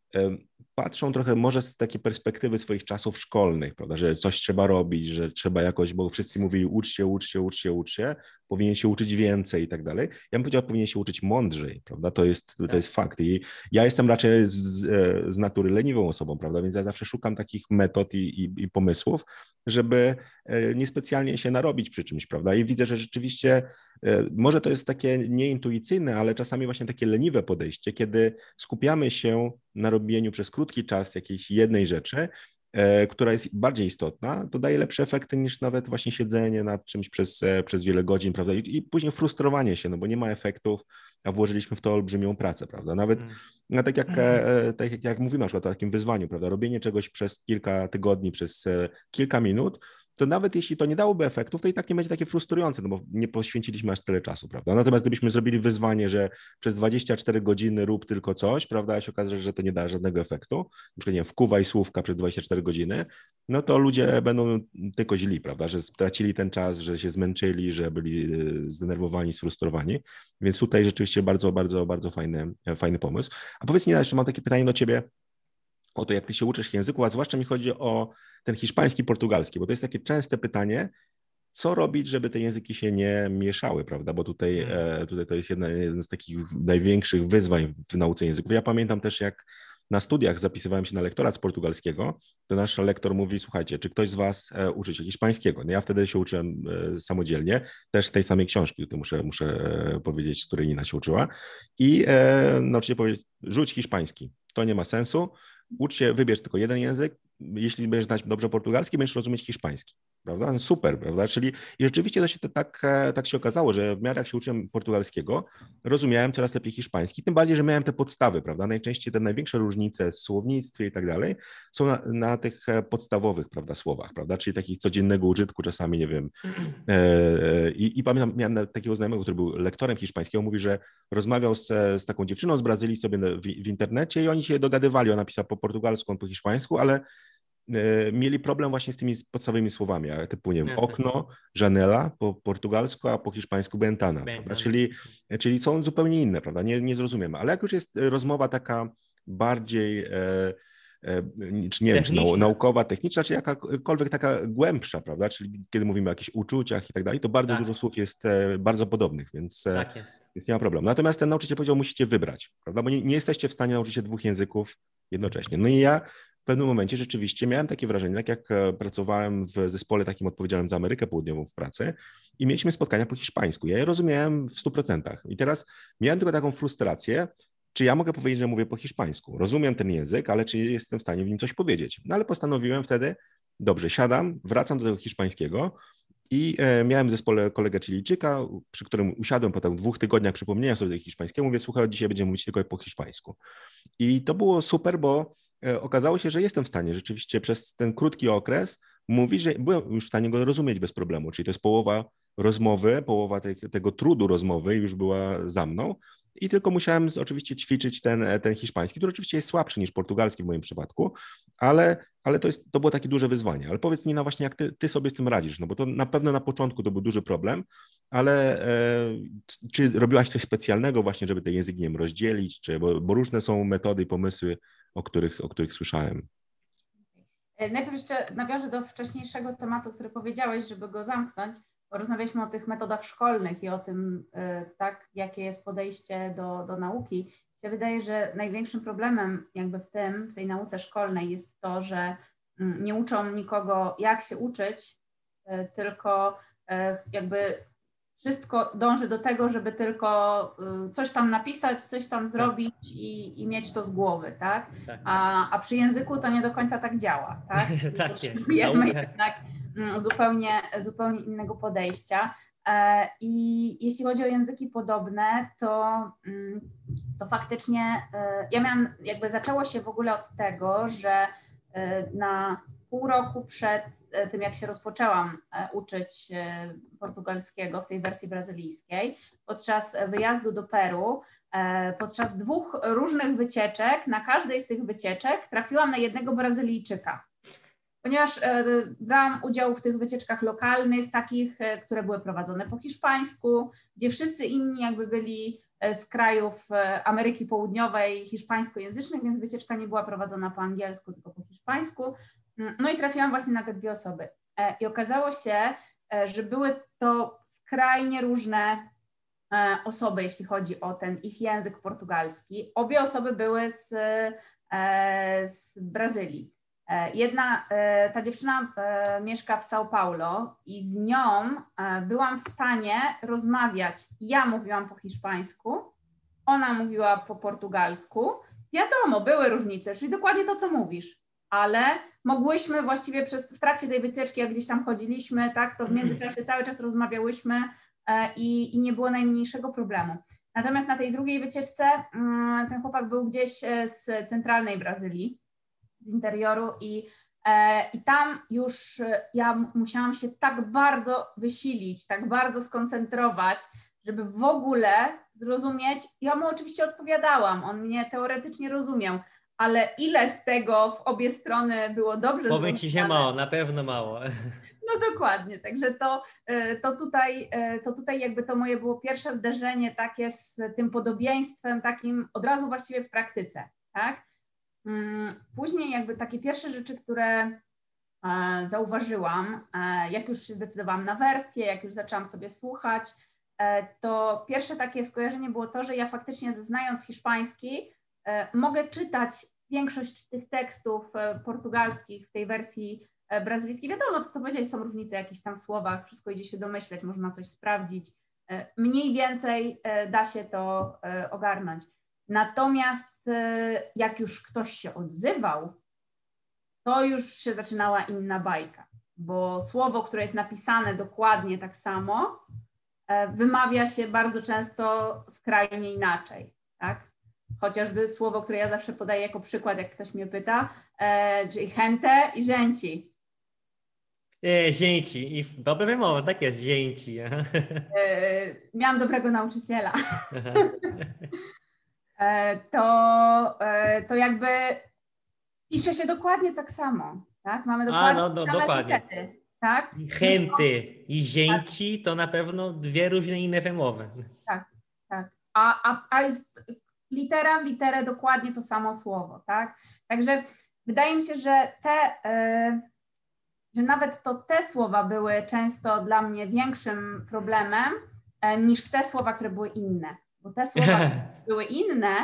patrzą trochę może z takiej perspektywy swoich czasów szkolnych, prawda, że coś trzeba robić, że trzeba jakoś, bo wszyscy mówili ucz się, ucz się, ucz się, ucz się, powinien się uczyć więcej i tak dalej. Ja bym powiedział, powinien się uczyć mądrzej, prawda, to jest, to tak. jest fakt i ja jestem raczej z, z natury leniwą osobą, prawda, więc ja zawsze szukam takich metod i, i, i pomysłów, żeby niespecjalnie się narobić przy czymś, prawda, i widzę, że rzeczywiście może to jest takie nieintuicyjne, ale czasami właśnie takie leniwe podejście, kiedy skupiamy się na robieniu przez krótki czas jakiejś jednej rzeczy, e, która jest bardziej istotna, to daje lepsze efekty niż nawet właśnie siedzenie nad czymś przez, e, przez wiele godzin, prawda, I, i później frustrowanie się, no bo nie ma efektów, a włożyliśmy w to olbrzymią pracę, prawda, nawet mm. no, tak, jak, e, tak jak, jak mówimy na przykład o takim wyzwaniu, prawda, robienie czegoś przez kilka tygodni, przez e, kilka minut, to nawet jeśli to nie dałoby efektów, to i tak nie będzie takie frustrujące, no bo nie poświęciliśmy aż tyle czasu, prawda? Natomiast gdybyśmy zrobili wyzwanie, że przez dwadzieścia cztery godziny rób tylko coś, prawda, a się okaże, że to nie da żadnego efektu, na przykład, nie wiem, wkuwaj słówka przez dwadzieścia cztery godziny, no to ludzie będą tylko źli, prawda, że stracili ten czas, że się zmęczyli, że byli zdenerwowani, sfrustrowani, więc tutaj rzeczywiście bardzo, bardzo, bardzo fajny, fajny pomysł. A powiedz mi, jeszcze mam takie pytanie do ciebie, o to, jak ty się uczysz języku, a zwłaszcza mi chodzi o ten hiszpański, portugalski, bo to jest takie częste pytanie, co robić, żeby te języki się nie mieszały, prawda, bo tutaj, hmm. tutaj to jest jedna, jeden z takich największych wyzwań w nauce języków. Ja pamiętam też, jak na studiach zapisywałem się na lektorat z portugalskiego, to nasz lektor mówi, słuchajcie, czy ktoś z was uczy się hiszpańskiego? No ja wtedy się uczyłem samodzielnie, też z tej samej książki, to muszę, muszę powiedzieć, z której Nina się uczyła i nauczyciel powiedział, rzuć hiszpański, to nie ma sensu, ucz się, wybierz tylko jeden język, jeśli będziesz znać dobrze portugalski, będziesz rozumieć hiszpański, prawda? No super, prawda? Czyli i rzeczywiście to się to tak, tak się okazało, że w miarę jak się uczyłem portugalskiego, rozumiałem coraz lepiej hiszpański, tym bardziej, że miałem te podstawy, prawda? Najczęściej te największe różnice w słownictwie i tak dalej są na, na tych podstawowych, prawda, słowach, prawda? Czyli takich codziennego użytku, czasami, nie wiem. E, i, I pamiętam, miałem takiego znajomego, który był lektorem hiszpańskiego, mówi, że rozmawiał z, z taką dziewczyną z Brazylii sobie w, w internecie i oni się dogadywali, ona pisała po portugalsku, on po hiszpańsku, ale mieli problem właśnie z tymi podstawowymi słowami, typu, nie wiem, okno, janela po portugalsku, a po hiszpańsku ventana, prawda? Czyli, czyli są zupełnie inne, prawda? Nie, nie zrozumiemy, ale jak już jest rozmowa taka bardziej, e, e, czy nie wiem, czy nau, naukowa, techniczna, czy jakakolwiek taka głębsza, prawda? Czyli kiedy mówimy o jakichś uczuciach i tak dalej, to bardzo tak. dużo słów jest e, bardzo podobnych, więc, e, tak jest. więc nie ma problemu. Natomiast ten nauczyciel powiedział, musicie wybrać, prawda? Bo nie, nie jesteście w stanie nauczyć się dwóch języków jednocześnie. No i ja w pewnym momencie rzeczywiście miałem takie wrażenie, tak jak pracowałem w zespole takim odpowiedzialnym za Amerykę Południową w pracy i mieliśmy spotkania po hiszpańsku. Ja je rozumiałem w stu procentach. I teraz miałem tylko taką frustrację, czy ja mogę powiedzieć, że mówię po hiszpańsku. Rozumiem ten język, ale czy jestem w stanie w nim coś powiedzieć? No ale postanowiłem wtedy, dobrze, siadam, wracam do tego hiszpańskiego i e, miałem w zespole kolegę Chilijczyka, przy którym usiadłem po tam dwóch tygodniach przypomnienia sobie tego hiszpańskiego, mówię, słuchaj, dzisiaj będziemy mówić tylko po hiszpańsku. I to było super, bo okazało się, że jestem w stanie rzeczywiście przez ten krótki okres mówić, że byłem już w stanie go rozumieć bez problemu, czyli to jest połowa rozmowy, połowa tej, tego trudu rozmowy już była za mną i tylko musiałem oczywiście ćwiczyć ten, ten hiszpański, który oczywiście jest słabszy niż portugalski w moim przypadku, ale, ale to, jest, to było takie duże wyzwanie. Ale powiedz mi, no właśnie, jak ty, ty sobie z tym radzisz, no bo to na pewno na początku to był duży problem, ale e, czy robiłaś coś specjalnego właśnie, żeby te języki, nie wiem, rozdzielić, czy, bo, bo różne są metody i pomysły, o których, o których słyszałem. Najpierw jeszcze nawiążę do wcześniejszego tematu, który powiedziałeś, żeby go zamknąć. Rozmawialiśmy o tych metodach szkolnych i o tym, tak, jakie jest podejście do, do nauki. Mi się wydaje, że największym problemem jakby w tym, w tej nauce szkolnej jest to, że nie uczą nikogo, jak się uczyć, tylko jakby wszystko dąży do tego, żeby tylko coś tam napisać, coś tam zrobić i, i mieć to z głowy, tak? tak. A, a przy języku to nie do końca tak działa, tak? tak jest. Wiemy jednak zupełnie, zupełnie innego podejścia. I jeśli chodzi o języki podobne, to, to faktycznie ja miałam, jakby zaczęło się w ogóle od tego, że na pół roku przed tym, jak się rozpoczęłam uczyć portugalskiego w tej wersji brazylijskiej, podczas wyjazdu do Peru, podczas dwóch różnych wycieczek, na każdej z tych wycieczek trafiłam na jednego Brazylijczyka. Ponieważ brałam udział w tych wycieczkach lokalnych, takich, które były prowadzone po hiszpańsku, gdzie wszyscy inni jakby byli z krajów Ameryki Południowej hiszpańskojęzycznych, więc wycieczka nie była prowadzona po angielsku, tylko po hiszpańsku. No i trafiłam właśnie na te dwie osoby. I okazało się, że były to skrajnie różne osoby, jeśli chodzi o ten ich język portugalski. Obie osoby były z, z Brazylii. Jedna, ta dziewczyna mieszka w São Paulo i z nią byłam w stanie rozmawiać. Ja mówiłam po hiszpańsku, ona mówiła po portugalsku. Wiadomo, były różnice, czyli dokładnie to, co mówisz, ale mogłyśmy właściwie przez, w trakcie tej wycieczki, jak gdzieś tam chodziliśmy, tak, to w międzyczasie cały czas rozmawiałyśmy i, i nie było najmniejszego problemu. Natomiast na tej drugiej wycieczce ten chłopak był gdzieś z centralnej Brazylii, z interioru i, e, i tam już ja musiałam się tak bardzo wysilić, tak bardzo skoncentrować, żeby w ogóle zrozumieć, ja mu oczywiście odpowiadałam, on mnie teoretycznie rozumiał, ale ile z tego w obie strony było dobrze Powiem ci się mało, na pewno mało. No dokładnie, także to, to, tutaj, to tutaj jakby to moje było pierwsze zderzenie takie z tym podobieństwem takim od razu właściwie w praktyce, tak? Później jakby takie pierwsze rzeczy, które zauważyłam, jak już się zdecydowałam na wersję, jak już zaczęłam sobie słuchać, to pierwsze takie skojarzenie było to, że ja faktycznie znając hiszpański mogę czytać większość tych tekstów portugalskich w tej wersji brazylijskiej. Wiadomo, to co powiedziałeś, są różnice jakieś tam w słowach, wszystko idzie się domyśleć, można coś sprawdzić. Mniej więcej da się to ogarnąć. Natomiast jak już ktoś się odzywał, to już się zaczynała inna bajka, bo słowo, które jest napisane dokładnie tak samo, wymawia się bardzo często skrajnie inaczej, tak? Chociażby słowo, które ja zawsze podaję jako przykład, jak ktoś mnie pyta, czyli gente i zięci. E, zięci. I dobre wymowy, tak jest, zięci. E, miałam dobrego nauczyciela. To, to jakby pisze się dokładnie tak samo, tak? Mamy dokładnie A, no, no, same dokładnie. etykiety, tak? Chęty i zięci to na pewno dwie różne inne wymowy. Tak, tak. A, a, a jest litera w literę dokładnie to samo słowo, tak? Także wydaje mi się, że te, że nawet to te słowa były często dla mnie większym problemem niż te słowa, które były inne. Bo te słowa, które były inne,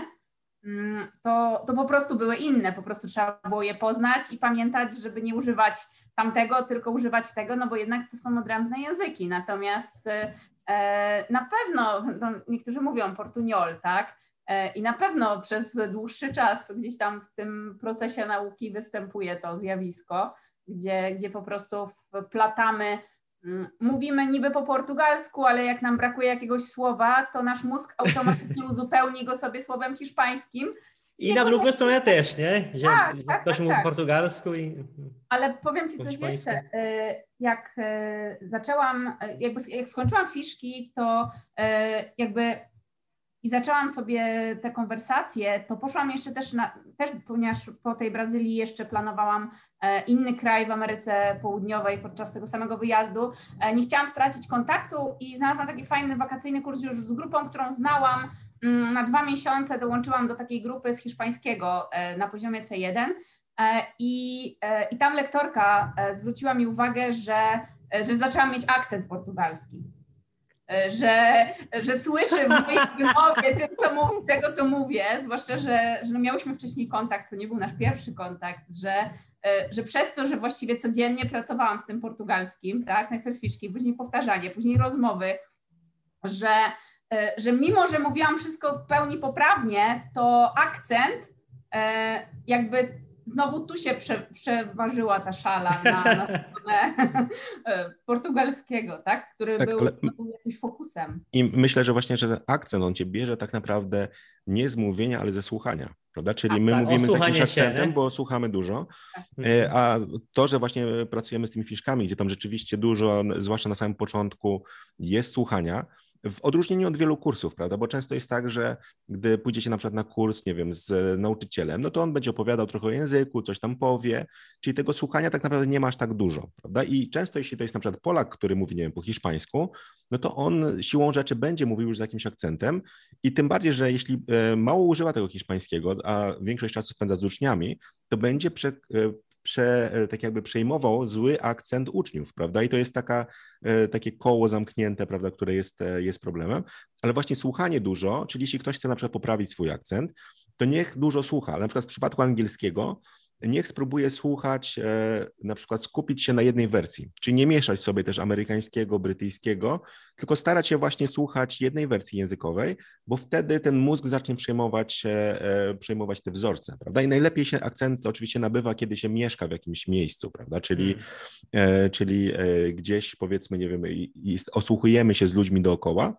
to, to po prostu były inne, po prostu trzeba było je poznać i pamiętać, żeby nie używać tamtego, tylko używać tego, no bo jednak to są odrębne języki. Natomiast e, na pewno, no, niektórzy mówią portuñol, tak? E, I na pewno przez dłuższy czas gdzieś tam w tym procesie nauki występuje to zjawisko, gdzie, gdzie po prostu wplatamy. Mówimy niby po portugalsku, ale jak nam brakuje jakiegoś słowa, to nasz mózg automatycznie uzupełni go sobie słowem hiszpańskim. I na drugą stronę też, nie? Że tak, tak, ktoś tak, mówi tak. po portugalsku. I... Ale powiem ci coś jeszcze. Jak zaczęłam, jakby jak skończyłam fiszki, to jakby i zaczęłam sobie te konwersacje, to poszłam jeszcze też, na, też ponieważ po tej Brazylii jeszcze planowałam inny kraj w Ameryce Południowej podczas tego samego wyjazdu. Nie chciałam stracić kontaktu i znalazłam taki fajny wakacyjny kurs już z grupą, którą znałam. Na dwa miesiące dołączyłam do takiej grupy z hiszpańskiego na poziomie C jeden i, i tam lektorka zwróciła mi uwagę, że, że zaczęłam mieć akcent portugalski. Że, że słyszę w mojej wymowie tym, co mów, tego, co mówię, zwłaszcza, że, że miałyśmy wcześniej kontakt, to nie był nasz pierwszy kontakt, że, że przez to, że właściwie codziennie pracowałam z tym portugalskim, tak, najpierw fiszki, później powtarzanie, później rozmowy, że, że mimo, że mówiłam wszystko w pełni poprawnie, to akcent jakby znowu tu się prze, przeważyła ta szala na, na stronę portugalskiego, tak? Który tak, był, ale... był jakimś fokusem. I myślę, że właśnie, że ten akcent on cię bierze tak naprawdę nie z mówienia, ale ze słuchania, prawda? Czyli A, my tak, mówimy z jakimś się, akcentem, nie? bo słuchamy dużo, Tak. a to, że właśnie pracujemy z tymi fiszkami, gdzie tam rzeczywiście dużo, zwłaszcza na samym początku, jest słuchania, w odróżnieniu od wielu kursów, prawda? Bo często jest tak, że gdy pójdziecie na przykład na kurs, nie wiem, z nauczycielem, no to on będzie opowiadał trochę o języku, coś tam powie, czyli tego słuchania tak naprawdę nie ma aż tak dużo, prawda? I często jeśli to jest na przykład Polak, który mówi, nie wiem, po hiszpańsku, no to on siłą rzeczy będzie mówił już z jakimś akcentem i tym bardziej, że jeśli mało używa tego hiszpańskiego, a większość czasu spędza z uczniami, to będzie prze, prze, tak jakby przejmował zły akcent uczniów, prawda? I to jest taka, takie koło zamknięte, prawda, które jest, jest problemem, ale właśnie słuchanie dużo, czyli jeśli ktoś chce na przykład poprawić swój akcent, to niech dużo słucha, ale na przykład w przypadku angielskiego niech spróbuje słuchać, na przykład skupić się na jednej wersji, czyli nie mieszać sobie też amerykańskiego, brytyjskiego, tylko starać się właśnie słuchać jednej wersji językowej, bo wtedy ten mózg zacznie przejmować, przejmować te wzorce, prawda? I najlepiej się akcent oczywiście nabywa, kiedy się mieszka w jakimś miejscu, prawda? Czyli, hmm. czyli gdzieś powiedzmy, nie wiem, osłuchujemy się z ludźmi dookoła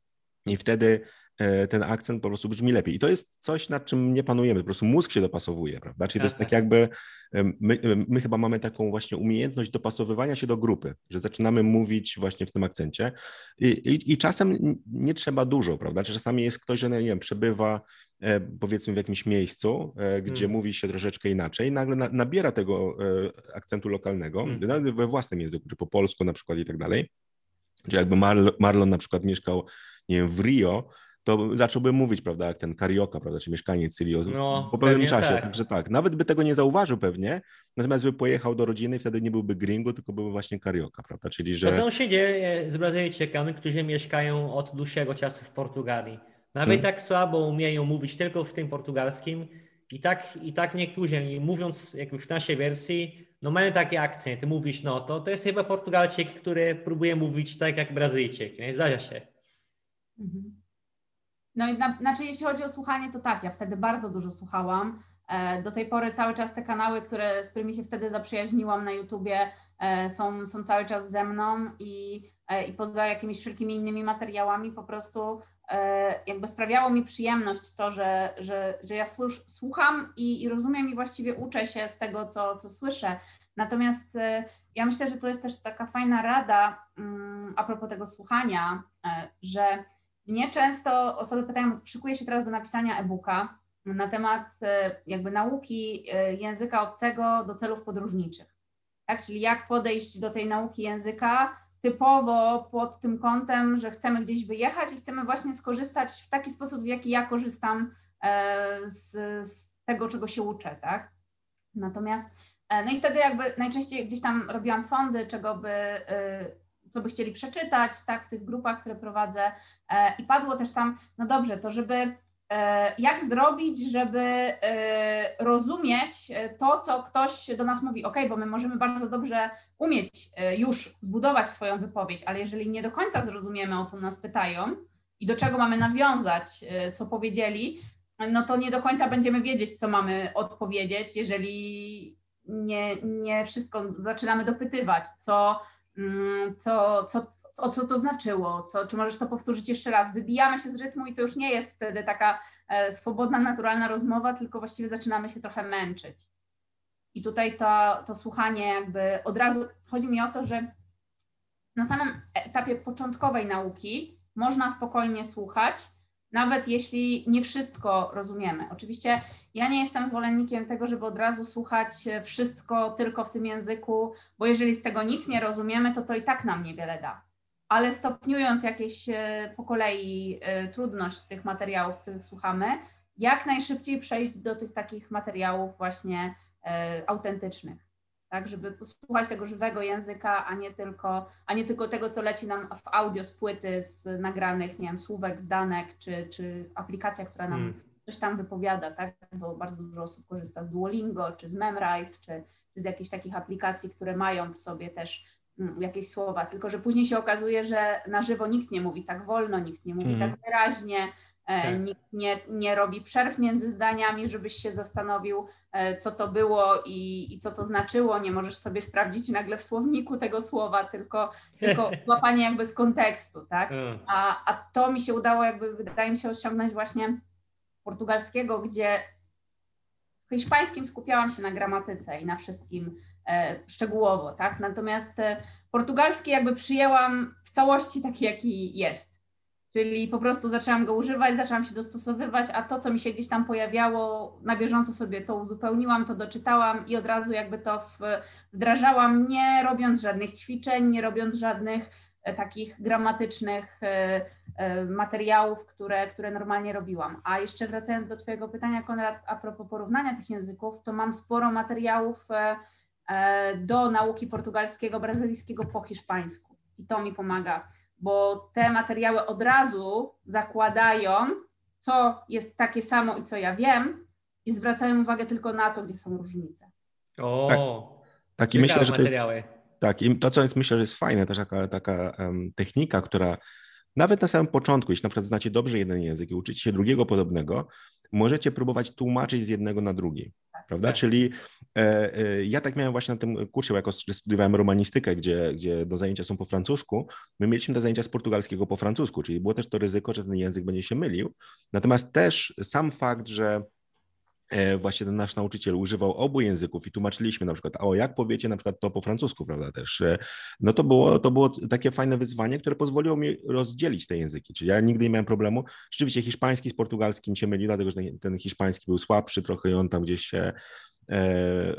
i wtedy ten akcent po prostu brzmi lepiej. I to jest coś, nad czym nie panujemy, po prostu mózg się dopasowuje, prawda? Czyli to jest tak jakby, my, my chyba mamy taką właśnie umiejętność dopasowywania się do grupy, że zaczynamy mówić właśnie w tym akcencie i, i, i czasem nie trzeba dużo, prawda? Czasami jest ktoś, że nie wiem, przebywa powiedzmy w jakimś miejscu, gdzie hmm. mówi się troszeczkę inaczej i nagle na, nabiera tego akcentu lokalnego hmm. we własnym języku, czy po polsku na przykład i tak dalej. Czy jakby Marlon, Marlon na przykład mieszkał, nie wiem, w Rio, to zacząłby mówić, prawda, jak ten carioca, prawda, czy mieszkaniec Rio no, po pewnym czasie. Tak. Także tak, nawet by tego nie zauważył pewnie, natomiast by pojechał do rodziny i wtedy nie byłby gringo, tylko byłby właśnie carioca, prawda, czyli że... To są się dzieje z Brazylijczykami, którzy mieszkają od dłuższego czasu w Portugalii. Nawet hmm. tak słabo umieją mówić tylko w tym portugalskim i tak, i tak niektórzy, mówiąc jakby w naszej wersji, no mają taki akcent, ty mówisz, no to, to jest chyba Portugalczyk, który próbuje mówić tak jak Brazylijczyk, nie? Zdarza się. Mhm. No i na, znaczy jeśli chodzi o słuchanie, to tak, ja wtedy bardzo dużo słuchałam. E, do tej pory cały czas te kanały, które, z którymi się wtedy zaprzyjaźniłam na YouTubie, e, są, są cały czas ze mną i, e, i poza jakimiś wszelkimi innymi materiałami po prostu e, jakby sprawiało mi przyjemność to, że, że, że ja słuch, słucham i, i rozumiem i właściwie uczę się z tego, co, co słyszę. Natomiast e, ja myślę, że to jest też taka fajna rada um, a propos tego słuchania, e, że mnie często osoby pytają, szykuję się teraz do napisania e-booka na temat jakby nauki języka obcego do celów podróżniczych. Tak? Czyli jak podejść do tej nauki języka typowo pod tym kątem, że chcemy gdzieś wyjechać i chcemy właśnie skorzystać w taki sposób, w jaki ja korzystam z, z tego, czego się uczę. Tak? Natomiast, no i wtedy jakby najczęściej gdzieś tam robiłam sądy, czego by co by chcieli przeczytać, tak, w tych grupach, które prowadzę e, i padło też tam, no dobrze, to żeby, e, jak zrobić, żeby e, rozumieć to, co ktoś do nas mówi, ok, bo my możemy bardzo dobrze umieć e, już zbudować swoją wypowiedź, ale jeżeli nie do końca zrozumiemy, o co nas pytają i do czego mamy nawiązać, e, co powiedzieli, no to nie do końca będziemy wiedzieć, co mamy odpowiedzieć, jeżeli nie, nie wszystko zaczynamy dopytywać, co Co, co, o co to znaczyło, co, czy możesz to powtórzyć jeszcze raz. Wybijamy się z rytmu i to już nie jest wtedy taka e, swobodna, naturalna rozmowa, tylko właściwie zaczynamy się trochę męczyć. I tutaj to, to słuchanie jakby od razu, chodzi mi o to, że na samym etapie początkowej nauki można spokojnie słuchać, nawet jeśli nie wszystko rozumiemy. Oczywiście ja nie jestem zwolennikiem tego, żeby od razu słuchać wszystko tylko w tym języku, bo jeżeli z tego nic nie rozumiemy, to to i tak nam niewiele da. Ale stopniując jakieś po kolei trudność tych materiałów, których słuchamy, jak najszybciej przejść do tych takich materiałów właśnie autentycznych. Tak, żeby posłuchać tego żywego języka, a nie tylko, a nie tylko tego, co leci nam w audio z płyty, z nagranych, nie wiem, słówek, zdanek, czy, czy aplikacja, która nam hmm. coś tam wypowiada, tak, bo bardzo dużo osób korzysta z Duolingo, czy z Memrise, czy, czy z jakichś takich aplikacji, które mają w sobie też mm, jakieś słowa, tylko że później się okazuje, że na żywo nikt nie mówi tak wolno, nikt nie mówi hmm. tak wyraźnie, Tak. Nikt nie, nie robi przerw między zdaniami, żebyś się zastanowił, co to było i, i co to znaczyło. Nie możesz sobie sprawdzić nagle w słowniku tego słowa, tylko, tylko złapanie jakby z kontekstu, tak? A, a to mi się udało jakby, wydaje mi się, osiągnąć właśnie portugalskiego, gdzie w hiszpańskim skupiałam się na gramatyce i na wszystkim e, szczegółowo, tak? Natomiast e, portugalski jakby przyjęłam w całości taki, jaki jest. Czyli po prostu zaczęłam go używać, zaczęłam się dostosowywać, a to, co mi się gdzieś tam pojawiało, na bieżąco sobie to uzupełniłam, to doczytałam i od razu jakby to wdrażałam, nie robiąc żadnych ćwiczeń, nie robiąc żadnych e, takich gramatycznych e, e, materiałów, które, które normalnie robiłam. A jeszcze wracając do Twojego pytania, Konrad, a propos porównania tych języków, to mam sporo materiałów e, e, do nauki portugalskiego, brazylijskiego po hiszpańsku i to mi pomaga, bo te materiały od razu zakładają, co jest takie samo i co ja wiem i zwracają uwagę tylko na to, gdzie są różnice. O, tak, i myślę, że to jest, materiały. tak, i to, co jest, myślę, że jest fajne, też taka, taka um, technika, która nawet na samym początku, jeśli na przykład znacie dobrze jeden język i uczycie się drugiego podobnego, możecie próbować tłumaczyć z jednego na drugi, tak, prawda? Tak. Czyli e, e, ja tak miałem właśnie na tym kursie, jako że studiowałem romanistykę, gdzie, gdzie do zajęcia są po francusku, my mieliśmy te zajęcia z portugalskiego po francusku, czyli było też to ryzyko, że ten język będzie się mylił. Natomiast też sam fakt, że właśnie ten nasz nauczyciel używał obu języków i tłumaczyliśmy na przykład, o jak powiecie na przykład to po francusku, prawda też, no to było, to było takie fajne wyzwanie, które pozwoliło mi rozdzielić te języki, czyli ja nigdy nie miałem problemu, rzeczywiście hiszpański z portugalskim się mylił, dlatego że ten, ten hiszpański był słabszy trochę i on tam gdzieś się e, e,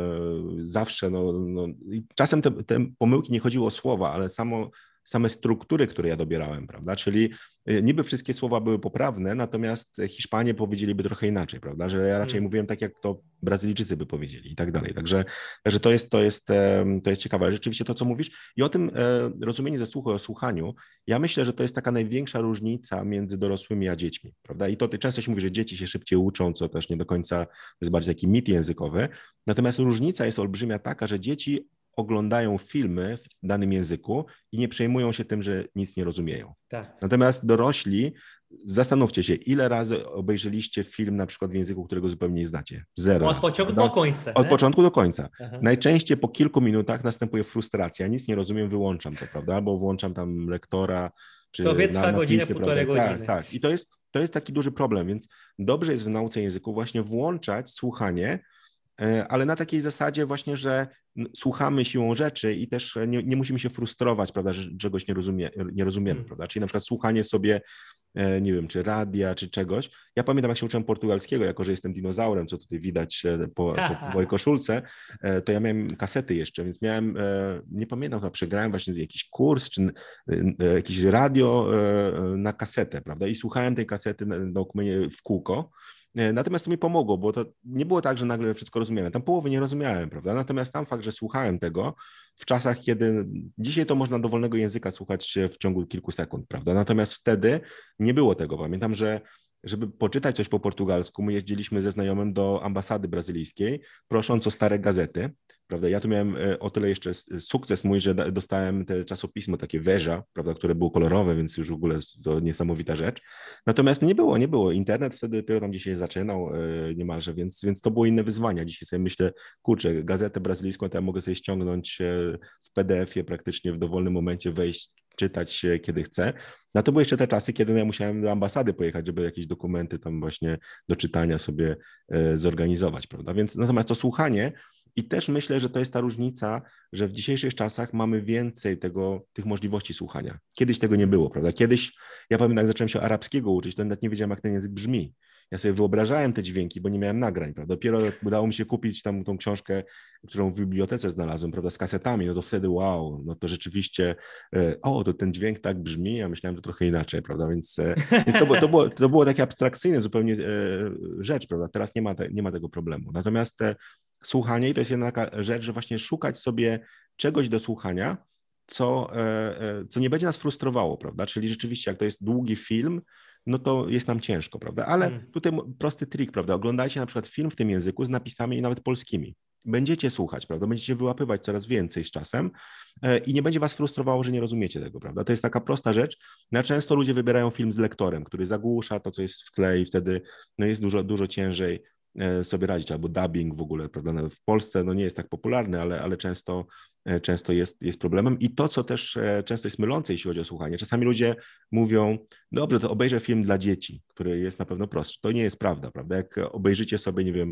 zawsze, no, no i czasem te, te pomyłki nie chodziło o słowa, ale samo same struktury, które ja dobierałem, prawda, czyli niby wszystkie słowa były poprawne, natomiast Hiszpanie powiedzieliby trochę inaczej, prawda, że ja raczej hmm. mówiłem tak, jak to Brazylijczycy by powiedzieli i tak dalej, także, także to jest, to jest, to jest ciekawe, ale rzeczywiście to, co mówisz i o tym rozumieniu ze słuchu, o słuchaniu, ja myślę, że to jest taka największa różnica między dorosłymi a dziećmi, prawda, i to ty często się mówi, że dzieci się szybciej uczą, co też nie do końca jest bardziej taki mit językowy, natomiast różnica jest olbrzymia taka, że dzieci oglądają filmy w danym języku i nie przejmują się tym, że nic nie rozumieją. Tak. Natomiast dorośli, zastanówcie się, ile razy obejrzeliście film na przykład w języku, którego zupełnie nie znacie? Zero. Od początku do końca. Od nie? początku do końca. Aha. Najczęściej po kilku minutach następuje frustracja. Nic nie rozumiem, wyłączam to, prawda? Albo włączam tam lektora, czy to wie trwa godzinę, półtorej godziny. Tak, tak. I to jest, to jest taki duży problem, więc dobrze jest w nauce języków właśnie włączać słuchanie, ale na takiej zasadzie właśnie, że słuchamy siłą rzeczy i też nie, nie musimy się frustrować, prawda, że czegoś nie, rozumie, nie rozumiemy, hmm. prawda, czyli na przykład słuchanie sobie, nie wiem, czy radia, czy czegoś. Ja pamiętam, jak się uczyłem portugalskiego, jako że jestem dinozaurem, co tutaj widać po, po, po mojej koszulce, to ja miałem kasety jeszcze, więc miałem, nie pamiętam, chyba przegrałem właśnie jakiś kurs, czy jakieś radio na kasetę, prawda, i słuchałem tej kasety na, na w kółko. Natomiast to mi pomogło, bo to nie było tak, że nagle wszystko rozumiałem. Tam połowy nie rozumiałem, prawda? Natomiast tam fakt, że słuchałem tego w czasach, kiedy dzisiaj to można dowolnego języka słuchać w ciągu kilku sekund, prawda? Natomiast wtedy nie było tego. Pamiętam, że żeby poczytać coś po portugalsku, my jeździliśmy ze znajomym do ambasady brazylijskiej, prosząc o stare gazety, prawda? Ja tu miałem o tyle jeszcze sukces mój, że dostałem te czasopismo, takie Veja, prawda, które było kolorowe, więc już w ogóle to niesamowita rzecz. Natomiast nie było, nie było. Internet wtedy dopiero tam dzisiaj zaczynał niemalże, więc, więc to było inne wyzwania. Dzisiaj sobie myślę, kurczę, gazetę brazylijską to ja mogę sobie ściągnąć w P D F-ie praktycznie w dowolnym momencie, wejść, czytać kiedy chcę. No to były jeszcze te czasy, kiedy ja musiałem do ambasady pojechać, żeby jakieś dokumenty tam właśnie do czytania sobie zorganizować, prawda? Więc natomiast to słuchanie i też myślę, że to jest ta różnica, że w dzisiejszych czasach mamy więcej tego, tych możliwości słuchania. Kiedyś tego nie było, prawda? Kiedyś, ja pamiętam, jak zacząłem się arabskiego uczyć, to nawet nie wiedziałem, jak ten język brzmi. Ja sobie wyobrażałem te dźwięki, bo nie miałem nagrań, prawda? Dopiero udało mi się kupić tam tą książkę, którą w bibliotece znalazłem, prawda, z kasetami, no to wtedy wow, no to rzeczywiście, o, to ten dźwięk tak brzmi, ja myślałem, że trochę inaczej, prawda? Więc, więc to, było, to, było, to było takie abstrakcyjne zupełnie rzecz, prawda? Teraz nie ma, te, nie ma tego problemu. Natomiast słuchanie, i to jest jedna taka rzecz, że właśnie szukać sobie czegoś do słuchania, co, co nie będzie nas frustrowało, prawda? Czyli rzeczywiście, jak to jest długi film, no to jest nam ciężko, prawda? Ale hmm. tutaj prosty trik, prawda? Oglądajcie na przykład film w tym języku z napisami nawet polskimi. Będziecie słuchać, prawda? Będziecie wyłapywać coraz więcej z czasem i nie będzie was frustrowało, że nie rozumiecie tego, prawda? To jest taka prosta rzecz. Na często ludzie wybierają film z lektorem, który zagłusza to, co jest w tle i wtedy no jest dużo, dużo ciężej sobie radzić, albo dubbing w ogóle, prawda? W Polsce no nie jest tak popularny, ale, ale często, często jest, jest problemem i to, co też często jest mylące, jeśli chodzi o słuchanie. Czasami ludzie mówią, dobrze, to obejrzę film dla dzieci, który jest na pewno prostszy. To nie jest prawda, prawda? Jak obejrzycie sobie, nie wiem,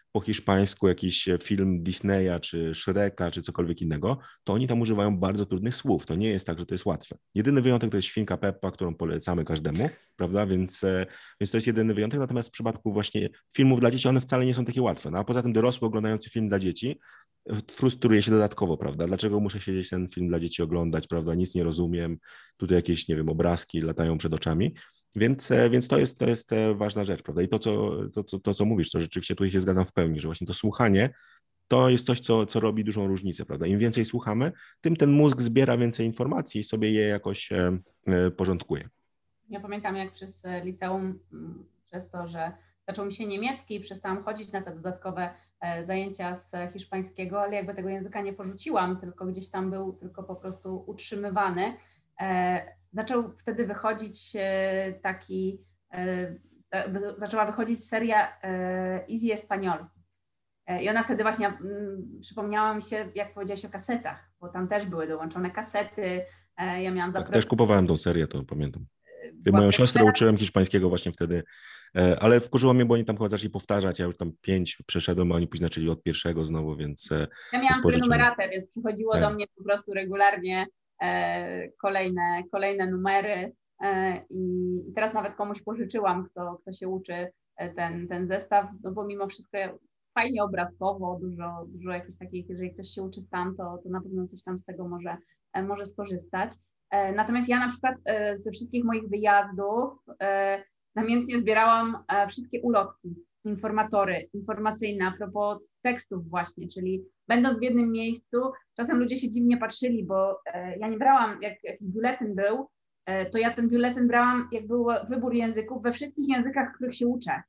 po hiszpańsku jakiś film Disneya, czy Shreka, czy cokolwiek innego, to oni tam używają bardzo trudnych słów. To nie jest tak, że to jest łatwe. Jedyny wyjątek to jest Świnka Peppa, którą polecamy każdemu, prawda? Więc, więc to jest jedyny wyjątek. Natomiast w przypadku właśnie filmów dla dzieci one wcale nie są takie łatwe. No, a poza tym dorosły oglądający film dla dzieci frustruje się dodatkowo, prawda? Dlaczego muszę siedzieć ten film dla dzieci oglądać, prawda? Nic nie rozumiem, tutaj jakieś, nie wiem, obrazki latają przed oczami, więc, więc to jest, to jest ważna rzecz, prawda? I to co, to, to, to, co mówisz, to rzeczywiście tutaj się zgadzam w pełni, że właśnie to słuchanie to jest coś, co, co robi dużą różnicę, prawda? Im więcej słuchamy, tym ten mózg zbiera więcej informacji i sobie je jakoś e, e, porządkuje. Ja pamiętam, jak przez liceum, przez to, że zaczął mi się niemiecki i przestałam chodzić na te dodatkowe zajęcia z hiszpańskiego, ale jakby tego języka nie porzuciłam, tylko gdzieś tam był tylko po prostu utrzymywany. Zaczął wtedy wychodzić taki, zaczęła wychodzić seria Easy Espanol. I ona wtedy właśnie przypomniała mi się, jak powiedziałaś o kasetach, bo tam też były dołączone kasety. Ja miałam tak, też kupowałem tą serię, to pamiętam. Moją siostrę uczyłem hiszpańskiego właśnie wtedy, ale wkurzyło mnie, bo oni tam chyba zaczęli powtarzać, ja już tam pięć przeszedłem, a oni później zaczęli od pierwszego znowu, więc... Ja miałam prenumeratę, więc przychodziło tak do mnie po prostu regularnie e, kolejne, kolejne numery e, i teraz nawet komuś pożyczyłam, kto, kto się uczy ten, ten zestaw, no bo mimo wszystko fajnie obrazkowo, dużo, dużo jakichś takich, jeżeli ktoś się uczy sam, to, to na pewno coś tam z tego może, może skorzystać. Natomiast ja na przykład ze wszystkich moich wyjazdów namiętnie zbierałam wszystkie ulotki, informatory, informacyjne a propos tekstów właśnie, czyli będąc w jednym miejscu, czasem ludzie się dziwnie patrzyli, bo ja nie brałam, jak jakiś biuletyn był, to ja ten biuletyn brałam, jak był wybór języków, we wszystkich językach, których się uczę.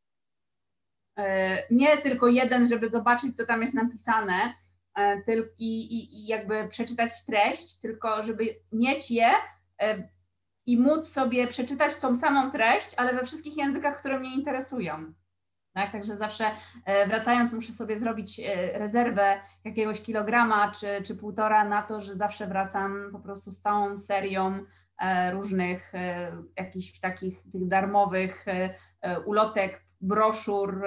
Nie tylko jeden, żeby zobaczyć, co tam jest napisane, I, i, i jakby przeczytać treść, tylko żeby mieć je i móc sobie przeczytać tą samą treść, ale we wszystkich językach, które mnie interesują. Tak? Także zawsze wracając muszę sobie zrobić rezerwę jakiegoś kilograma czy, czy półtora na to, że zawsze wracam po prostu z całą serią różnych jakichś takich tych darmowych ulotek, broszur,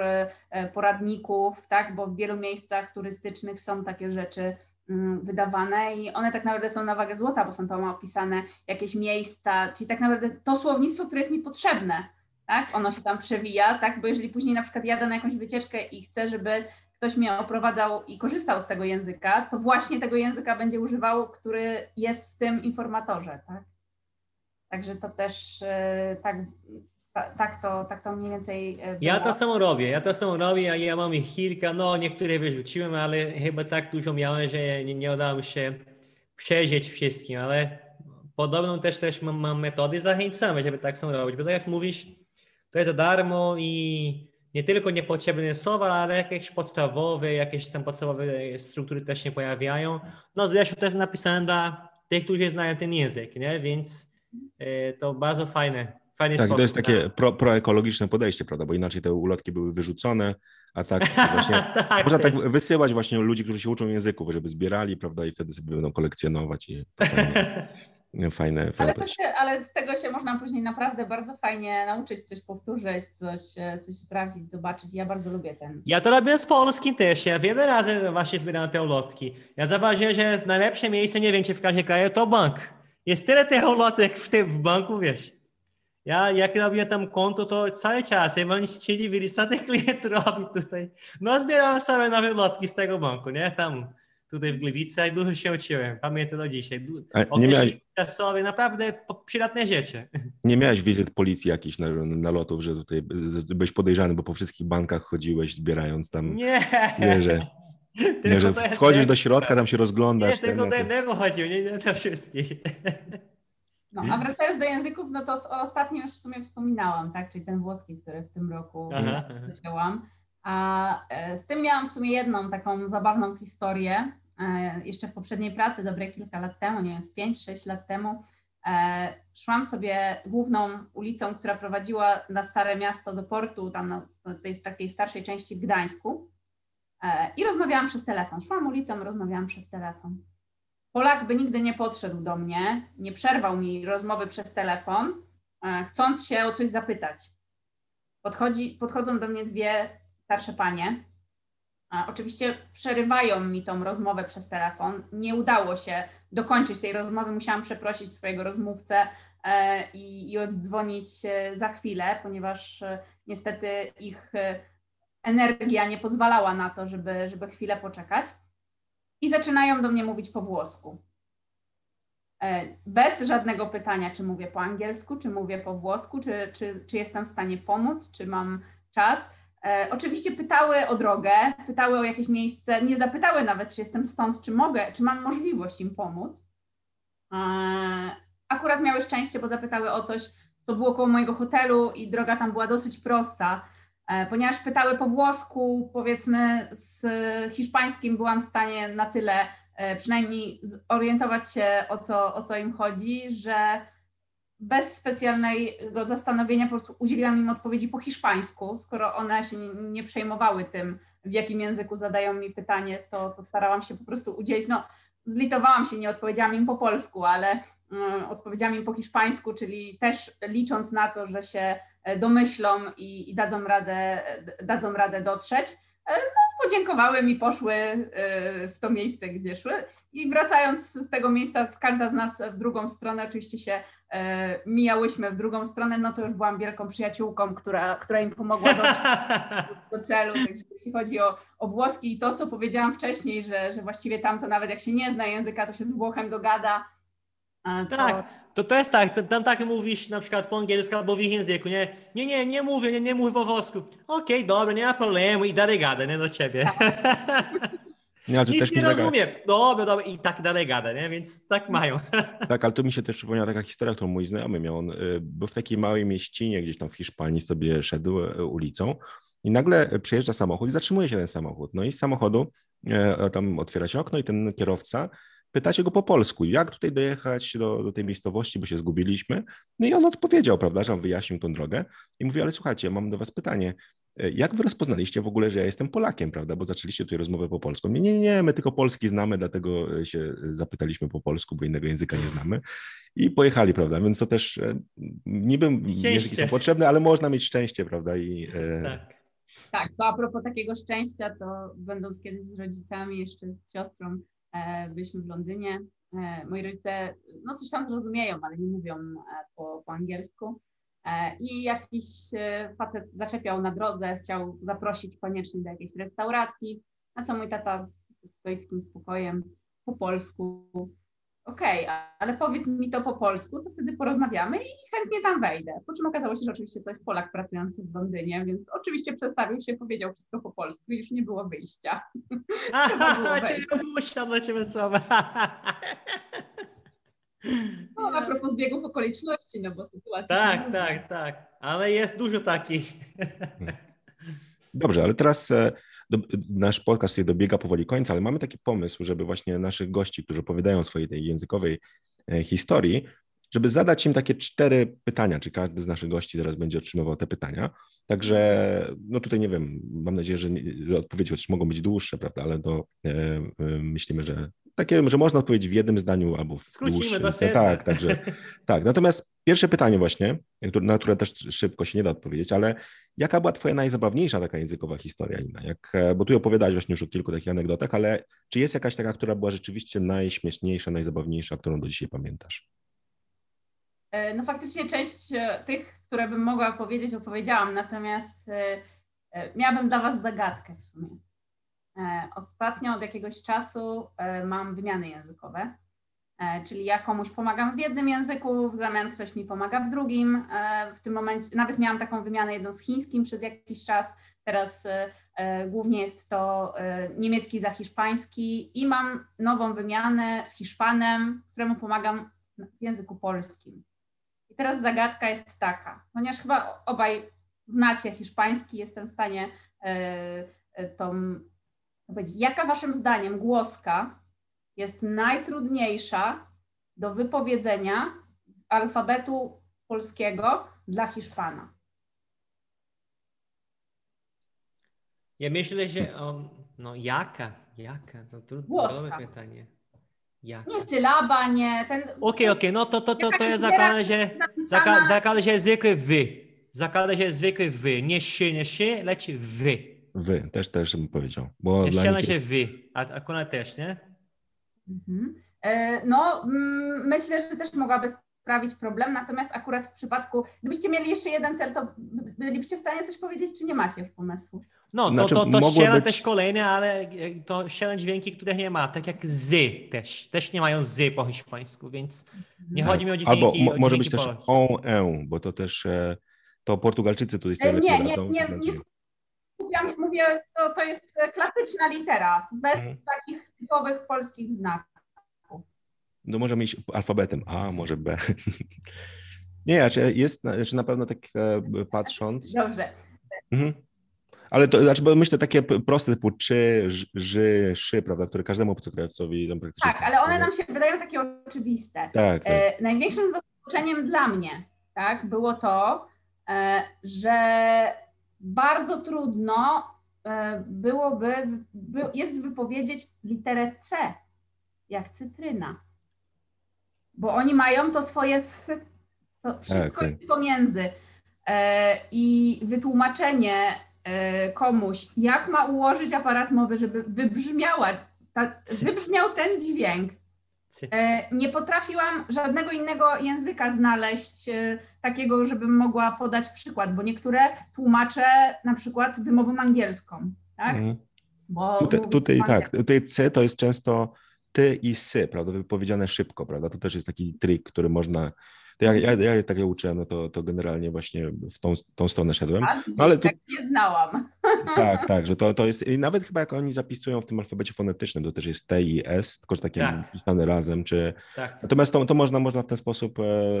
poradników, tak, bo w wielu miejscach turystycznych są takie rzeczy wydawane i one tak naprawdę są na wagę złota, bo są tam opisane jakieś miejsca, czyli tak naprawdę to słownictwo, które jest mi potrzebne, tak, ono się tam przewija, tak, bo jeżeli później na przykład jadę na jakąś wycieczkę i chcę, żeby ktoś mnie oprowadzał i korzystał z tego języka, to właśnie tego języka będzie używał, który jest w tym informatorze, tak. Także to też tak Tak to, tak to mniej więcej było. Ja to samo robię, ja to samo robię, a ja mam ich kilka, no niektóre wyrzuciłem, ale chyba tak dużo miałem, że nie, nie udało mi się przejrzeć wszystkim, ale podobną też, też mam, mam metody, zachęcamy, żeby tak samo robić, bo tak jak mówisz, to jest za darmo i nie tylko niepotrzebne słowa, ale jakieś podstawowe, jakieś tam podstawowe struktury też się pojawiają. No zresztą to jest napisane dla tych, którzy znają ten język, nie? Więc e, to bardzo fajne. Fajny tak, sposób, to jest takie tak. pro, proekologiczne podejście, prawda, bo inaczej te ulotki były wyrzucone, a tak właśnie tak, można też. tak wysyłać właśnie ludzi, którzy się uczą języków, żeby zbierali, prawda, i wtedy sobie będą kolekcjonować i to fajne, fajne, fajne ale, to się, ale z tego się można później naprawdę bardzo fajnie nauczyć, coś powtórzyć, coś, coś sprawdzić, zobaczyć. Ja bardzo lubię ten. Ja to robię z polskim też. Ja wiele razy właśnie zbieram te ulotki. Ja zauważyłem, że najlepsze miejsce, nie wiem czy w każdym kraju, to bank. Jest tyle tych ulotek w tym w banku, wiesz. Ja jak robię tam konto, to cały czas, ja mam chcieli wiedzieć, co ten klient robi tutaj. No zbierałem sobie nowe lotki z tego banku, nie? Tam tutaj w Gliwicach dużo się uczyłem, pamiętam do dzisiaj. A nie miałeś, czasowe, naprawdę przydatne rzeczy. nie miałeś wizyt policji jakichś na, nalotów, że tutaj byłeś podejrzany, bo po wszystkich bankach chodziłeś zbierając tam. Nie. Nie, że, nie, że wchodzisz do środka, tam się rozglądasz. Nie, tylko do jednego chodził, nie, nie do wszystkich. No, a wracając do języków, no to o ostatnim już w sumie wspominałam, tak, czyli ten włoski, który w tym roku zaczęłam. A z tym miałam w sumie jedną taką zabawną historię. Jeszcze w poprzedniej pracy, dobre kilka lat temu, nie wiem, z pięć sześć lat temu, szłam sobie główną ulicą, która prowadziła na Stare Miasto do portu, tam na tej takiej starszej części w Gdańsku i rozmawiałam przez telefon. Szłam ulicą, rozmawiałam przez telefon. Polak by nigdy nie podszedł do mnie, nie przerwał mi rozmowy przez telefon, chcąc się o coś zapytać. Podchodzi, podchodzą do mnie dwie starsze panie A oczywiście przerywają mi tą rozmowę przez telefon. Nie udało się dokończyć tej rozmowy. Musiałam przeprosić swojego rozmówcę e, i, i oddzwonić za chwilę, ponieważ e, niestety ich e, energia nie pozwalała na to, żeby, żeby chwilę poczekać. I zaczynają do mnie mówić po włosku. E, bez żadnego pytania, czy mówię po angielsku, czy mówię po włosku, czy, czy, czy jestem w stanie pomóc, czy mam czas. E, oczywiście pytały o drogę, pytały o jakieś miejsce, nie zapytały nawet, czy jestem stąd, czy mogę, czy mam możliwość im pomóc. E, akurat miały szczęście, bo zapytały o coś, co było koło mojego hotelu i droga tam była dosyć prosta. E, ponieważ pytały po włosku, powiedzmy z hiszpańskim byłam w stanie na tyle e, przynajmniej zorientować się, o co, o co im chodzi, że bez specjalnego zastanowienia po prostu udzieliłam im odpowiedzi po hiszpańsku. Skoro one się nie przejmowały tym, w jakim języku zadają mi pytanie, to, to starałam się po prostu udzielić. No, zlitowałam się, nie odpowiedziałam im po polsku, ale um, odpowiedziałam im po hiszpańsku, czyli też licząc na to, że się domyślą i, i dadzą radę, dadzą radę dotrzeć. No, podziękowały mi, poszły w to miejsce, gdzie szły. I wracając z tego miejsca, każda z nas w drugą stronę, oczywiście się e, mijałyśmy w drugą stronę, no to już byłam wielką przyjaciółką, która, która im pomogła dotrzeć do celu. Także jeśli chodzi o, o włoski i to, co powiedziałam wcześniej, że, że właściwie tam to nawet jak się nie zna języka, to się z Włochem dogada. To... Tak, to, to jest tak, tam tak mówisz na przykład po angielsku albo w ich języku, nie? Nie, nie, nie mówię, nie, nie mówię po włosku. Okej, okay, dobra, nie ma problemu i dalej gada, nie do ciebie. Tak. Nie, ale tu Nic też nie mi rozumiem. Taka... Dobra, dobra i tak dalej gada, nie? Więc tak mają. Tak, ale tu mi się też przypomniała taka historia, którą mój znajomy miał. On y, był w takiej małej mieścinie gdzieś tam w Hiszpanii, sobie szedł y, ulicą i nagle przyjeżdża samochód i zatrzymuje się ten samochód. No i z samochodu y, tam otwiera się okno i ten kierowca pyta się go po polsku, jak tutaj dojechać do, do tej miejscowości, bo się zgubiliśmy. No i on odpowiedział, prawda, że on wyjaśnił tą drogę i mówi, ale słuchajcie, mam do was pytanie, jak wy rozpoznaliście w ogóle, że ja jestem Polakiem, prawda, bo zaczęliście tutaj rozmowę po polsku. Nie, nie, nie, my tylko polski znamy, dlatego się zapytaliśmy po polsku, bo innego języka nie znamy i pojechali, prawda, więc to też niby szczęście. Języki są potrzebne, ale można mieć szczęście, prawda. I, tak. Tak, to a propos takiego szczęścia, to będąc kiedyś z rodzicami, jeszcze z siostrą, byliśmy w Londynie. Moi rodzice, no coś tam zrozumieją, ale nie mówią po, po angielsku. I jakiś facet zaczepiał na drodze, chciał zaprosić koniecznie do jakiejś restauracji, na co mój tata ze stoickim spokojem po polsku. Okej, okay, ale powiedz mi to po polsku, to wtedy porozmawiamy i chętnie tam wejdę. Po czym okazało się, że oczywiście to jest Polak pracujący w Londynie, więc oczywiście przedstawił się, powiedział wszystko po polsku i już nie było wyjścia. Aha, czyli to było świadome ciebie słowa. No, a propos zbiegów okoliczności, no bo sytuacja... Tak, tak, tak, ale jest dużo takich. Dobrze, ale teraz do, nasz podcast tutaj dobiega powoli końca, ale mamy taki pomysł, żeby właśnie naszych gości, którzy opowiadają o swojej tej językowej historii, żeby zadać im takie cztery pytania, czy każdy z naszych gości teraz będzie otrzymywał te pytania. Także, no tutaj nie wiem, mam nadzieję, że, że odpowiedzi chociaż mogą być dłuższe, prawda, ale to e, e, myślimy, że takie, że można odpowiedzieć w jednym zdaniu albo w Skrócimy dłuższym. do sedna. Tak, także, tak. Natomiast pierwsze pytanie właśnie, na które też szybko się nie da odpowiedzieć, ale jaka była twoja najzabawniejsza taka językowa historia, Inna? Jak, bo tu opowiadałeś właśnie już o kilku takich anegdotach, ale czy jest jakaś taka, która była rzeczywiście najśmieszniejsza, najzabawniejsza, którą do dzisiaj pamiętasz? No faktycznie część tych, które bym mogła powiedzieć, opowiedziałam, natomiast miałabym dla was zagadkę w sumie. Ostatnio od jakiegoś czasu mam wymiany językowe, czyli ja komuś pomagam w jednym języku, w zamian ktoś mi pomaga w drugim. W tym momencie nawet miałam taką wymianę jedną z chińskim przez jakiś czas, teraz głównie jest to niemiecki za hiszpański i mam nową wymianę z Hiszpanem, któremu pomagam w języku polskim. I teraz zagadka jest taka, ponieważ chyba obaj znacie hiszpański, jestem w stanie tą powiedzieć, jaka waszym zdaniem głoska jest najtrudniejsza do wypowiedzenia z alfabetu polskiego dla Hiszpana? Ja myślę, że um, no jaka, jaka, no to dobre pytanie. Jaka? Nie sylaba, nie ten... Okej, okay, okej, okay. No to, to, to, to ja zakładam, że zakładam, że zwykły wy. Zakładam, że zwykły wy. Nie szy, nie szy, lecz wy. wy, też, też bym powiedział. Bo Ściana się jest... wy, a akurat też, nie? Mhm. No, myślę, że też mogłaby sprawić problem, natomiast akurat w przypadku, gdybyście mieli jeszcze jeden cel, to bylibyście w stanie coś powiedzieć, czy nie macie w pomysłu? No, to, znaczy, to, to ściana być... też kolejne, ale to ściana dźwięki, których nie ma, tak jak z też, też nie mają z po hiszpańsku, więc nie tak. chodzi mi o dźwięki. Albo o może dźwięki być też on, e, bo to też, to Portugalczycy tutaj sobie lepiej nie, nie, radzą. nie, nie, nie mówię, to, to jest klasyczna litera, bez hmm. takich typowych polskich znaków. No możemy iść alfabetem A, może B. Nie, znaczy jest znaczy na pewno tak patrząc. Dobrze. Mhm. Ale to znaczy, bo myślę takie proste typu czy, ży, szy, prawda, które każdemu obcokrajowcowi tam praktycznie. Tak, ale one nam się wydają takie oczywiste. Tak, tak. E, największym zaskoczeniem dla mnie, tak, było to, e, że bardzo trudno e, byłoby, by, jest wypowiedzieć literę C, jak cytryna. Bo oni mają to swoje, to wszystko tak, jest pomiędzy. E, I wytłumaczenie e, komuś, jak ma ułożyć aparat mowy, żeby wybrzmiała, ta, wybrzmiał ten dźwięk. E, nie potrafiłam żadnego innego języka znaleźć e, takiego, żebym mogła podać przykład, bo niektóre tłumaczę na przykład wymową angielską. Tak? Mhm. Bo tutaj tutaj tak, tutaj C to jest często ty i sy, prawda, wypowiedziane szybko, prawda, to też jest taki trik, który można, to ja, ja, ja tak je uczyłem, no to, to generalnie właśnie w tą, tą stronę szedłem. A, no ale tak tu, nie znałam. Tak, tak, że to, to jest, i nawet chyba jak oni zapisują w tym alfabecie fonetycznym, to też jest T i S, tylko że takie tak. pisane razem, czy, tak. Natomiast to, to można, można w ten sposób,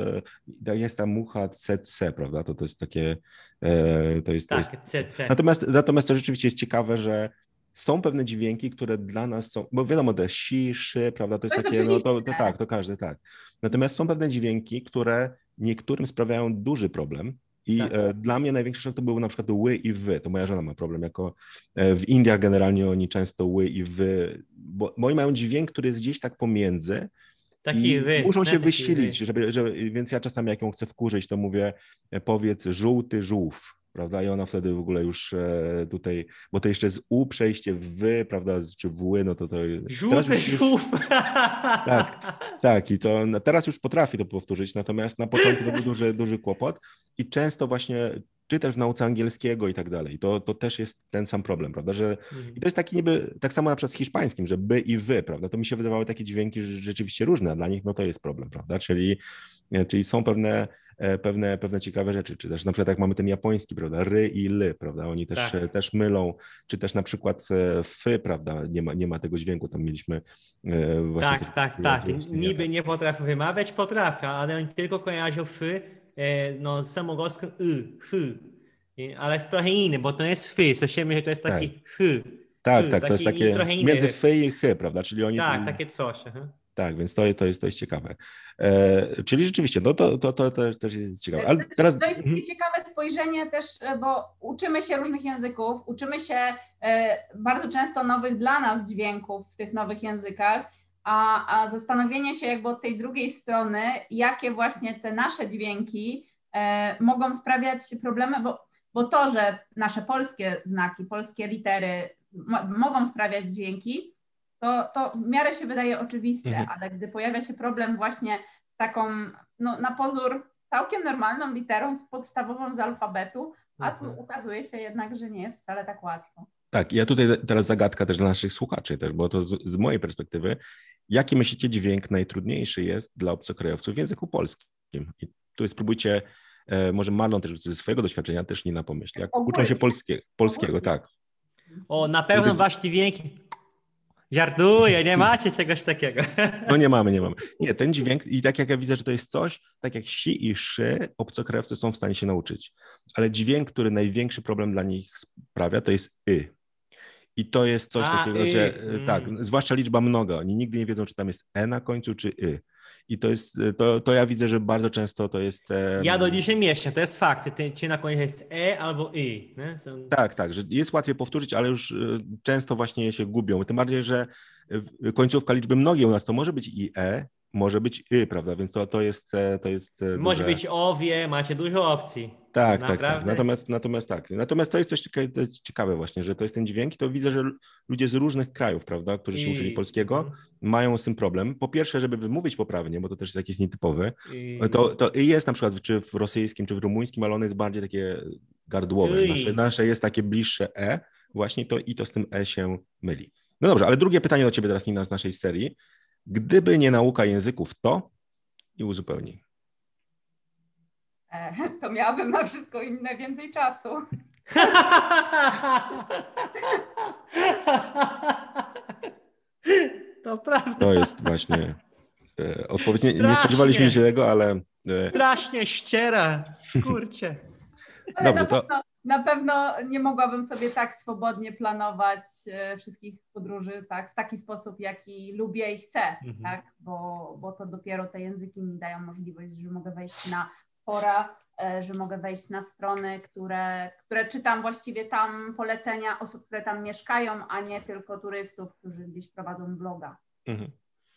e, jest ta mucha C C, prawda, to, to jest takie, e, to jest, tak, to jest... C C. Natomiast, natomiast to rzeczywiście jest ciekawe, że są pewne dźwięki, które dla nas są, bo wiadomo, te si, szy, prawda, to jest to takie, jest no to, to tak, to każdy tak. Natomiast są pewne dźwięki, które niektórym sprawiają duży problem i tak. e, dla mnie największy szok to były na przykład ły i wy, to moja żona ma problem, jako e, w Indiach generalnie oni często ły i wy, bo, bo oni mają dźwięk, który jest gdzieś tak pomiędzy taki i wy, muszą się taki wysilić, żeby, żeby, więc ja czasami jak ją chcę wkurzyć, to mówię, powiedz żółty żółw. Prawda? I ona wtedy w ogóle już e, tutaj, bo to jeszcze z U przejście w wy, prawda, czy w ły, no to to... Żółty żółw! Tak, tak i to teraz już potrafi to powtórzyć, natomiast na początku to był duży, duży kłopot i często właśnie, czy też w nauce angielskiego i tak dalej, to, to też jest ten sam problem, prawda, że i to jest taki niby, tak samo na przykład z hiszpańskim, że by i wy, prawda, to mi się wydawały takie dźwięki rzeczywiście różne, a dla nich no to jest problem, prawda, czyli, czyli są pewne Pewne, pewne ciekawe rzeczy, czy też na przykład jak mamy ten japoński, prawda, ry i ly, prawda, oni też, tak. też mylą, czy też na przykład fy, prawda, nie ma, nie ma tego dźwięku, tam mieliśmy właśnie... Tak, tak, tak, niby nie potrafię wymawiać, potrafię, ale oni tylko kojarzą fy, no z samogłoskiem y, fy, ale jest trochę inny, bo to nie jest fy, słyszymy, że to jest taki tak. hy. Tak, hy, tak, to jest takie między fy i chy, prawda, czyli oni... Tak, takie coś, aha. Tak, więc to, to, jest, to jest ciekawe. E, czyli rzeczywiście, no to, to, to, to też jest ciekawe. Ale teraz... To jest takie ciekawe spojrzenie też, bo uczymy się różnych języków, uczymy się e, bardzo często nowych dla nas dźwięków w tych nowych językach, a, a zastanowienie się jakby od tej drugiej strony, jakie właśnie te nasze dźwięki e, mogą sprawiać problemy, bo, bo to, że nasze polskie znaki, polskie litery mo, mogą sprawiać dźwięki, To, to w miarę się wydaje oczywiste, mhm. ale gdy pojawia się problem właśnie z taką, no, na pozór całkiem normalną literą podstawową z alfabetu, a tu mhm. ukazuje się jednak, że nie jest wcale tak łatwo. Tak, ja tutaj teraz zagadka też dla naszych słuchaczy też, bo to z, z mojej perspektywy, jaki myślicie dźwięk najtrudniejszy jest dla obcokrajowców w języku polskim? I tu spróbujcie, e, może Marlon też ze swojego doświadczenia też nie na pomyśl, jak Ogólnie. uczą się polskie, polskiego, Ogólnie. tak. O, na pewno Tutaj... wasz dźwięk... Żartuję, nie macie czegoś takiego. No nie mamy, nie mamy. Nie, ten dźwięk i tak jak ja widzę, że to jest coś, tak jak si i szy, obcokrajowcy są w stanie się nauczyć. Ale dźwięk, który największy problem dla nich sprawia, to jest y. I to jest coś A, takiego, y. że mm. tak, zwłaszcza liczba mnoga. Oni nigdy nie wiedzą, czy tam jest e na końcu, czy y. I to jest, to, to ja widzę, że bardzo często to jest... Um... Ja do dzisiaj mieszczę, to jest fakt, czy na końcu jest e albo i. Nie? Są... Tak, tak, że jest łatwiej powtórzyć, ale już często właśnie się gubią. Tym bardziej, że końcówka liczby mnogiej u nas to może być i e, może być y, prawda? Więc to, to jest to jest Może duże... być owie, macie dużo opcji. Tak, Naprawdę. tak, tak. Natomiast, natomiast tak. Natomiast to jest coś ciekawe, to jest ciekawe właśnie, że to jest ten dźwięk i to widzę, że ludzie z różnych krajów, prawda, którzy się I... uczyli polskiego, mm. mają z tym problem. Po pierwsze, żeby wymówić poprawnie, bo to też jest jakiś nietypowy, I... to, to y jest na przykład czy w rosyjskim, czy w rumuńskim, ale ono jest bardziej takie gardłowe. I... Nasze, nasze jest takie bliższe e, właśnie to i to z tym e się myli. No dobrze, ale drugie pytanie do ciebie teraz, Nina, z naszej serii. Gdyby nie nauka języków, to i uzupełnij. To miałabym na wszystko inne więcej czasu. To prawda. To jest właśnie e, odpowiedź. Nie, nie spodziewaliśmy się tego, ale... E... Strasznie ściera, kurczę. Ale Dobrze, na, to... pewno, na pewno nie mogłabym sobie tak swobodnie planować e, wszystkich podróży tak, w taki sposób, jaki lubię i chcę, mhm. tak? bo, bo to dopiero te języki mi dają możliwość, że mogę wejść na fora, że mogę wejść na strony, które, które czytam właściwie tam polecenia osób, które tam mieszkają, a nie tylko turystów, którzy gdzieś prowadzą bloga. Mhm.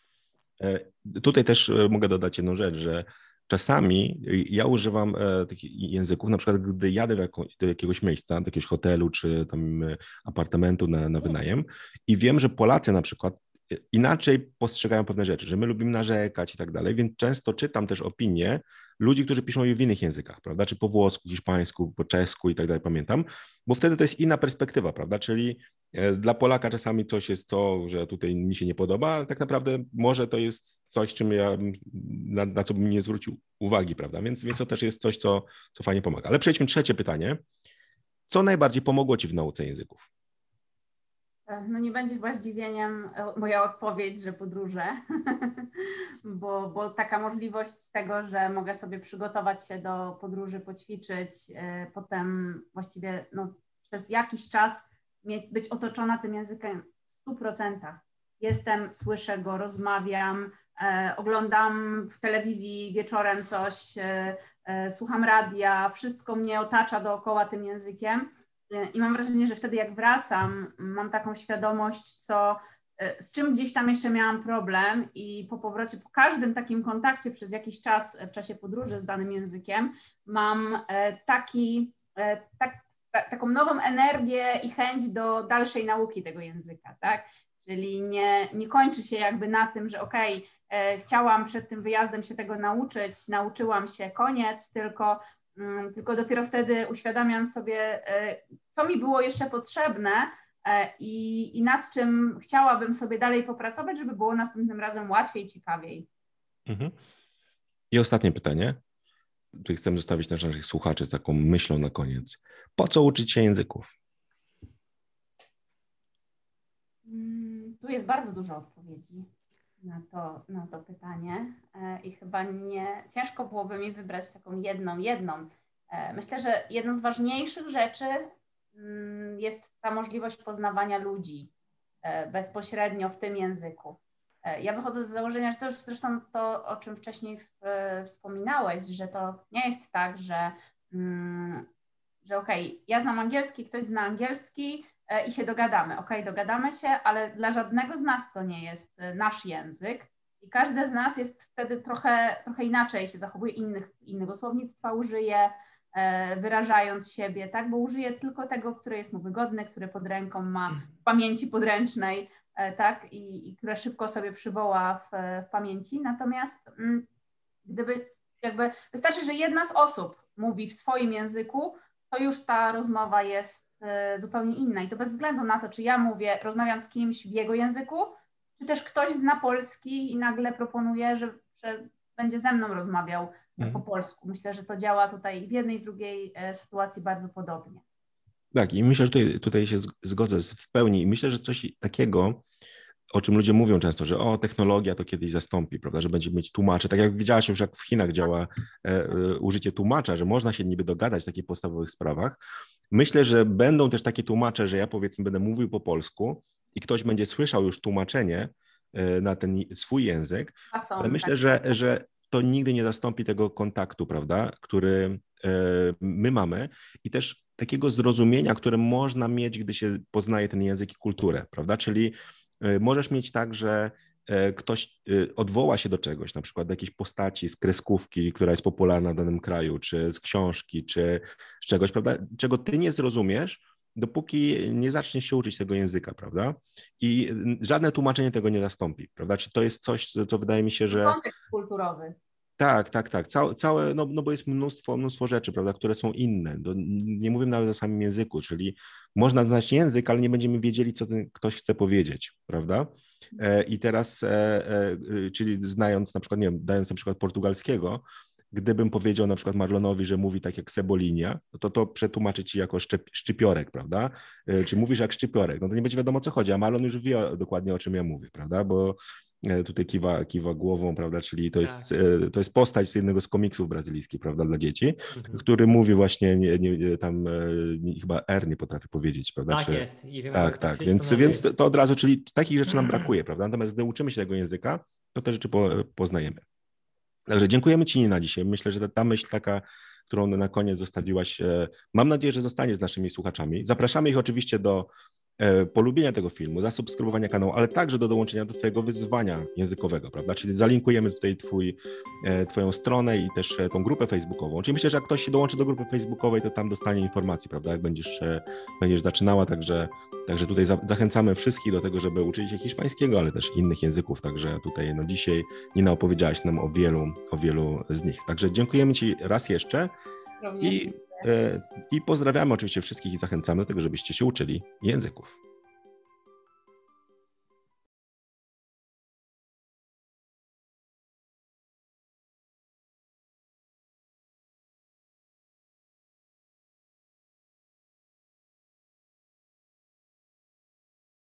Tutaj też mogę dodać jedną rzecz, że czasami ja używam takich języków, na przykład gdy jadę do, jako, do jakiegoś miejsca, do jakiegoś hotelu czy tam apartamentu na, na wynajem i wiem, że Polacy na przykład inaczej postrzegają pewne rzeczy, że my lubimy narzekać i tak dalej, więc często czytam też opinie ludzi, którzy piszą je w innych językach, prawda, czy po włosku, hiszpańsku, po czesku i tak dalej, pamiętam, bo wtedy to jest inna perspektywa, prawda, czyli dla Polaka czasami coś jest to, że tutaj mi się nie podoba, ale tak naprawdę może to jest coś, czym ja, na, na co bym nie zwrócił uwagi, prawda, więc, więc to też jest coś, co, co fajnie pomaga. Ale przejdźmy trzecie pytanie. Co najbardziej pomogło ci w nauce języków? No nie będzie chyba zdziwieniem moja odpowiedź, że podróże, bo, bo taka możliwość tego, że mogę sobie przygotować się do podróży, poćwiczyć, potem właściwie no, przez jakiś czas mieć, być otoczona tym językiem w stu procentach. Jestem, słyszę go, rozmawiam, e, oglądam w telewizji wieczorem coś, e, e, słucham radia, wszystko mnie otacza dookoła tym językiem. I mam wrażenie, że wtedy jak wracam, mam taką świadomość, co, z czym gdzieś tam jeszcze miałam problem i po powrocie, po każdym takim kontakcie przez jakiś czas w czasie podróży z danym językiem mam taki, tak, taką nową energię i chęć do dalszej nauki tego języka, tak? Czyli nie, nie kończy się jakby na tym, że okej, okay, chciałam przed tym wyjazdem się tego nauczyć, nauczyłam się, koniec, tylko Tylko dopiero wtedy uświadamiam sobie, co mi było jeszcze potrzebne i, i nad czym chciałabym sobie dalej popracować, żeby było następnym razem łatwiej, ciekawiej. Mhm. I ostatnie pytanie. Tutaj chcę zostawić naszych słuchaczy z taką myślą na koniec. Po co uczyć się języków? Tu jest bardzo dużo odpowiedzi na to, na to pytanie i chyba nie, ciężko byłoby mi wybrać taką jedną, jedną. Myślę, że jedną z ważniejszych rzeczy jest ta możliwość poznawania ludzi bezpośrednio w tym języku. Ja wychodzę z założenia, że to już zresztą to, o czym wcześniej wspominałeś, że to nie jest tak, że, że okej, okay, ja znam angielski, ktoś zna angielski, i się dogadamy. Okej, okay, dogadamy się, ale dla żadnego z nas to nie jest nasz język i każdy z nas jest wtedy trochę, trochę inaczej się zachowuje, innych, innego słownictwa użyje, e, wyrażając siebie, tak? Bo użyje tylko tego, które jest mu wygodne, które pod ręką ma w pamięci podręcznej, e, tak? I, i które szybko sobie przywoła w, w pamięci. Natomiast m, gdyby jakby wystarczy, że jedna z osób mówi w swoim języku, to już ta rozmowa jest zupełnie inna i to bez względu na to, czy ja mówię, rozmawiam z kimś w jego języku, czy też ktoś zna polski i nagle proponuje, że, że będzie ze mną rozmawiał mhm. po polsku. Myślę, że to działa tutaj w jednej i w drugiej sytuacji bardzo podobnie. Tak i myślę, że tutaj, tutaj się zgodzę w pełni i myślę, że coś takiego, o czym ludzie mówią często, że o, technologia to kiedyś zastąpi, prawda, że będzie mieć tłumacze, tak jak widziałaś już, jak w Chinach działa e, e, użycie tłumacza, że można się niby dogadać w takich podstawowych sprawach. Myślę, że będą też takie tłumacze, że ja powiedzmy będę mówił po polsku i ktoś będzie słyszał już tłumaczenie e, na ten swój język, są, ale myślę, tak. że, że to nigdy nie zastąpi tego kontaktu, prawda, który e, my mamy i też takiego zrozumienia, które można mieć, gdy się poznaje ten język i kulturę, prawda, czyli możesz mieć tak, że ktoś odwoła się do czegoś, na przykład do jakiejś postaci z kreskówki, która jest popularna w danym kraju, czy z książki, czy z czegoś, prawda, czego ty nie zrozumiesz, dopóki nie zaczniesz się uczyć tego języka, prawda? I żadne tłumaczenie tego nie zastąpi, prawda? Czy to jest coś, co wydaje mi się, że... Kontekst kulturowy. Tak, tak, tak. Całe, całe no, no bo jest mnóstwo, mnóstwo rzeczy, prawda, które są inne. Do, nie mówię nawet o samym języku, czyli można znać język, ale nie będziemy wiedzieli, co ten ktoś chce powiedzieć, prawda? E, I teraz, e, e, czyli znając na przykład, nie wiem, dając na przykład portugalskiego, gdybym powiedział na przykład Marlonowi, że mówi tak jak Cebolinia, to to przetłumaczy ci jako szczep, szczypiorek, prawda? E, czy mówisz jak szczypiorek, no to nie będzie wiadomo, o co chodzi, a Marlon już wie dokładnie, o czym ja mówię, prawda? Bo tutaj kiwa, kiwa głową, prawda, czyli to jest, tak. to jest postać z jednego z komiksów brazylijskich, prawda, dla dzieci, mhm. który mówi właśnie, nie, nie, tam nie, chyba R nie potrafi powiedzieć, prawda? Tak Czy, jest. I wiem, tak, tak, więc, więc to, to od razu, czyli takich rzeczy nam brakuje, prawda, natomiast gdy uczymy się tego języka, to te rzeczy po, poznajemy. Także dziękujemy ci, Nina, dzisiaj. Myślę, że ta, ta myśl taka, którą na koniec zostawiłaś, mam nadzieję, że zostanie z naszymi słuchaczami. Zapraszamy ich oczywiście do polubienia tego filmu, zasubskrybowania kanału, ale także do dołączenia do twojego wyzwania językowego, prawda? Czyli zalinkujemy tutaj twój, twoją stronę i też tą grupę facebookową. Czyli myślę, że jak ktoś się dołączy do grupy facebookowej, to tam dostanie informacji, prawda? Jak będziesz, będziesz zaczynała, także, także tutaj za, zachęcamy wszystkich do tego, żeby uczyć się hiszpańskiego, ale też innych języków, także tutaj no dzisiaj Nina opowiedziałaś nam o wielu, o wielu z nich. Także dziękujemy ci raz jeszcze i, i pozdrawiamy oczywiście wszystkich i zachęcamy do tego, żebyście się uczyli języków.